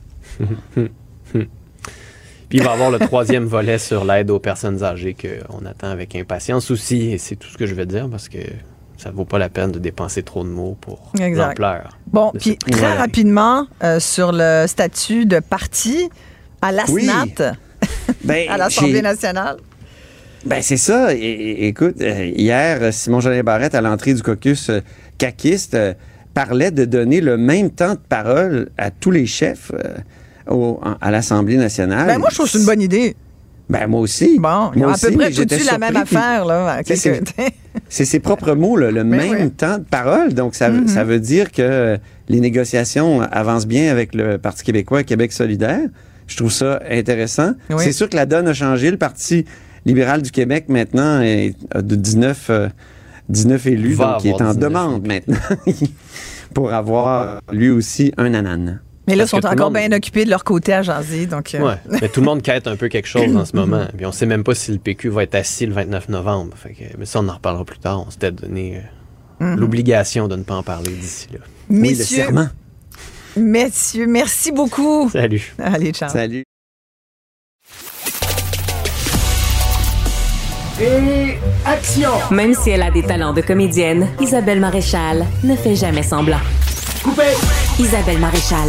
Speaker 14: Puis il va y avoir le 3e volet sur l'aide aux personnes âgées qu'on attend avec impatience aussi. Et c'est tout ce que je veux dire parce que ça vaut pas la peine de dépenser trop de mots pour l'ampleur.
Speaker 2: Bon, puis très rapidement, sur le statut de parti à l'ASNAT, à l'Assemblée nationale.
Speaker 12: Ben c'est ça. Écoute, hier, Simon-Jolin Barrette, à l'entrée du caucus caquiste, parlait de donner le même temps de parole à tous les chefs à l'Assemblée nationale.
Speaker 2: Ben moi, je trouve que c'est une bonne idée.
Speaker 12: Ben moi aussi.
Speaker 2: Bon, ils ont à peu près tout dit la même affaire. Là,
Speaker 12: c'est ses propres mots, là, le même temps de parole. Donc, ça veut dire que les négociations avancent bien avec le Parti québécois et Québec solidaire. Je trouve ça intéressant. Oui. C'est sûr que la donne a changé. Le Parti libéral du Québec, maintenant, a de 19 élus, donc il est en demande maintenant pour avoir, lui aussi, un ananas.
Speaker 2: Mais là, ils sont encore bien occupés de leur côté à jaser. Donc,
Speaker 14: mais tout le monde quête un peu quelque chose en ce moment. Puis on ne sait même pas si le PQ va être assis le 29 novembre. Mais ça, on en reparlera plus tard. On s'était donné l'obligation de ne pas en parler d'ici là.
Speaker 2: Messieurs,
Speaker 12: le serment.
Speaker 2: Messieurs, merci beaucoup.
Speaker 14: Salut.
Speaker 2: Allez, ciao.
Speaker 12: Salut.
Speaker 1: Et action! Même si elle a des talents de comédienne, Isabelle Maréchal ne fait jamais semblant. Coupé! Isabelle Maréchal.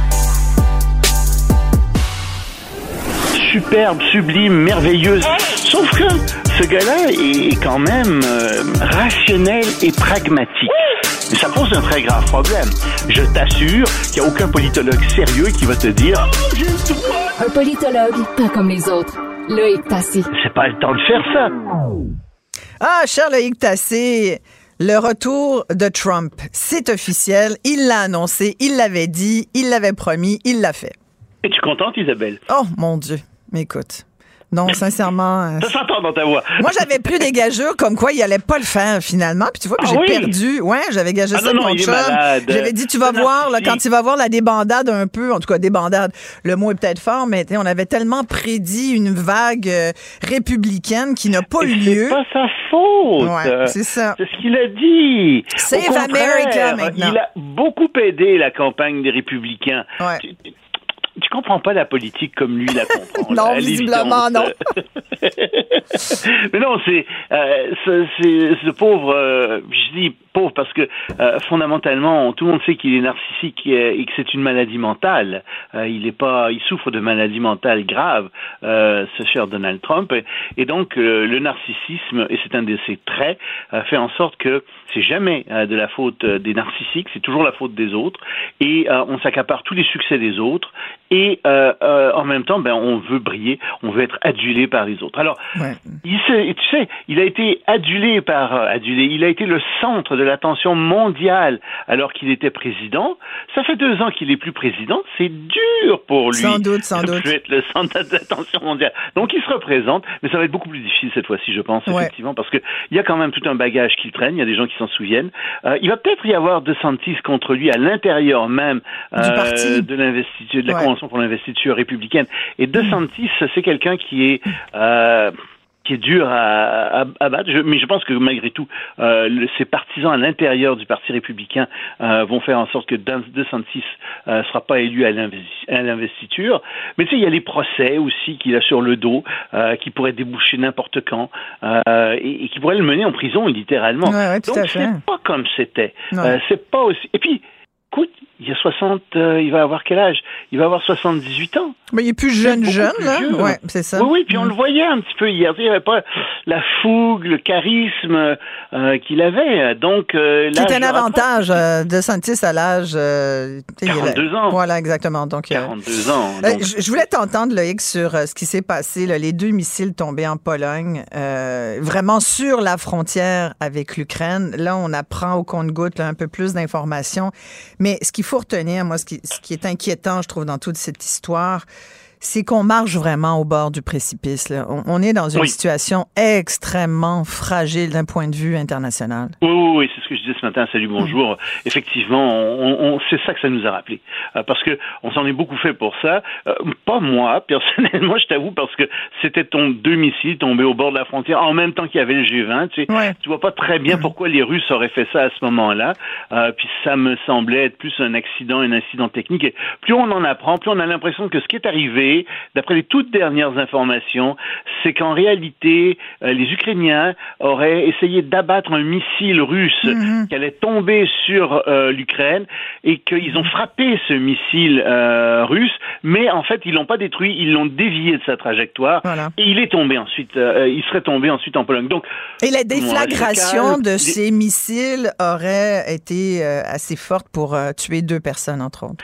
Speaker 16: Superbe, sublime, merveilleuse. Sauf que ce gars-là est quand même rationnel et pragmatique. Mais ça pose un très grave problème. Je t'assure qu'il n'y a aucun politologue sérieux qui va te dire « Oh, j'ai le droit! »
Speaker 17: Un politologue, pas comme les autres. Loïc Tassé.
Speaker 16: C'est pas le temps de faire ça.
Speaker 2: Ah, cher Loïc Tassé, le retour de Trump, c'est officiel. Il l'a annoncé, il l'avait dit, il l'avait promis, il l'a fait.
Speaker 16: Es-tu contente, Isabelle?
Speaker 2: Oh, mon Dieu. Mais écoute... Non, sincèrement...
Speaker 16: Ça s'entend dans ta voix.
Speaker 2: Moi, j'avais pris des gageurs comme quoi il allait pas le faire, finalement. Puis tu vois, j'ai perdu. Ouais, j'avais gagé ça avec mon chum. J'avais dit, tu vas voir, là, quand il va voir la débandade un peu, en tout cas, débandade, le mot est peut-être fort, mais on avait tellement prédit une vague républicaine qui n'a pas eu lieu.
Speaker 16: C'est pas sa faute.
Speaker 2: Ouais, c'est ça.
Speaker 16: C'est ce qu'il a dit.
Speaker 2: Save America, maintenant.
Speaker 16: Il a beaucoup aidé la campagne des républicains.
Speaker 2: Ouais.
Speaker 16: Tu comprends pas la politique comme lui la comprend.
Speaker 2: Non, visiblement, non.
Speaker 16: Mais non, c'est ce pauvre, je dis pauvre parce que fondamentalement, tout le monde sait qu'il est narcissique et que c'est une maladie mentale. Il souffre de maladie mentale grave, ce cher Donald Trump. Et donc, le narcissisme, et c'est un de ses traits, fait en sorte que c'est jamais de la faute des narcissiques, c'est toujours la faute des autres. Et on s'accapare tous les succès des autres. et en même temps, on veut briller, on veut être adulé par les autres. Alors, il a été adulé il a été le centre de l'attention mondiale alors qu'il était président. Ça fait 2 ans qu'il est plus président, c'est dur pour lui.
Speaker 2: Sans doute.
Speaker 16: De être le centre d'attention mondiale. Donc, il se représente, mais ça va être beaucoup plus difficile cette fois-ci, je pense, effectivement, parce que il y a quand même tout un bagage qui traîne, il y a des gens qui s'en souviennent. Il va peut-être y avoir DeSantis contre lui à l'intérieur même de l'investiture, de la Convention pour l'investiture républicaine. Et DeSantis, c'est quelqu'un qui est dur à battre, mais je pense que malgré tout, ses partisans à l'intérieur du Parti républicain vont faire en sorte que DeSantis sera pas élu à l'investiture. Mais tu sais, il y a les procès aussi qu'il a sur le dos, qui pourraient déboucher n'importe quand, et qui pourraient le mener en prison, littéralement. Donc, c'est pas comme c'était. C'est pas aussi... Et puis, écoute, il y a il va avoir quel âge? Il va avoir 78 ans.
Speaker 2: Mais il est plus jeune, là. Ouais, c'est ça.
Speaker 16: Oui, puis on le voyait un petit peu hier. Il n'y avait pas la fougue, le charisme qu'il avait. Donc,
Speaker 2: c'est un avantage DeSantis à l'âge...
Speaker 16: 42 ans.
Speaker 2: Voilà, exactement. Donc,
Speaker 16: 42 ans. Donc...
Speaker 2: je voulais t'entendre, Loïc, sur ce qui s'est passé, là, les 2 missiles tombés en Pologne, vraiment sur la frontière avec l'Ukraine. Là, on apprend au compte-gouttes un peu plus d'informations. Mais ce qu'il faut retenir, moi, ce qui est inquiétant, je trouve, dans toute cette histoire, c'est qu'on marche vraiment au bord du précipice. Là. On est dans une situation extrêmement fragile d'un point de vue international.
Speaker 16: Oui, c'est ce que je disais ce matin. Salut, bonjour. Effectivement, c'est ça que ça nous a rappelé. Parce que on s'en est beaucoup fait pour ça. Pas moi, personnellement, je t'avoue, parce que c'était 2 missiles tombés au bord de la frontière en même temps qu'il y avait le G20. Tu vois pas très bien pourquoi les Russes auraient fait ça à ce moment-là. Puis ça me semblait être plus un incident technique. Et plus on en apprend, plus on a l'impression que ce qui est arrivé, d'après les toutes dernières informations, c'est qu'en réalité, les Ukrainiens auraient essayé d'abattre un missile russe qui allait tomber sur l'Ukraine et qu'ils ont frappé ce missile russe, mais en fait, ils l'ont pas détruit, ils l'ont dévié de sa trajectoire et il est tombé ensuite, il serait tombé ensuite en Pologne. Donc,
Speaker 2: et la déflagration de ces missiles aurait été assez forte pour tuer 2 personnes, entre autres.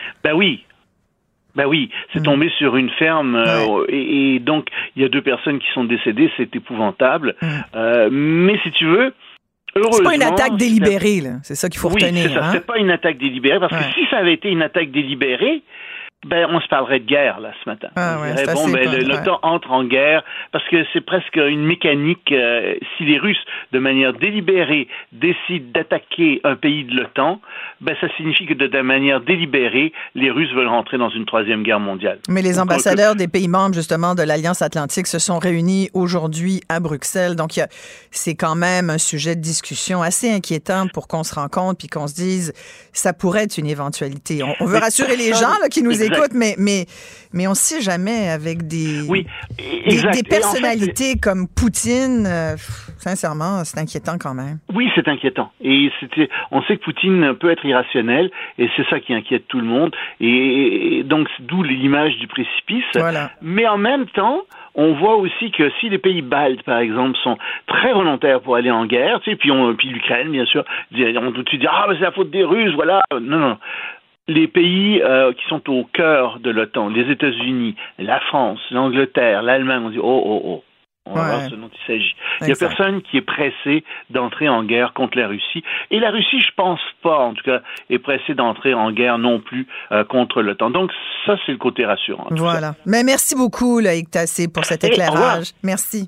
Speaker 16: Ben oui, c'est tombé sur une ferme et donc il y a 2 personnes qui sont décédées, c'est épouvantable. Mais si tu veux, heureusement...
Speaker 2: C'est pas une attaque délibérée, là. C'est ça qu'il faut retenir.
Speaker 16: Oui, c'est ça, c'est pas une attaque délibérée, parce que si ça avait été une attaque délibérée, on se parlerait de guerre, là, ce matin. L'OTAN entre en guerre, parce que c'est presque une mécanique. Si les Russes, de manière délibérée, décident d'attaquer un pays de l'OTAN, ça signifie que de manière délibérée, les Russes veulent rentrer dans une 3e guerre mondiale.
Speaker 2: Mais les ambassadeurs des pays membres, justement, de l'Alliance Atlantique se sont réunis aujourd'hui à Bruxelles. Donc, c'est quand même un sujet de discussion assez inquiétant pour qu'on se rende compte puis qu'on se dise, ça pourrait être une éventualité. On veut rassurer les gens là, qui nous écoutent, mais on ne sait jamais avec des personnalités comme Poutine. Sincèrement, c'est inquiétant quand même.
Speaker 16: Oui, c'est inquiétant. Et on sait que Poutine peut être irrationnel et c'est ça qui inquiète tout le monde. Et donc, d'où l'image du précipice.
Speaker 2: Voilà.
Speaker 16: Mais en même temps, on voit aussi que si les pays baltes, par exemple, sont très volontaires pour aller en guerre, puis l'Ukraine, bien sûr, on tout de suite dit c'est la faute des Russes, voilà. Non. Les pays qui sont au cœur de l'OTAN, les États-Unis, la France, l'Angleterre, l'Allemagne, on dit on va voir ce dont il s'agit. Il n'y a personne qui est pressé d'entrer en guerre contre la Russie. Et la Russie, je pense pas, en tout cas, est pressée d'entrer en guerre non plus contre l'OTAN. Donc, ça, c'est le côté rassurant.
Speaker 2: Voilà. Mais merci beaucoup, Loïc Tassé, pour cet éclairage. Merci.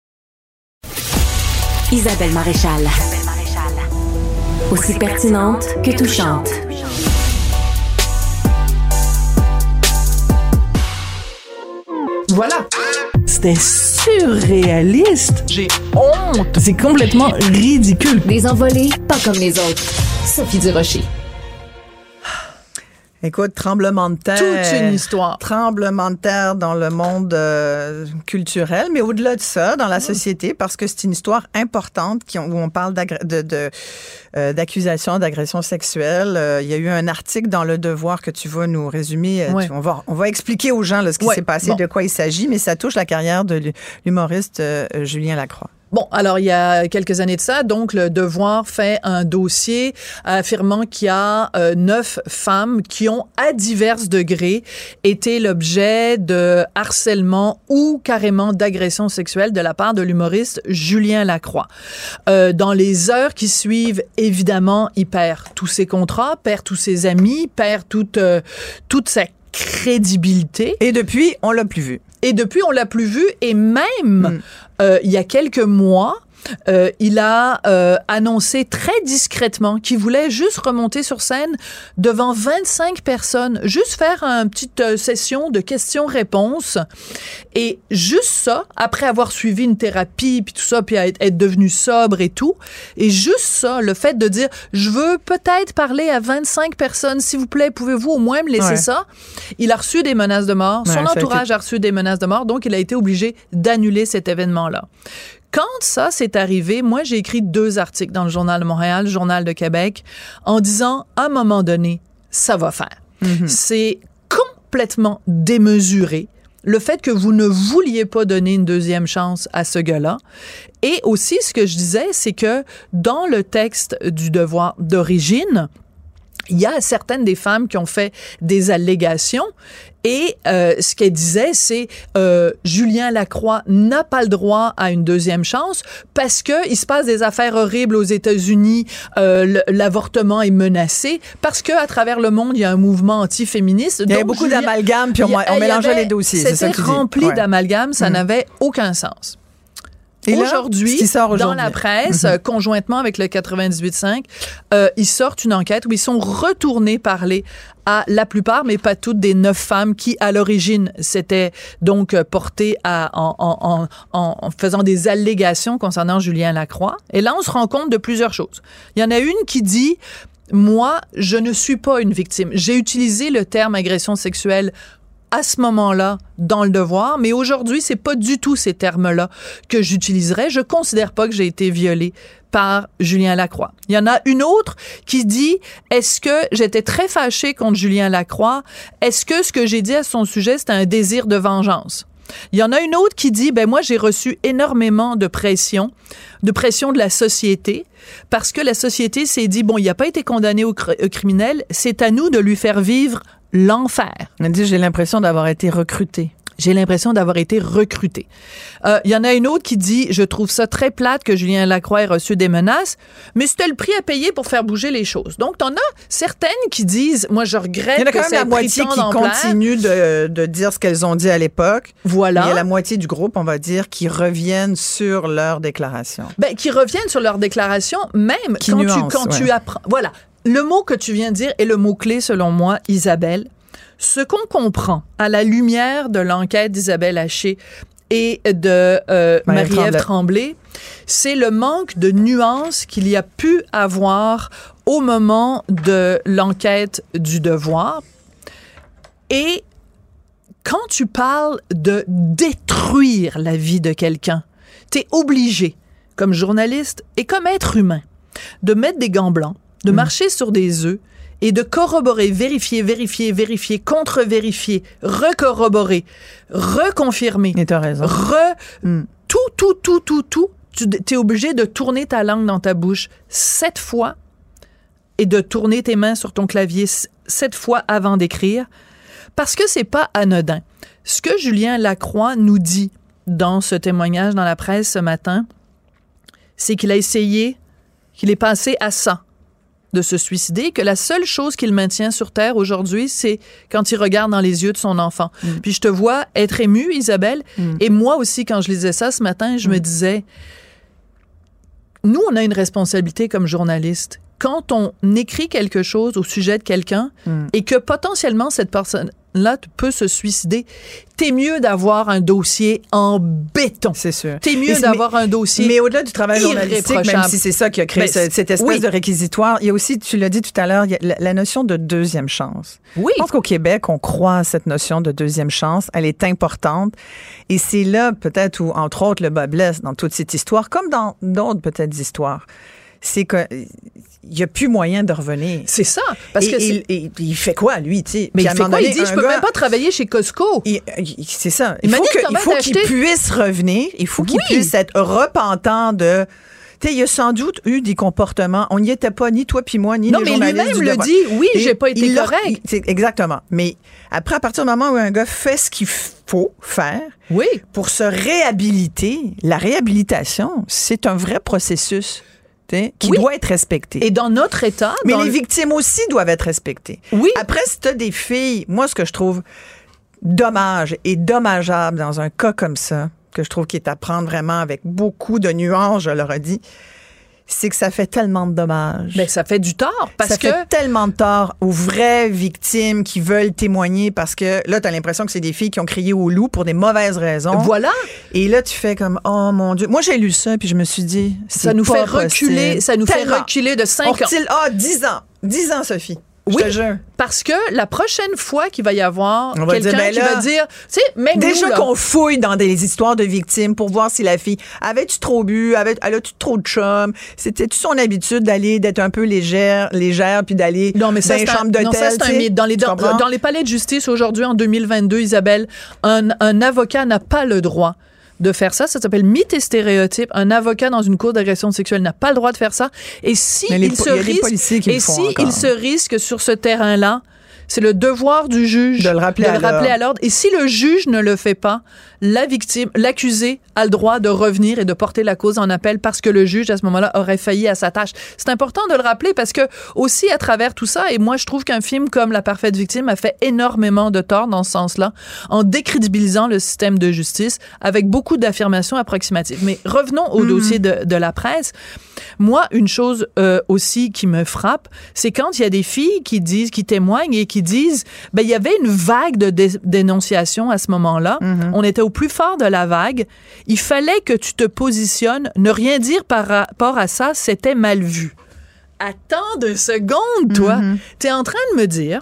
Speaker 1: Isabelle Maréchal. Aussi pertinente que touchante.
Speaker 18: Voilà. C'était surréaliste. J'ai honte. C'est complètement ridicule.
Speaker 17: Des envolées, pas comme les autres. Sophie Durocher.
Speaker 2: Écoute, tremblement de terre.
Speaker 18: Toute une histoire.
Speaker 2: Tremblement de terre dans le monde culturel, mais au-delà de ça, dans la société, parce que c'est une histoire importante où on parle d'accusations, d'agressions sexuelles. Il y a eu un article dans Le Devoir que tu vas nous résumer. On va expliquer aux gens là, ce qui s'est passé, de quoi il s'agit, mais ça touche la carrière de l'humoriste Julien Lacroix.
Speaker 18: Bon, alors il y a quelques années de ça, donc le Devoir fait un dossier affirmant qu'il y a 9 femmes qui ont à divers degrés été l'objet de harcèlement ou carrément d'agression sexuelle de la part de l'humoriste Julien Lacroix. Dans les heures qui suivent, évidemment, il perd tous ses contrats, perd tous ses amis, perd toute sa crédibilité.
Speaker 2: Et depuis, on l'a plus vu.
Speaker 18: Et même il y a quelques mois, il a annoncé très discrètement qu'il voulait juste remonter sur scène devant 25 personnes, juste faire une petite session de questions-réponses. Et juste ça, après avoir suivi une thérapie, puis tout ça, puis être devenu sobre et tout, et juste ça, le fait de dire « Je veux peut-être parler à 25 personnes, s'il vous plaît, pouvez-vous au moins me laisser ça? » Il a reçu des menaces de mort. Son entourage a reçu des menaces de mort, donc il a été obligé d'annuler cet événement-là. Quand ça s'est arrivé, moi, j'ai écrit 2 articles dans le Journal de Montréal, le Journal de Québec, en disant, à un moment donné, ça va faire. Mm-hmm. C'est complètement démesuré. Le fait que vous ne vouliez pas donner une deuxième chance à ce gars-là. Et aussi, ce que je disais, c'est que dans le texte du Devoir d'origine, il y a certaines des femmes qui ont fait des allégations et ce qu'elle disait, c'est Julien Lacroix n'a pas le droit à une deuxième chance parce que il se passe des affaires horribles aux États-Unis, l'avortement est menacé, parce que à travers le monde, il y a un mouvement anti-féministe.
Speaker 2: Il y avait beaucoup d'amalgames, puis on mélangeait les dossiers.
Speaker 18: C'était rempli d'amalgames, ça n'avait aucun sens. Et aujourd'hui, dans la presse, conjointement avec le 98.5, ils sortent une enquête où ils sont retournés parler à la plupart, mais pas toutes, des 9 femmes qui, à l'origine, s'étaient donc portées en faisant des allégations concernant Julien Lacroix. Et là, on se rend compte de plusieurs choses. Il y en a une qui dit « Moi, je ne suis pas une victime. J'ai utilisé le terme agression sexuelle à ce moment-là dans le Devoir, mais aujourd'hui, c'est pas du tout ces termes-là que j'utiliserais. Je considère pas que j'ai été violée par Julien Lacroix. Il y en a une autre qui dit, est-ce que j'étais très fâchée contre Julien Lacroix? Est-ce que ce que j'ai dit à son sujet, c'était un désir de vengeance? Il y en a une autre qui dit, moi, j'ai reçu énormément de pression de la société, parce que la société s'est dit, il n'a pas été condamné au criminel, c'est à nous de lui faire vivre l'enfer.
Speaker 2: Elle dit, j'ai l'impression d'avoir été recrutée.
Speaker 18: Il y en a une autre qui dit, je trouve ça très plate que Julien Lacroix ait reçu des menaces, mais c'était le prix à payer pour faire bouger les choses. Donc, t'en as certaines qui disent, moi, je regrette que ça ait pris tant d'ampleur. Il y en a quand même la moitié qui
Speaker 2: continuent de dire ce qu'elles ont dit à l'époque.
Speaker 18: Voilà.
Speaker 2: Il y a la moitié du groupe, on va dire, qui reviennent sur leur déclaration.
Speaker 18: Qui reviennent sur leur déclaration, même quand tu apprends. Voilà. Le mot que tu viens de dire est le mot-clé, selon moi, Isabelle. Ce qu'on comprend à la lumière de l'enquête d'Isabelle Haché et de Marie-Ève Tremblay, c'est le manque de nuances qu'il y a pu avoir au moment de l'enquête du Devoir. Et quand tu parles de détruire la vie de quelqu'un, t'es obligé, comme journaliste et comme être humain, de mettre des gants blancs, de marcher sur des œufs et de corroborer, vérifier, contre-vérifier, recorroborer, reconfirmer.
Speaker 2: Et t'as raison.
Speaker 18: Tout. T'es obligé de tourner ta langue dans ta bouche 7 fois et de tourner tes mains sur ton clavier 7 fois avant d'écrire, parce que c'est pas anodin. Ce que Julien Lacroix nous dit dans ce témoignage dans la presse ce matin, c'est qu'il a essayé, qu'il est passé à ça, de se suicider, que la seule chose qu'il maintient sur Terre aujourd'hui, c'est quand il regarde dans les yeux de son enfant. Puis je te vois être émue, Isabelle, et moi aussi, quand je lisais ça ce matin, je me disais, nous, on a une responsabilité comme journaliste. Quand on écrit quelque chose au sujet de quelqu'un et que potentiellement cette personne-là peut se suicider, t'es mieux d'avoir un dossier en béton.
Speaker 2: C'est sûr.
Speaker 18: T'es mieux d'avoir un dossier.
Speaker 2: Mais au-delà du travail journalistique, même si c'est ça qui a créé cette espèce de réquisitoire, il y a aussi, tu l'as dit tout à l'heure, il y a la notion de deuxième chance.
Speaker 18: Oui.
Speaker 2: Je pense qu'au Québec, on croit à cette notion de deuxième chance. Elle est importante. Et c'est là, peut-être, où, entre autres, le bas blesse dans toute cette histoire, comme dans d'autres, peut-être, histoires. c'est que il n'y a plus moyen de revenir.
Speaker 18: C'est ça. Parce que
Speaker 2: il fait quoi, lui, tu sais?
Speaker 18: Mais il fait quoi? Il dit, je peux même pas travailler chez Costco.
Speaker 2: C'est ça. Il faut qu'il puisse revenir. Il faut qu'il puisse être repentant de... Tu sais, il y a sans doute eu des comportements. On n'y était pas, ni toi puis moi, ni les journalistes.
Speaker 18: Non, mais lui-même le dit. Oui, j'ai pas été correct.
Speaker 2: Exactement. Mais après, à partir du moment où un gars fait ce qu'il faut faire pour se réhabiliter, la réhabilitation, c'est un vrai processus qui doit être respecté.
Speaker 18: Et dans notre État...
Speaker 2: Mais les victimes aussi doivent être respectées.
Speaker 18: Oui.
Speaker 2: Après, si tu as des filles, moi, ce que je trouve dommage et dommageable dans un cas comme ça, que je trouve qu'il est à prendre vraiment avec beaucoup de nuances, je leur ai dit, c'est que ça fait tellement de dommages.
Speaker 18: Ben, ça fait du tort.
Speaker 2: Ça fait tellement de tort aux vraies victimes qui veulent témoigner parce que là, tu as l'impression que c'est des filles qui ont crié au loup pour des mauvaises raisons.
Speaker 18: Voilà.
Speaker 2: Et là, tu fais comme, oh mon Dieu. Moi, j'ai lu ça puis je me suis dit,
Speaker 18: ça nous fait reculer. Ça nous fait reculer de 5 ans.
Speaker 2: 10 ans. 10 ans, Sophie.
Speaker 18: Oui, parce que la prochaine fois qu'il va y avoir quelqu'un qui va dire, tu sais, même
Speaker 2: déjà
Speaker 18: nous, là,
Speaker 2: qu'on fouille dans des histoires de victimes pour voir si la fille avait-tu trop bu, elle a-tu trop de chum, c'était-tu son habitude d'être un peu légère puis d'aller dans les chambres d'hôtel.
Speaker 18: Non, ça c'est un mythe. Dans les palais de justice aujourd'hui en 2022, Isabelle, un avocat n'a pas le droit de faire ça. Ça s'appelle mythe et stéréotype. Un avocat dans une cour d'agression sexuelle n'a pas le droit de faire ça. Et si il se risque sur ce terrain-là, c'est le devoir du juge
Speaker 2: de le rappeler
Speaker 18: à l'ordre. Et si le juge ne le fait pas, la victime, l'accusé a le droit de revenir et de porter la cause en appel parce que le juge, à ce moment-là, aurait failli à sa tâche. C'est important de le rappeler parce que, aussi, à travers tout ça, et moi, je trouve qu'un film comme La Parfaite Victime a fait énormément de tort dans ce sens-là, en décrédibilisant le système de justice avec beaucoup d'affirmations approximatives. Mais revenons au dossier de la presse. Moi, une chose aussi qui me frappe, c'est quand il y a des filles qui témoignent et qui disent, ben, il y avait une vague de dénonciation à ce moment-là. On était au plus fort de la vague. Il fallait que tu te positionnes. Ne rien dire par rapport à ça, c'était mal vu. Attends 2 secondes, toi. T'es en train de me dire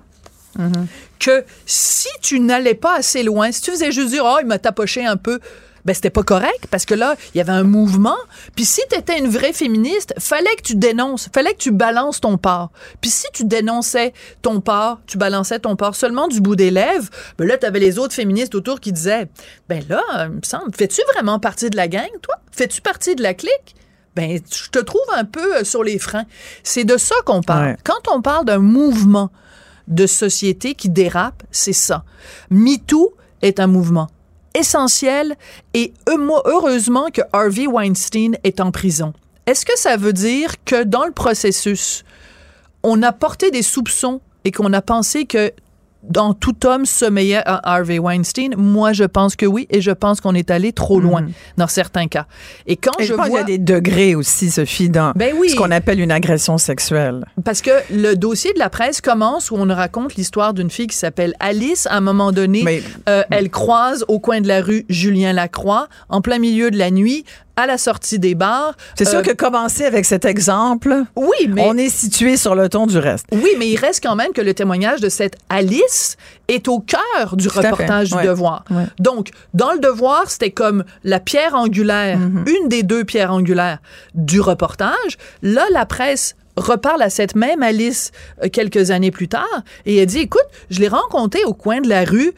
Speaker 18: que si tu n'allais pas assez loin, si tu faisais juste dire, oh, il m'a tapoché un peu, ben c'était pas correct parce que là, il y avait un mouvement. Puis si t'étais une vraie féministe, fallait que tu dénonces, fallait que tu balances ton porc. Puis si tu dénonçais ton porc, tu balançais ton porc seulement du bout des lèvres, ben là, t'avais les autres féministes autour qui disaient, ben là, il me semble, fais-tu vraiment partie de la gang, toi? Fais-tu partie de la clique? Ben, je te trouve un peu sur les freins. C'est de ça qu'on parle. Ouais. Quand on parle d'un mouvement de société qui dérape, c'est ça. MeToo est un mouvement essentiel et heureusement que Harvey Weinstein est en prison. Est-ce que ça veut dire que dans le processus, on a porté des soupçons et qu'on a pensé que dans tout homme sommeillait un Harvey Weinstein? Moi, je pense que oui, et je pense qu'on est allé trop loin dans certains cas. Et quand je vois...
Speaker 2: Il y a des degrés aussi, Sophie, dans ce qu'on appelle une agression sexuelle.
Speaker 18: Parce que le dossier de la presse commence où on raconte l'histoire d'une fille qui s'appelle Alice. À un moment donné, elle croise au coin de la rue Julien Lacroix, en plein milieu de la nuit, à la sortie des bars.
Speaker 2: C'est sûr que commencer avec cet exemple, on est situé sur le ton du reste.
Speaker 18: Oui, mais il reste quand même que le témoignage de cette Alice est au cœur du reportage du Devoir. Ouais. Donc, dans le Devoir, c'était comme la pierre angulaire, une des 2 pierres angulaires du reportage. Là, la presse reparle à cette même Alice quelques années plus tard et elle dit, écoute, je l'ai rencontrée au coin de la rue.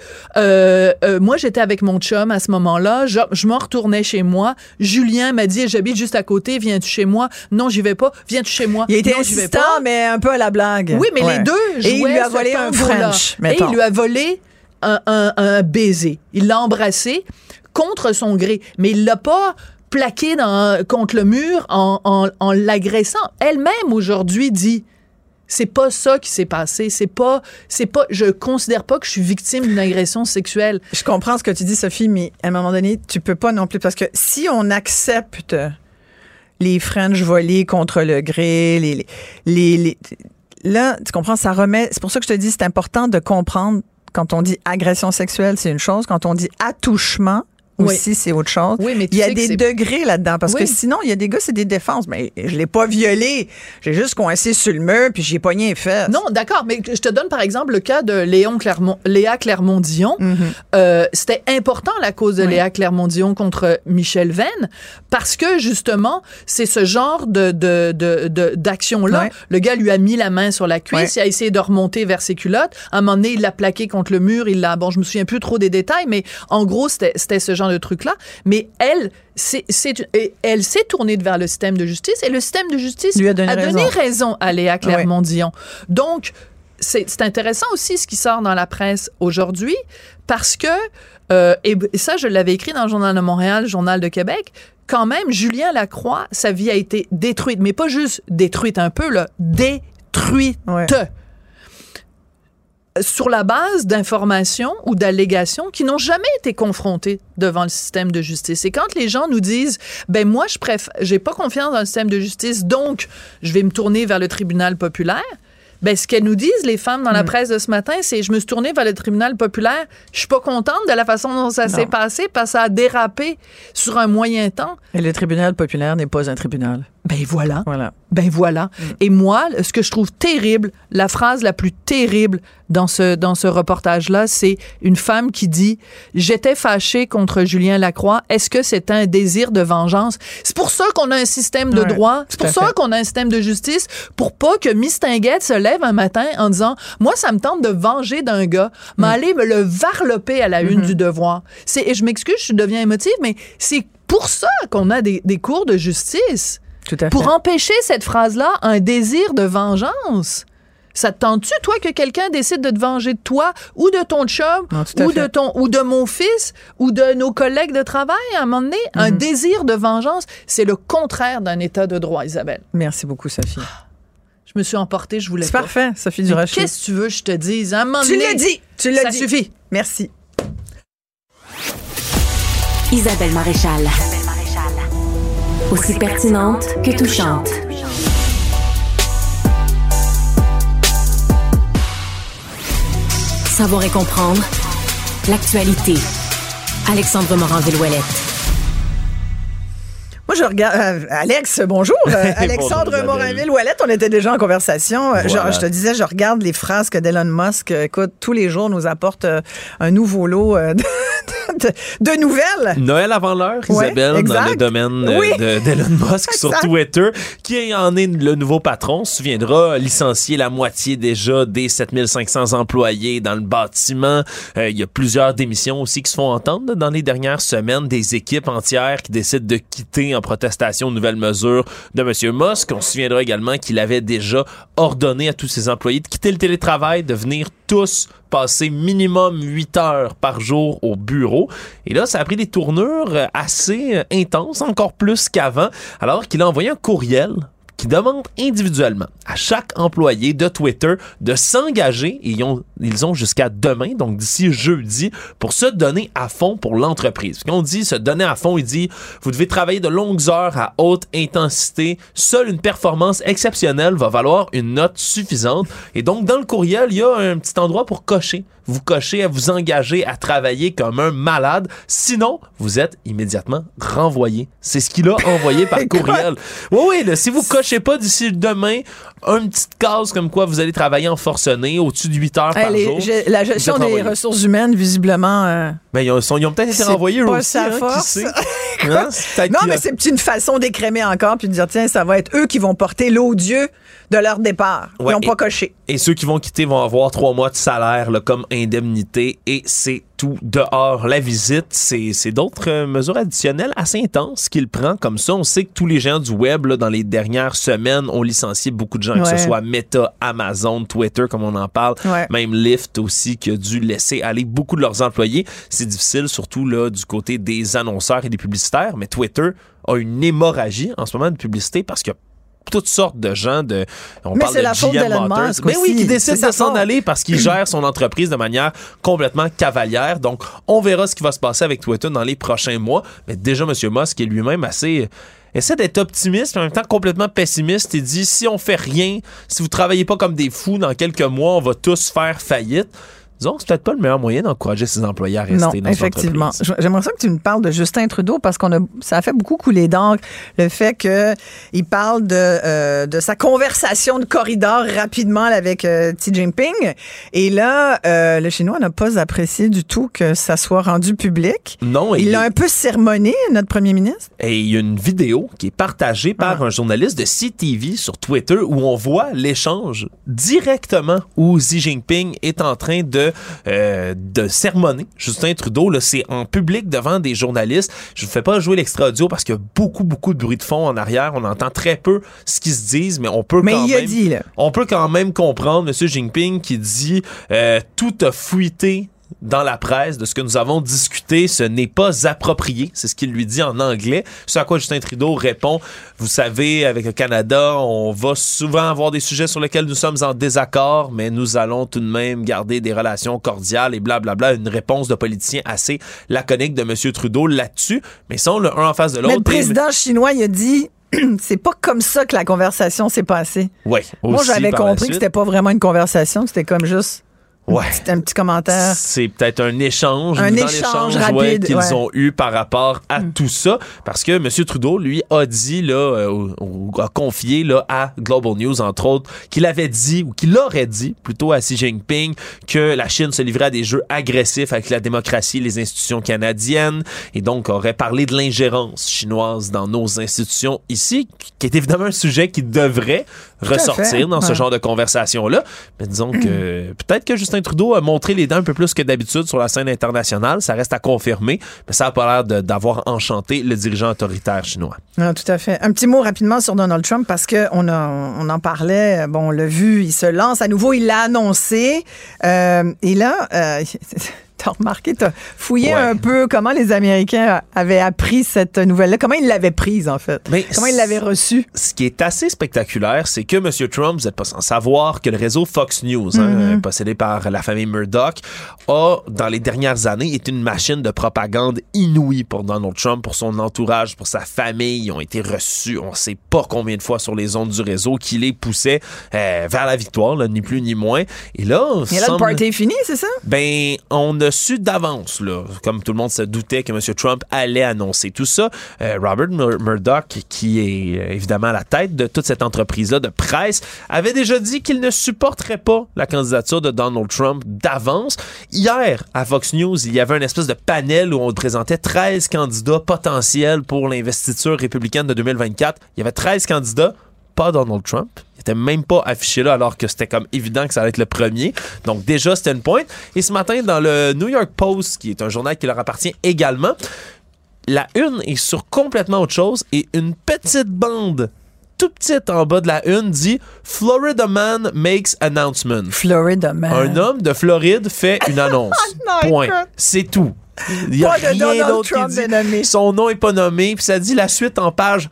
Speaker 18: Moi, j'étais avec mon chum à ce moment-là. Je m'en retournais chez moi. Julien m'a dit, j'habite juste à côté. Viens-tu chez moi? Non, j'y vais pas. Viens-tu chez moi?
Speaker 2: Il était insistant, mais un peu à la blague.
Speaker 18: Oui, mais les deux jouaient.
Speaker 2: Et il lui a volé un French.
Speaker 18: Et il lui a volé un baiser. Il l'a embrassé contre son gré. Mais il l'a pas plaqué contre le mur en l'agressant. Elle-même, aujourd'hui, dit, c'est pas ça qui s'est passé. C'est pas, je considère pas que je suis victime d'une agression sexuelle.
Speaker 2: Je comprends ce que tu dis, Sophie, mais à un moment donné, tu peux pas non plus, parce que si on accepte les French volés contre le gré, là, tu comprends, ça remet, c'est pour ça que je te dis, c'est important de comprendre, quand on dit agression sexuelle, c'est une chose, quand on dit attouchement, aussi, c'est autre chose.
Speaker 18: Oui, mais
Speaker 2: il y a des degrés là-dedans, parce que sinon, il y a des gars, c'est des défenses. Mais je l'ai pas violé. J'ai juste coincé sur le mur, puis j'ai pogné les fesses.
Speaker 18: Non, d'accord, mais je te donne par exemple le cas de Léa Clermont-Dion. C'était important la cause de Léa Clermont-Dion contre Michel Venn, parce que justement, c'est ce genre d'action-là. Ouais. Le gars lui a mis la main sur la cuisse, il a essayé de remonter vers ses culottes. À un moment donné, il l'a plaqué contre le mur. Je me souviens plus trop des détails, mais en gros, c'était ce genre de truc-là. Mais elle s'est tournée vers le système de justice et le système de justice
Speaker 2: lui a donné
Speaker 18: raison à Léa Clermont-Dion. Donc, c'est intéressant aussi ce qui sort dans la presse aujourd'hui parce que, et ça, je l'avais écrit dans le Journal de Montréal, le Journal de Québec, quand même, Julien Lacroix, sa vie a été détruite, mais pas juste détruite un peu, là, détruite. Ouais. Sur la base d'informations ou d'allégations qui n'ont jamais été confrontées devant le système de justice. Et quand les gens nous disent, ben moi, j'ai pas confiance dans le système de justice, donc je vais me tourner vers le tribunal populaire, ben ce qu'elles nous disent, les femmes dans la presse de ce matin, c'est je me suis tournée vers le tribunal populaire, je suis pas contente de la façon dont ça s'est passé parce que ça a dérapé sur un moyen temps.
Speaker 2: Et le tribunal populaire n'est pas un tribunal.
Speaker 18: Ben voilà. Ben voilà. Et moi, ce que je trouve terrible, la phrase la plus terrible dans ce reportage-là, c'est une femme qui dit « J'étais fâchée contre Julien Lacroix. Est-ce que c'est un désir de vengeance? » C'est pour ça qu'on a un système de droit. C'est pour ça qu'on a un système de justice, pour pas que Miss Tinguette se lève un matin en disant « Moi, ça me tente de venger d'un gars, m'aller me le varloper à la une du Devoir. » Et je m'excuse, je deviens émotive, mais c'est pour ça qu'on a des cours de justice.
Speaker 2: Tout à fait.
Speaker 18: Pour empêcher cette phrase-là, un désir de vengeance. Ça te tente-tu, toi, que quelqu'un décide de te venger de toi ou de ton chum ou de mon fils ou de nos collègues de travail à un moment donné? Un désir de vengeance, c'est le contraire d'un état de droit, Isabelle.
Speaker 2: Merci beaucoup, Sophie.
Speaker 18: Je me suis emportée, je voulais pas.
Speaker 2: C'est parfait, Sophie Durocher.
Speaker 18: Qu'est-ce que tu veux que je te dise? À un moment
Speaker 2: donné, tu l'as dit.
Speaker 18: Ça suffit.
Speaker 2: Merci.
Speaker 1: Isabelle Maréchal. Aussi pertinente que touchante. Savoir et comprendre l'actualité. Alexandre Morin-Villouellette.
Speaker 2: Moi, je regarde... Alex, bonjour. Alexandre Morin-Villouellette, on était déjà en conversation. Voilà. Je te disais, je regarde les phrases que Elon Musk, écoute, tous les jours nous apporte un nouveau lot de nouvelles.
Speaker 19: Noël avant l'heure, Isabelle, dans le domaine d'Elon Musk sur Twitter, qui en est le nouveau patron. On se souviendra, licencier la moitié déjà des 7500 employés dans le bâtiment. Il y a plusieurs démissions aussi qui se font entendre dans les dernières semaines, des équipes entières qui décident de quitter en protestation aux nouvelles mesures de M. Musk. On se souviendra également qu'il avait déjà ordonné à tous ses employés de quitter le télétravail, de venir tous passer minimum 8 heures par jour au bureau. Et là, ça a pris des tournures assez intenses, encore plus qu'avant, alors qu'il a envoyé un courriel qui demande individuellement à chaque employé de Twitter de s'engager, et ils ont jusqu'à demain, donc d'ici jeudi, pour se donner à fond pour l'entreprise. Quand on dit se donner à fond, il dit vous devez travailler de longues heures à haute intensité. Seule une performance exceptionnelle va valoir une note suffisante. Et donc, dans le courriel, il y a un petit endroit pour cocher. Vous cochez à vous engager à travailler comme un malade. Sinon, vous êtes immédiatement renvoyé. C'est ce qu'il a envoyé par courriel. Oui, si vous cochez pas d'ici demain, une petite case comme quoi vous allez travailler en forcené au-dessus de 8 heures par jour.
Speaker 2: La gestion des ressources humaines, visiblement...
Speaker 19: Ben, ils ont peut-être été renvoyés eux aussi.
Speaker 2: Sa force. Non, mais c'est une façon d'écrémer encore puis de dire, tiens, ça va être eux qui vont porter l'odieux de leur départ. Ils n'ont pas coché.
Speaker 19: Et ceux qui vont quitter vont avoir 3 mois de salaire là, comme indemnité et c'est tout dehors. La visite, c'est d'autres mesures additionnelles assez intenses qu'il prend comme ça. On sait que tous les géants du web, là, dans les dernières semaines, ont licencié beaucoup de gens, que ce soit Meta, Amazon, Twitter, comme on en parle, même Lyft aussi, qui a dû laisser aller beaucoup de leurs employés. C'est difficile, surtout là du côté des annonceurs et des publicitaires, mais Twitter a une hémorragie en ce moment de publicité parce que toutes sortes de gens on parle de GM Motors, mais oui, qui décide de s'en aller parce qu'il gère son entreprise de manière complètement cavalière. Donc, on verra ce qui va se passer avec Twitter dans les prochains mois. Mais déjà, M. Musk est lui-même essaie d'être optimiste, mais en même temps complètement pessimiste. Il dit, si on fait rien, si vous travaillez pas comme des fous, dans quelques mois, on va tous faire faillite. disons que c'est peut-être pas le meilleur moyen d'encourager ses employés à rester dans
Speaker 2: effectivement.
Speaker 19: l'entreprise.
Speaker 2: J'aimerais ça que tu me parles de Justin Trudeau parce ça a fait beaucoup couler d'encre le fait qu'il parle de sa conversation de corridor rapidement avec Xi Jinping. Et là, le Chinois n'a pas apprécié du tout que ça soit rendu public.
Speaker 19: Non.
Speaker 2: Il l'a un peu sermonné, notre premier ministre.
Speaker 19: Et il y a une vidéo qui est partagée par un journaliste de CTV sur Twitter où on voit l'échange directement où Xi Jinping est en train de sermonner Justin Trudeau. Là, c'est en public devant des journalistes. Je ne fais pas jouer l'extrait audio parce qu'il y a beaucoup de bruit de fond en arrière. On entend très peu ce qu'ils se disent, mais on peut quand même comprendre M. Jinping qui dit tout a fuité dans la presse de ce que nous avons discuté, ce n'est pas approprié. C'est ce qu'il lui dit en anglais. Ce à quoi Justin Trudeau répond, vous savez, avec le Canada, on va souvent avoir des sujets sur lesquels nous sommes en désaccord, mais nous allons tout de même garder des relations cordiales et blablabla. Une réponse de politicien assez laconique de M. Trudeau là-dessus. Mais ils sont le un en face de l'autre.
Speaker 2: Mais le président chinois, il a dit... C'est pas comme ça que la conversation s'est passée.
Speaker 19: Oui.
Speaker 2: Moi, j'avais compris que c'était pas vraiment une conversation, que c'était comme juste un petit commentaire.
Speaker 19: C'est peut-être un échange.
Speaker 2: L'échange rapide
Speaker 19: qu'ils ont eu par rapport à tout ça. Parce que M. Trudeau, lui, a dit, a confié à Global News, entre autres, qu'il avait dit, ou qu'il aurait dit, plutôt à Xi Jinping, que la Chine se livrait à des jeux agressifs avec la démocratie et les institutions canadiennes, et donc aurait parlé de l'ingérence chinoise dans nos institutions ici, qui est évidemment un sujet qui devrait ressortir dans ce genre de conversation-là. Mais disons que peut-être que Justin Trudeau a montré les dents un peu plus que d'habitude sur la scène internationale. Ça reste à confirmer, mais ça n'a pas l'air d'avoir enchanté le dirigeant autoritaire chinois.
Speaker 2: Ah, tout à fait. Un petit mot rapidement sur Donald Trump parce qu'on en parlait. Bon, on l'a vu, il se lance à nouveau, il l'a annoncé. Et là... T'as remarqué, t'as fouillé un peu comment les Américains avaient appris cette nouvelle-là, comment ils l'avaient prise, en fait. Comment ils l'avaient reçue.
Speaker 19: Ce qui est assez spectaculaire, c'est que M. Trump, vous n'êtes pas sans savoir que le réseau Fox News, possédé par la famille Murdoch, a, dans les dernières années, été une machine de propagande inouïe pour Donald Trump, pour son entourage, pour sa famille. Ils ont été reçus, on ne sait pas combien de fois sur les ondes du réseau, qui les poussait vers la victoire, là, ni plus ni moins. Et là,
Speaker 2: le party est fini, c'est ça?
Speaker 19: On a su d'avance, là, comme tout le monde se doutait que M. Trump allait annoncer tout ça. Robert Murdoch, qui est évidemment à la tête de toute cette entreprise-là de presse, avait déjà dit qu'il ne supporterait pas la candidature de Donald Trump d'avance. Hier, à Fox News, il y avait une espèce de panel où on présentait 13 candidats potentiels pour l'investiture républicaine de 2024. Il y avait 13 candidats, pas Donald Trump. Il était même pas affiché là alors que c'était comme évident que ça allait être le premier. Donc déjà, c'était une pointe. Et ce matin, dans le New York Post, qui est un journal qui leur appartient également, la une est sur complètement autre chose et une petite bande tout petite en bas de la une dit « Florida man makes announcement ».
Speaker 2: Florida man.
Speaker 19: Un homme de Floride fait une annonce. Point. C'est tout. Il y a rien d'autre qui dit. Son nom est pas nommé, puis ça dit la suite en page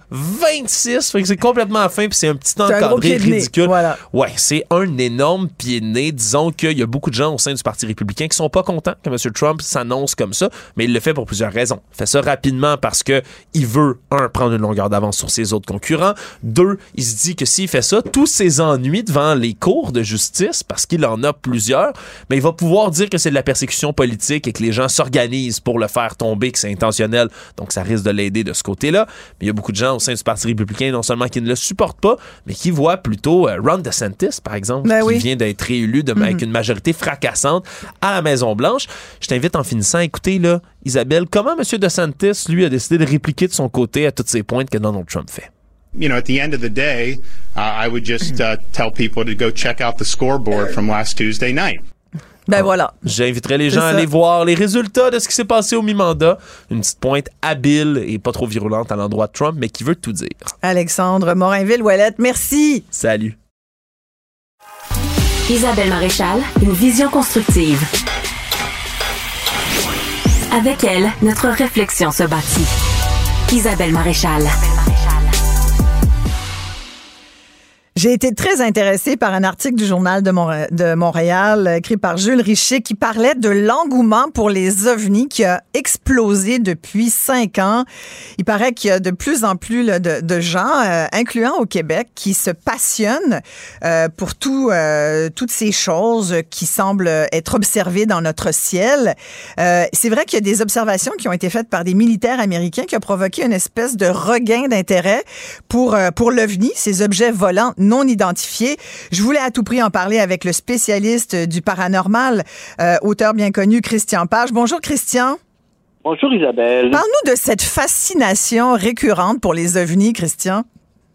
Speaker 19: 26, fait que c'est complètement à la fin, puis c'est un petit encadré ridicule.
Speaker 2: Voilà.
Speaker 19: Ouais, c'est un énorme pied de nez. Disons qu'il y a beaucoup de gens au sein du Parti républicain qui sont pas contents que M. Trump s'annonce comme ça, mais il le fait pour plusieurs raisons. Il fait ça rapidement parce que il veut, prendre une longueur d'avance sur ses autres concurrents. 2, il se dit que s'il fait ça, tous ses ennuis devant les cours de justice, parce qu'il en a plusieurs, mais il va pouvoir dire que c'est de la persécution politique et que les gens s'organisent pour le faire tomber, que c'est intentionnel. Donc, ça risque de l'aider de ce côté-là. Mais il y a beaucoup de gens au sein du Parti républicain, non seulement qui ne le supportent pas, mais qui voient plutôt Ron DeSantis, par exemple, qui vient d'être réélu avec une majorité fracassante à la Maison-Blanche. Je t'invite en finissant à écouter, là, Isabelle, comment M. DeSantis, lui, a décidé de répliquer de son côté à toutes ces pointes que Donald Trump fait.
Speaker 20: You know, at the end of the day, I would just tell people to go check out the scoreboard from last Tuesday night.
Speaker 2: Voilà.
Speaker 19: J'inviterai les gens à aller voir les résultats de ce qui s'est passé au mi-mandat. Une petite pointe habile et pas trop virulente à l'endroit de Trump, mais qui veut tout dire.
Speaker 2: Alexandre Morinville-Ouellette, merci.
Speaker 19: Salut.
Speaker 1: Isabelle Maréchal, une vision constructive. Avec elle, notre réflexion se bâtit. Isabelle Maréchal.
Speaker 2: J'ai été très intéressée par un article du Journal de Montréal écrit par Jules Richer qui parlait de l'engouement pour les ovnis qui a explosé depuis 5 ans. Il paraît qu'il y a de plus en plus de gens, incluant au Québec, qui se passionnent pour toutes ces choses qui semblent être observées dans notre ciel. C'est vrai qu'il y a des observations qui ont été faites par des militaires américains qui ont provoqué une espèce de regain d'intérêt pour l'OVNI, ces objets volants non identifiés. Je voulais à tout prix en parler avec le spécialiste du paranormal, auteur bien connu, Christian Page. Bonjour, Christian.
Speaker 21: Bonjour, Isabelle.
Speaker 2: Parle-nous de cette fascination récurrente pour les ovnis, Christian.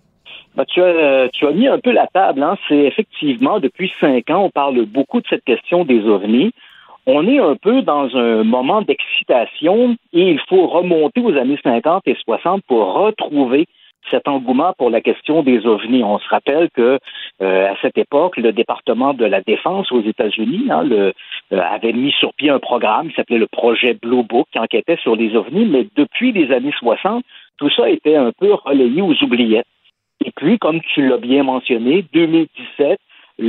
Speaker 21: Tu as mis un peu la table. Hein. C'est effectivement, depuis 5 ans, on parle beaucoup de cette question des ovnis. On est un peu dans un moment d'excitation et il faut remonter aux années 50 et 60 pour retrouver cet engouement pour la question des ovnis. On se rappelle que à cette époque, le département de la Défense aux États-Unis avait mis sur pied un programme qui s'appelait le projet Blue Book qui enquêtait sur les ovnis, mais depuis les années 60, tout ça était un peu relayé aux oubliettes. Et puis, comme tu l'as bien mentionné, 2017,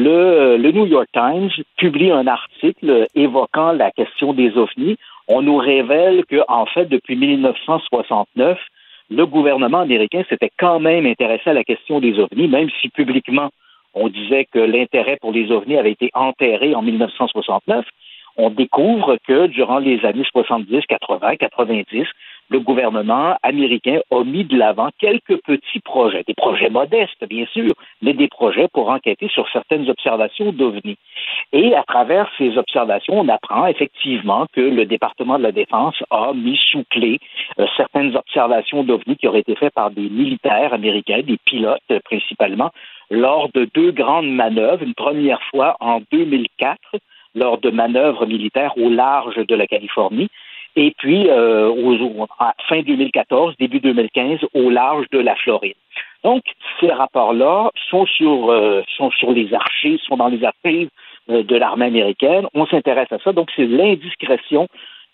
Speaker 21: le New York Times publie un article évoquant la question des ovnis. On nous révèle que, en fait, depuis 1969, le gouvernement américain s'était quand même intéressé à la question des ovnis, même si publiquement on disait que l'intérêt pour les ovnis avait été enterré en 1969. On découvre que durant les années 70, 80, 90, le gouvernement américain a mis de l'avant quelques petits projets, des projets modestes, bien sûr, mais des projets pour enquêter sur certaines observations d'OVNI. Et à travers ces observations, on apprend effectivement que le département de la Défense a mis sous clé certaines observations d'OVNI qui auraient été faites par des militaires américains, des pilotes principalement, lors de 2 grandes manœuvres. Une première fois en 2004, lors de manœuvres militaires au large de la Californie, et puis fin 2014, début 2015, au large de la Floride. Donc, ces rapports-là sont sur les archives, sont dans les archives de l'armée américaine. On s'intéresse à ça. Donc, c'est l'indiscrétion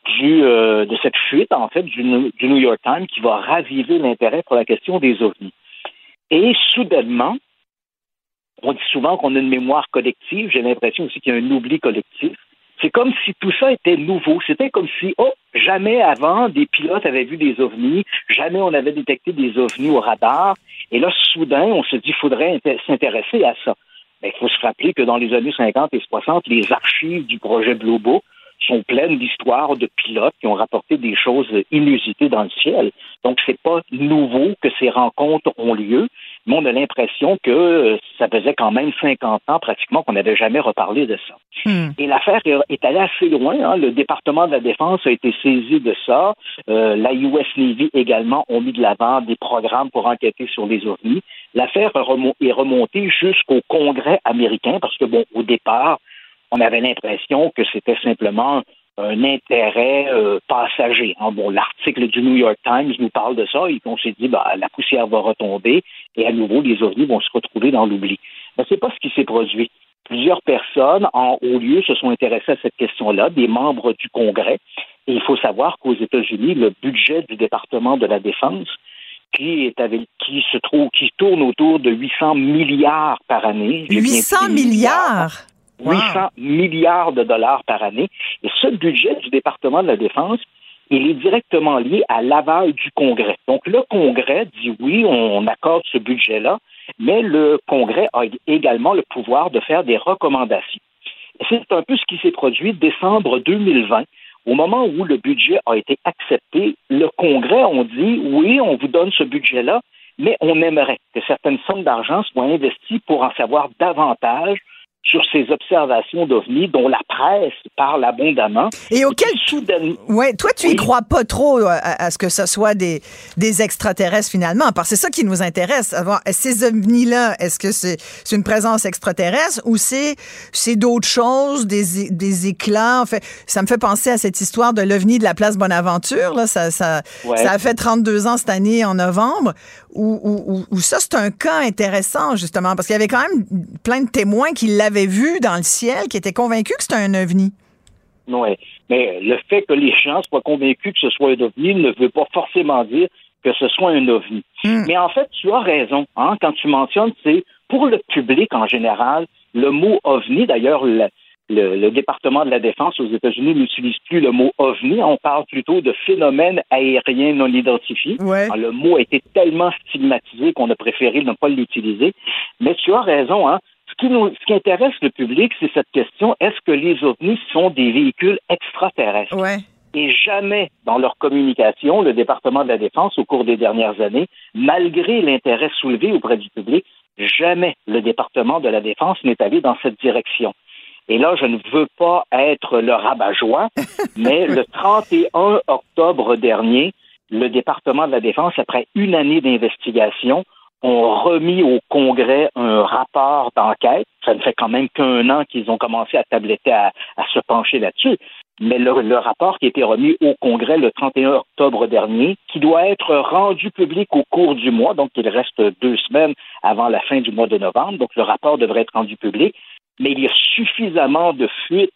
Speaker 21: de cette fuite, en fait, du New York Times qui va raviver l'intérêt pour la question des ovnis. Et soudainement, on dit souvent qu'on a une mémoire collective. J'ai l'impression aussi qu'il y a un oubli collectif. C'est comme si tout ça était nouveau. C'était comme si, jamais avant, des pilotes avaient vu des ovnis, jamais on avait détecté des ovnis au radar. Et là, soudain, on se dit, il faudrait s'intéresser à ça. Mais il faut se rappeler que dans les années 50 et 60, les archives du projet Blue Book sont pleines d'histoires de pilotes qui ont rapporté des choses inusitées dans le ciel. Donc, c'est pas nouveau que ces rencontres ont lieu, mais on a l'impression que ça faisait quand même 50 ans pratiquement qu'on n'avait jamais reparlé de ça. Et l'affaire est allée assez loin. Hein. Le département de la Défense a été saisi de ça. La US Navy également ont mis de l'avant des programmes pour enquêter sur les ovnis. L'affaire est remontée jusqu'au Congrès américain parce que, au départ, on avait l'impression que c'était simplement un intérêt passager. Hein. L'article du New York Times nous parle de ça et on s'est dit, la poussière va retomber et à nouveau, les ovnis vont se retrouver dans l'oubli. Mais c'est pas ce qui s'est produit. Plusieurs personnes en haut lieu se sont intéressées à cette question-là, des membres du Congrès. Et il faut savoir qu'aux États-Unis, le budget du département de la Défense, qui tourne autour de 800 milliards par année.
Speaker 2: 800 milliards?
Speaker 21: 800 milliards de dollars par année. Et ce budget du département de la Défense, il est directement lié à l'aval du Congrès. Donc, le Congrès dit oui, on accorde ce budget-là, mais le Congrès a également le pouvoir de faire des recommandations. Et c'est un peu ce qui s'est produit décembre 2020. Au moment où le budget a été accepté, le Congrès a dit oui, on vous donne ce budget-là, mais on aimerait que certaines sommes d'argent soient investies pour en savoir davantage sur ces observations d'OVNI dont la presse parle abondamment.
Speaker 2: Et auquel toi, tu y crois pas trop à ce que ce soit des extraterrestres finalement, parce que c'est ça qui nous intéresse. Avoir ces OVNI-là, est-ce que c'est une présence extraterrestre ou c'est d'autres choses, des éclats? En fait, ça me fait penser à cette histoire de l'OVNI de la place Bonaventure. Là, ça a fait 32 ans cette année en novembre. Où ça, c'est un cas intéressant, justement, parce qu'il y avait quand même plein de témoins qui l'avaient vu dans le ciel, qui étaient convaincus que c'était un ovni.
Speaker 21: Oui, mais le fait que les gens soient convaincus que ce soit un ovni ne veut pas forcément dire que ce soit un ovni. Mais en fait, tu as raison, hein, quand tu mentionnes, c'est pour le public en général, le mot OVNI, d'ailleurs, le département de la Défense aux États-Unis n'utilise plus le mot OVNI, on parle plutôt de phénomène aérien non identifié.
Speaker 2: Ouais.
Speaker 21: Le mot a été tellement stigmatisé qu'on a préféré ne pas l'utiliser. Mais tu as raison, hein. Ce qui intéresse le public, c'est cette question, est-ce que les OVNIs sont des véhicules extraterrestres?
Speaker 2: Ouais.
Speaker 21: Et jamais, dans leur communication, le département de la Défense, au cours des dernières années, malgré l'intérêt soulevé auprès du public, jamais le département de la Défense n'est allé dans cette direction. Et là, je ne veux pas être le rabat-joie, mais le 31 octobre dernier, le département de la Défense, après une année d'investigation, ont remis au Congrès un rapport d'enquête. Ça ne fait quand même qu'1 an qu'ils ont commencé à tabletter, à se pencher là-dessus. Mais le rapport qui a été remis au Congrès le 31 octobre dernier, qui doit être rendu public au cours du mois, donc il reste 2 semaines avant la fin du mois de novembre, donc le rapport devrait être rendu public, mais il y a suffisamment de fuites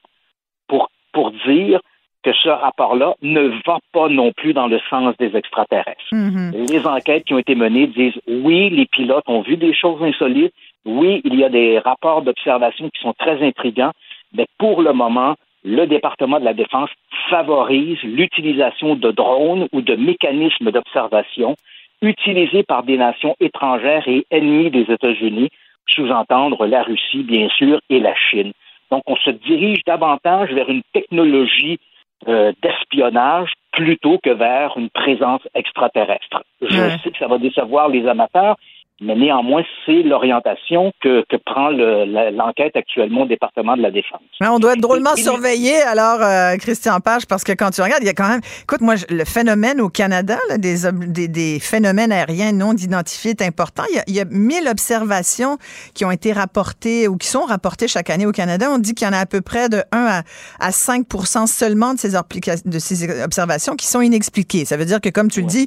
Speaker 21: pour dire que ce rapport-là ne va pas non plus dans le sens des extraterrestres. Mm-hmm. Les enquêtes qui ont été menées disent oui, les pilotes ont vu des choses insolites, oui, il y a des rapports d'observation qui sont très intrigants, mais pour le moment, le département de la Défense favorise l'utilisation de drones ou de mécanismes d'observation utilisés par des nations étrangères et ennemies des États-Unis, sous-entendre la Russie, bien sûr, et la Chine. Donc, on se dirige davantage vers une technologie d'espionnage plutôt que vers une présence extraterrestre. Je sais que ça va décevoir les amateurs, mais néanmoins, c'est l'orientation que prend l'enquête actuellement au département de la Défense.
Speaker 2: Mais on doit être drôlement surveillé, alors, Christian Page, parce que quand tu regardes, il y a quand même... Écoute, moi, le phénomène au Canada, là, des phénomènes aériens non identifiés est important. Il y a 1000 observations qui ont été rapportées ou qui sont rapportées chaque année au Canada. On dit qu'il y en a à peu près de 1 à 5% seulement de ces observations qui sont inexpliquées. Ça veut dire que, comme tu le dis,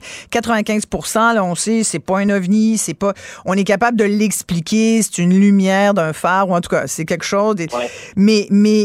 Speaker 2: 95%, là, on sait, c'est pas un ovni, c'est pas... On est capable de l'expliquer, c'est une lumière d'un phare, ou en tout cas, c'est quelque chose. Mais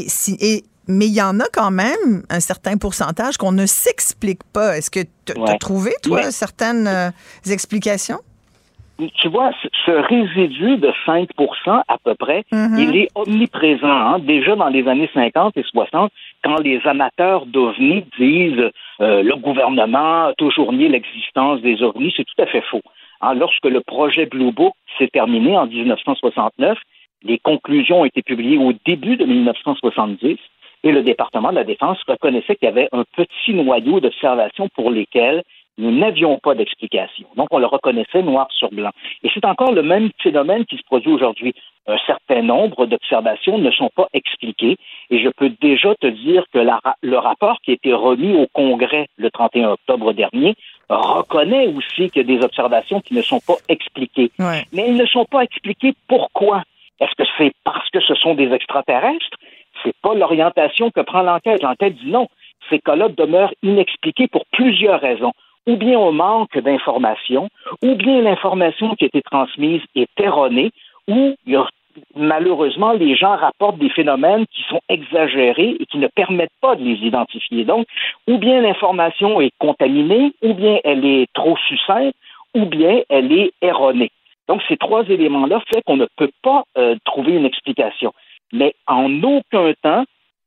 Speaker 2: il y en a quand même un certain pourcentage qu'on ne s'explique pas. Est-ce que tu as trouvé, toi, certaines explications?
Speaker 21: Tu vois, ce résidu de 5% à peu près, il est omniprésent. Hein? Déjà dans les années 50 et 60, quand les amateurs d'OVNI disent le gouvernement a toujours nié l'existence des OVNI, c'est tout à fait faux. Hein, lorsque le projet Blue Book s'est terminé en 1969, les conclusions ont été publiées au début de 1970 et le département de la Défense reconnaissait qu'il y avait un petit noyau d'observations pour lesquelles nous n'avions pas d'explication. Donc, on le reconnaissait noir sur blanc. Et c'est encore le même phénomène qui se produit aujourd'hui. Un certain nombre d'observations ne sont pas expliquées. Et je peux déjà te dire que le rapport qui a été remis au Congrès le 31 octobre dernier reconnaît aussi qu'il y a des observations qui ne sont pas expliquées. Ouais. Mais elles ne sont pas expliquées pourquoi? Est-ce que c'est parce que ce sont des extraterrestres? C'est pas l'orientation que prend l'enquête. L'enquête dit non. Ces cas-là demeurent inexpliqués pour plusieurs raisons. Ou bien on manque d'informations, ou bien l'information qui a été transmise est erronée, ou malheureusement les gens rapportent des phénomènes qui sont exagérés et qui ne permettent pas de les identifier. Donc, ou bien l'information est contaminée, ou bien elle est trop succincte, ou bien elle est erronée. Donc, ces 3 éléments-là font qu'on ne peut pas trouver une explication. Mais en aucun temps,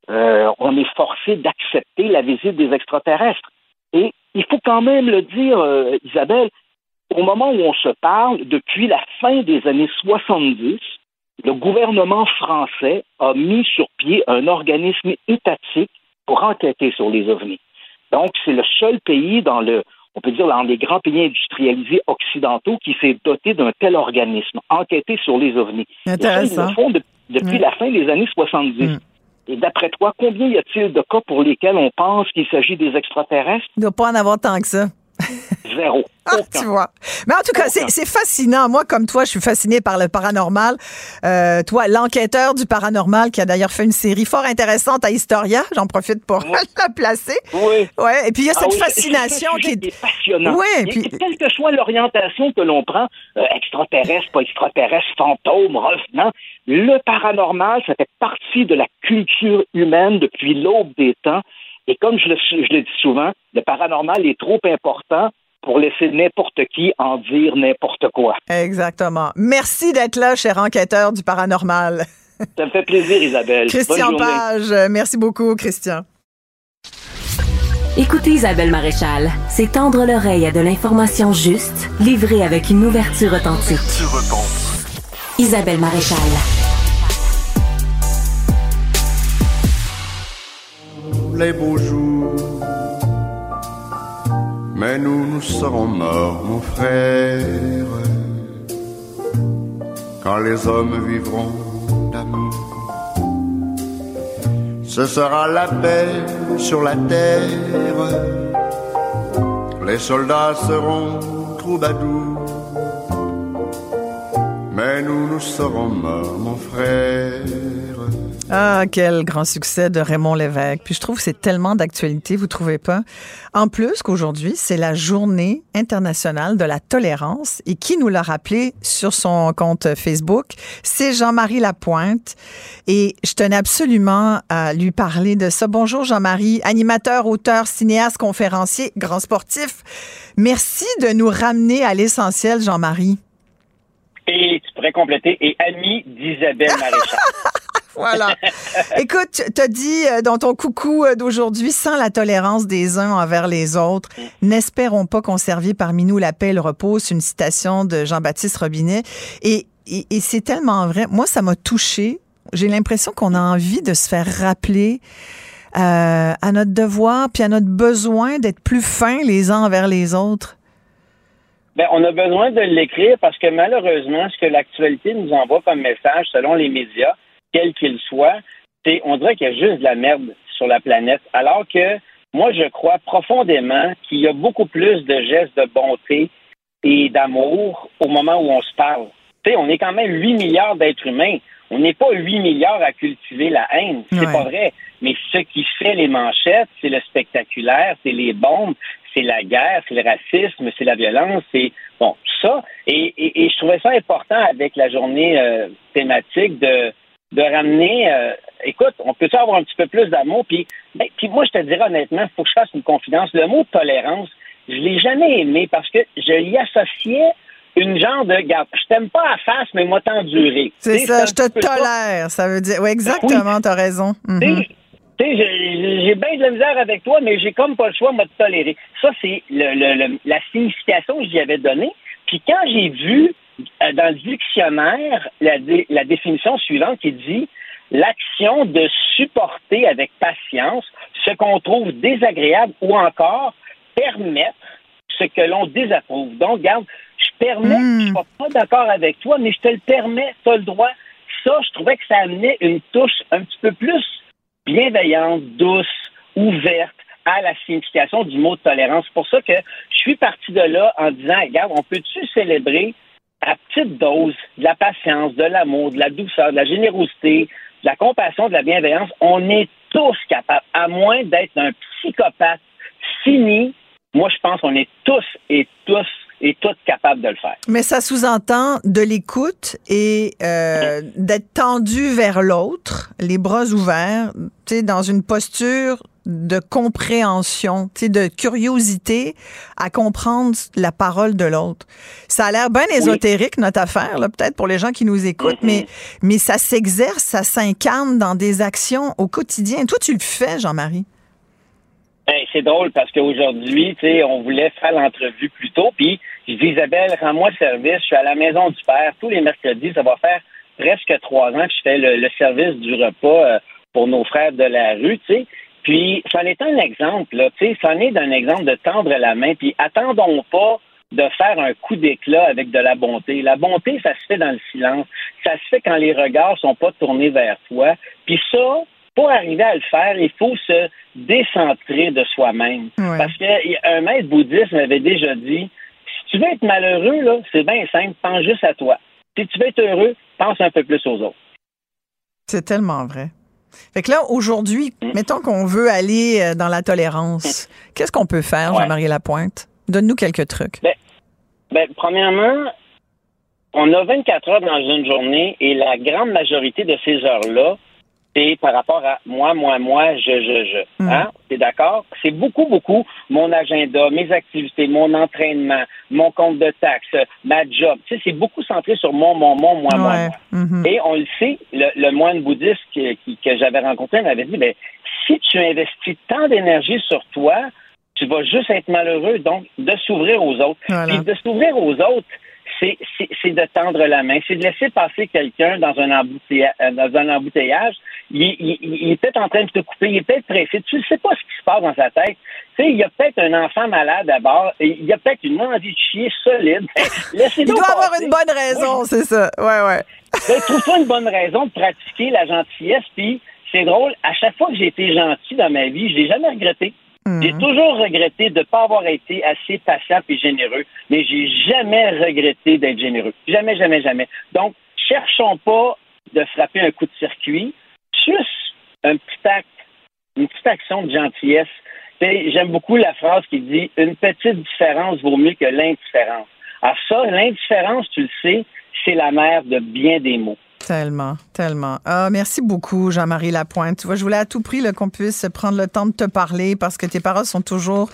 Speaker 21: on est forcé d'accepter la visite des extraterrestres. Et il faut quand même le dire, Isabelle, au moment où on se parle, depuis la fin des années 70, le gouvernement français a mis sur pied un organisme étatique pour enquêter sur les OVNI. Donc, c'est le seul pays on peut dire dans les grands pays industrialisés occidentaux qui s'est doté d'un tel organisme, enquêter sur les OVNI. Intéressant. Et ça, ils le font depuis la fin des années 70. Et d'après toi, combien y a-t-il de cas pour lesquels on pense qu'il s'agit des extraterrestres?
Speaker 2: Il ne doit pas en avoir tant que ça.
Speaker 21: 0.
Speaker 2: Tu vois. Mais en tout cas, c'est fascinant. Moi, comme toi, je suis fascinée par le paranormal. Toi, l'enquêteur du paranormal, qui a d'ailleurs fait une série fort intéressante à Historia. J'en profite pour la placer.
Speaker 21: Oui.
Speaker 2: Ouais. Et puis, il y a cette fascination
Speaker 21: qui est passionnant.
Speaker 2: Oui.
Speaker 21: Puis... Quelle que soit l'orientation que l'on prend, extraterrestre, pas extraterrestre, fantôme, revenant, le paranormal, ça fait partie de la culture humaine depuis l'aube des temps. Et comme je le dis souvent, le paranormal est trop important pour laisser n'importe qui en dire n'importe quoi.
Speaker 2: Exactement. Merci d'être là, cher enquêteur du paranormal.
Speaker 21: Ça me fait plaisir, Isabelle.
Speaker 2: Christian Page, merci beaucoup, Christian.
Speaker 1: Écoutez Isabelle Maréchal, c'est tendre l'oreille à de l'information juste, livrée avec une ouverture authentique. Isabelle Maréchal.
Speaker 3: Les beaux jours, mais nous serons morts, mon frère, quand les hommes vivront d'amour. Ce sera la paix sur la terre, les soldats seront troubadours, mais nous serons morts, mon frère.
Speaker 2: Ah, quel grand succès de Raymond Lévesque. Puis je trouve que c'est tellement d'actualité, vous trouvez pas? En plus qu'aujourd'hui, c'est la journée internationale de la tolérance. Et qui nous l'a rappelé sur son compte Facebook? C'est Jean-Marie Lapointe. Et je tenais absolument à lui parler de ça. Bonjour Jean-Marie, animateur, auteur, cinéaste, conférencier, grand sportif. Merci de nous ramener à l'essentiel, Jean-Marie.
Speaker 21: Et tu pourrais compléter, et ami d'Isabelle Maréchal.
Speaker 2: Voilà. Écoute, t'as dit dans ton coucou d'aujourd'hui, sans la tolérance des uns envers les autres, n'espérons pas conserver parmi nous la paix et le repos. C'est une citation de Jean-Baptiste Robinet. Et c'est tellement vrai. Moi, ça m'a touchée. J'ai l'impression qu'on a envie de se faire rappeler à notre devoir puis à notre besoin d'être plus fins les uns envers les autres.
Speaker 21: Ben, on a besoin de l'écrire parce que malheureusement, ce que l'actualité nous envoie comme message, selon les médias, quel qu'il soit, c'est, on dirait qu'il y a juste de la merde sur la planète. Alors que moi, je crois profondément qu'il y a beaucoup plus de gestes de bonté et d'amour au moment où on se parle. Tu sais, on est quand même 8 milliards d'êtres humains. On n'est pas 8 milliards à cultiver la haine. C'est pas vrai. Mais ce qui fait les manchettes, c'est le spectaculaire, c'est les bombes, c'est la guerre, c'est le racisme, c'est la violence, c'est bon, tout ça. Et je trouvais ça important avec la journée thématique de ramener, écoute, on peut avoir un petit peu plus d'amour, puis moi, je te dirais honnêtement, il faut que je fasse une confidence. Le mot tolérance, je l'ai jamais aimé parce que je y associais une genre de, regarde, je t'aime pas à face, mais moi t'endurer.
Speaker 2: C'est ça, je te tolère, ça veut dire, oui, exactement, oui. T'as raison. Mm-hmm.
Speaker 21: Tu sais, j'ai bien de la misère avec toi, mais j'ai comme pas le choix, moi, de tolérer. Ça, c'est la signification que j'y avais donnée. Puis quand j'ai vu dans le dictionnaire la définition suivante qui dit l'action de supporter avec patience ce qu'on trouve désagréable ou encore permettre ce que l'on désapprouve. Donc, regarde, je permets, je suis pas d'accord avec toi, mais je te le permets, tu as le droit. Ça, je trouvais que ça amenait une touche un petit peu plus bienveillante, douce, ouverte à la signification du mot de tolérance. C'est pour ça que je suis parti de là en disant, regarde, on peut-tu célébrer à petite dose de la patience, de l'amour, de la douceur, de la générosité, de la compassion, de la bienveillance? On est tous capables, à moins d'être un psychopathe fini. Moi, je pense qu'on est tous et toutes capables de le faire.
Speaker 2: Mais ça sous-entend de l'écoute et d'être tendu vers l'autre, les bras ouverts, tu sais, dans une posture de compréhension, tu sais, de curiosité à comprendre la parole de l'autre. Ça a l'air bien ésotérique, notre affaire, là, peut-être pour les gens qui nous écoutent, mais ça s'exerce, ça s'incarne dans des actions au quotidien. Toi, tu le fais, Jean-Marie?
Speaker 21: Ben, c'est drôle parce qu'aujourd'hui, tu sais, on voulait faire l'entrevue plus tôt, puis je dis, Isabelle, rends-moi service, je suis à la maison du père tous les mercredis, ça va faire presque 3 ans que je fais le service du repas pour nos frères de la rue, tu sais, puis ça en est un exemple, là, tu sais, ça en est d'un exemple de tendre la main, puis attendons pas de faire un coup d'éclat avec de la bonté. La bonté, ça se fait dans le silence, ça se fait quand les regards sont pas tournés vers toi, puis ça, pour arriver à le faire, il faut se décentrer de soi-même. Ouais. Parce qu'un maître bouddhiste m'avait déjà dit, si tu veux être malheureux, là, c'est bien simple, pense juste à toi. Si tu veux être heureux, pense un peu plus aux autres.
Speaker 2: C'est tellement vrai. Fait que là, aujourd'hui, mettons qu'on veut aller dans la tolérance. Qu'est-ce qu'on peut faire, Jean-Marie Lapointe? Donne-nous quelques trucs.
Speaker 21: Premièrement, on a 24 heures dans une journée et la grande majorité de ces heures-là, c'est par rapport à moi, je. Hein? T'es d'accord? C'est beaucoup mon agenda, mes activités, mon entraînement, mon compte de taxes, ma job. Tu sais, c'est beaucoup centré sur moi.
Speaker 2: Mm-hmm.
Speaker 21: Et on le sait, le moine bouddhiste que j'avais rencontré m'avait dit, ben, si tu investis tant d'énergie sur toi, tu vas juste être malheureux. Donc, de s'ouvrir aux autres.
Speaker 2: Voilà.
Speaker 21: Puis de s'ouvrir aux autres, c'est de tendre la main, c'est de laisser passer quelqu'un dans un embouteillage. Il est peut-être en train de te couper, il est peut-être pressé. Tu ne sais pas ce qui se passe dans sa tête. Tu sais, il y a peut-être un enfant malade à bord, et il y a peut-être une envie de chier solide.
Speaker 2: Il doit avoir une bonne raison, c'est ça. Ouais.
Speaker 21: Trouve-toi une bonne raison de pratiquer la gentillesse. Puis c'est drôle, à chaque fois que j'ai été gentil dans ma vie, je l'ai jamais regretté. J'ai toujours regretté de ne pas avoir été assez patient et généreux, mais j'ai jamais regretté d'être généreux. Jamais. Donc, cherchons pas de frapper un coup de circuit, juste un petit acte, une petite action de gentillesse. J'aime beaucoup la phrase qui dit « Une petite différence vaut mieux que l'indifférence ». Alors ça, l'indifférence, tu le sais, c'est la mère de bien des mots.
Speaker 2: Tellement. Ah, merci beaucoup, Jean-Marie Lapointe. Tu vois, je voulais à tout prix qu'on puisse prendre le temps de te parler parce que tes paroles sont toujours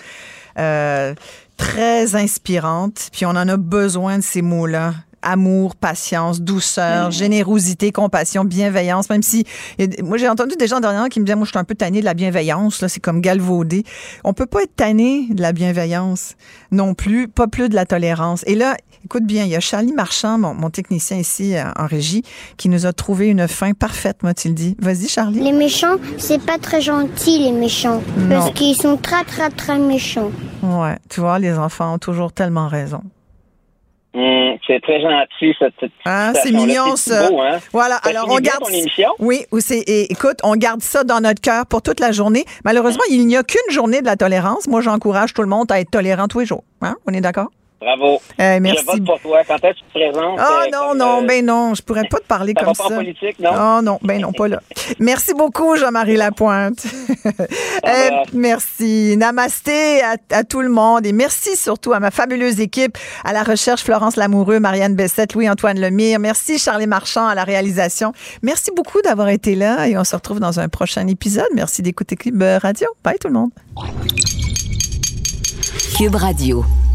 Speaker 2: très inspirantes. Puis on en a besoin de ces mots-là. Amour, patience, douceur, générosité, compassion, bienveillance, même si... Moi, j'ai entendu des gens dernièrement qui me disaient, moi, je suis un peu tanné de la bienveillance, là, c'est comme galvaudé. On peut pas être tanné de la bienveillance non plus, pas plus de la tolérance. Et là, écoute bien, il y a Charlie Marchand, mon technicien ici en régie, qui nous a trouvé une fin parfaite, m'a-t-il dit. Vas-y, Charlie.
Speaker 4: Les méchants, c'est pas très gentil, les méchants.
Speaker 2: Non.
Speaker 4: Parce qu'ils sont très, très, très méchants.
Speaker 2: Ouais, tu vois, les enfants ont toujours tellement raison.
Speaker 21: C'est très gentil, cette
Speaker 2: c'est mignon, ça.
Speaker 21: Beau, hein?
Speaker 2: Voilà, alors on garde... Oui, écoute, on garde ça dans notre cœur pour toute la journée. Malheureusement, il n'y a qu'une journée de la tolérance. Moi, j'encourage tout le monde à être tolérant tous les jours. Hein? On est d'accord?
Speaker 21: Bravo.
Speaker 2: Merci.
Speaker 21: Je vote pour toi. Quand est-ce que tu te présentes?
Speaker 2: Non, je pourrais pas te parler comme ça.
Speaker 21: Ça va pas en politique, non?
Speaker 2: Oh non, non, pas là. Merci beaucoup, Jean-Marie Lapointe. Merci. Namasté à tout le monde et merci surtout à ma fabuleuse équipe, à la recherche Florence Lamoureux, Marianne Bessette, Louis-Antoine Lemire. Merci Charlie Marchand à la réalisation. Merci beaucoup d'avoir été là et on se retrouve dans un prochain épisode. Merci d'écouter Cube Radio. Bye tout le monde.
Speaker 1: Cube Radio.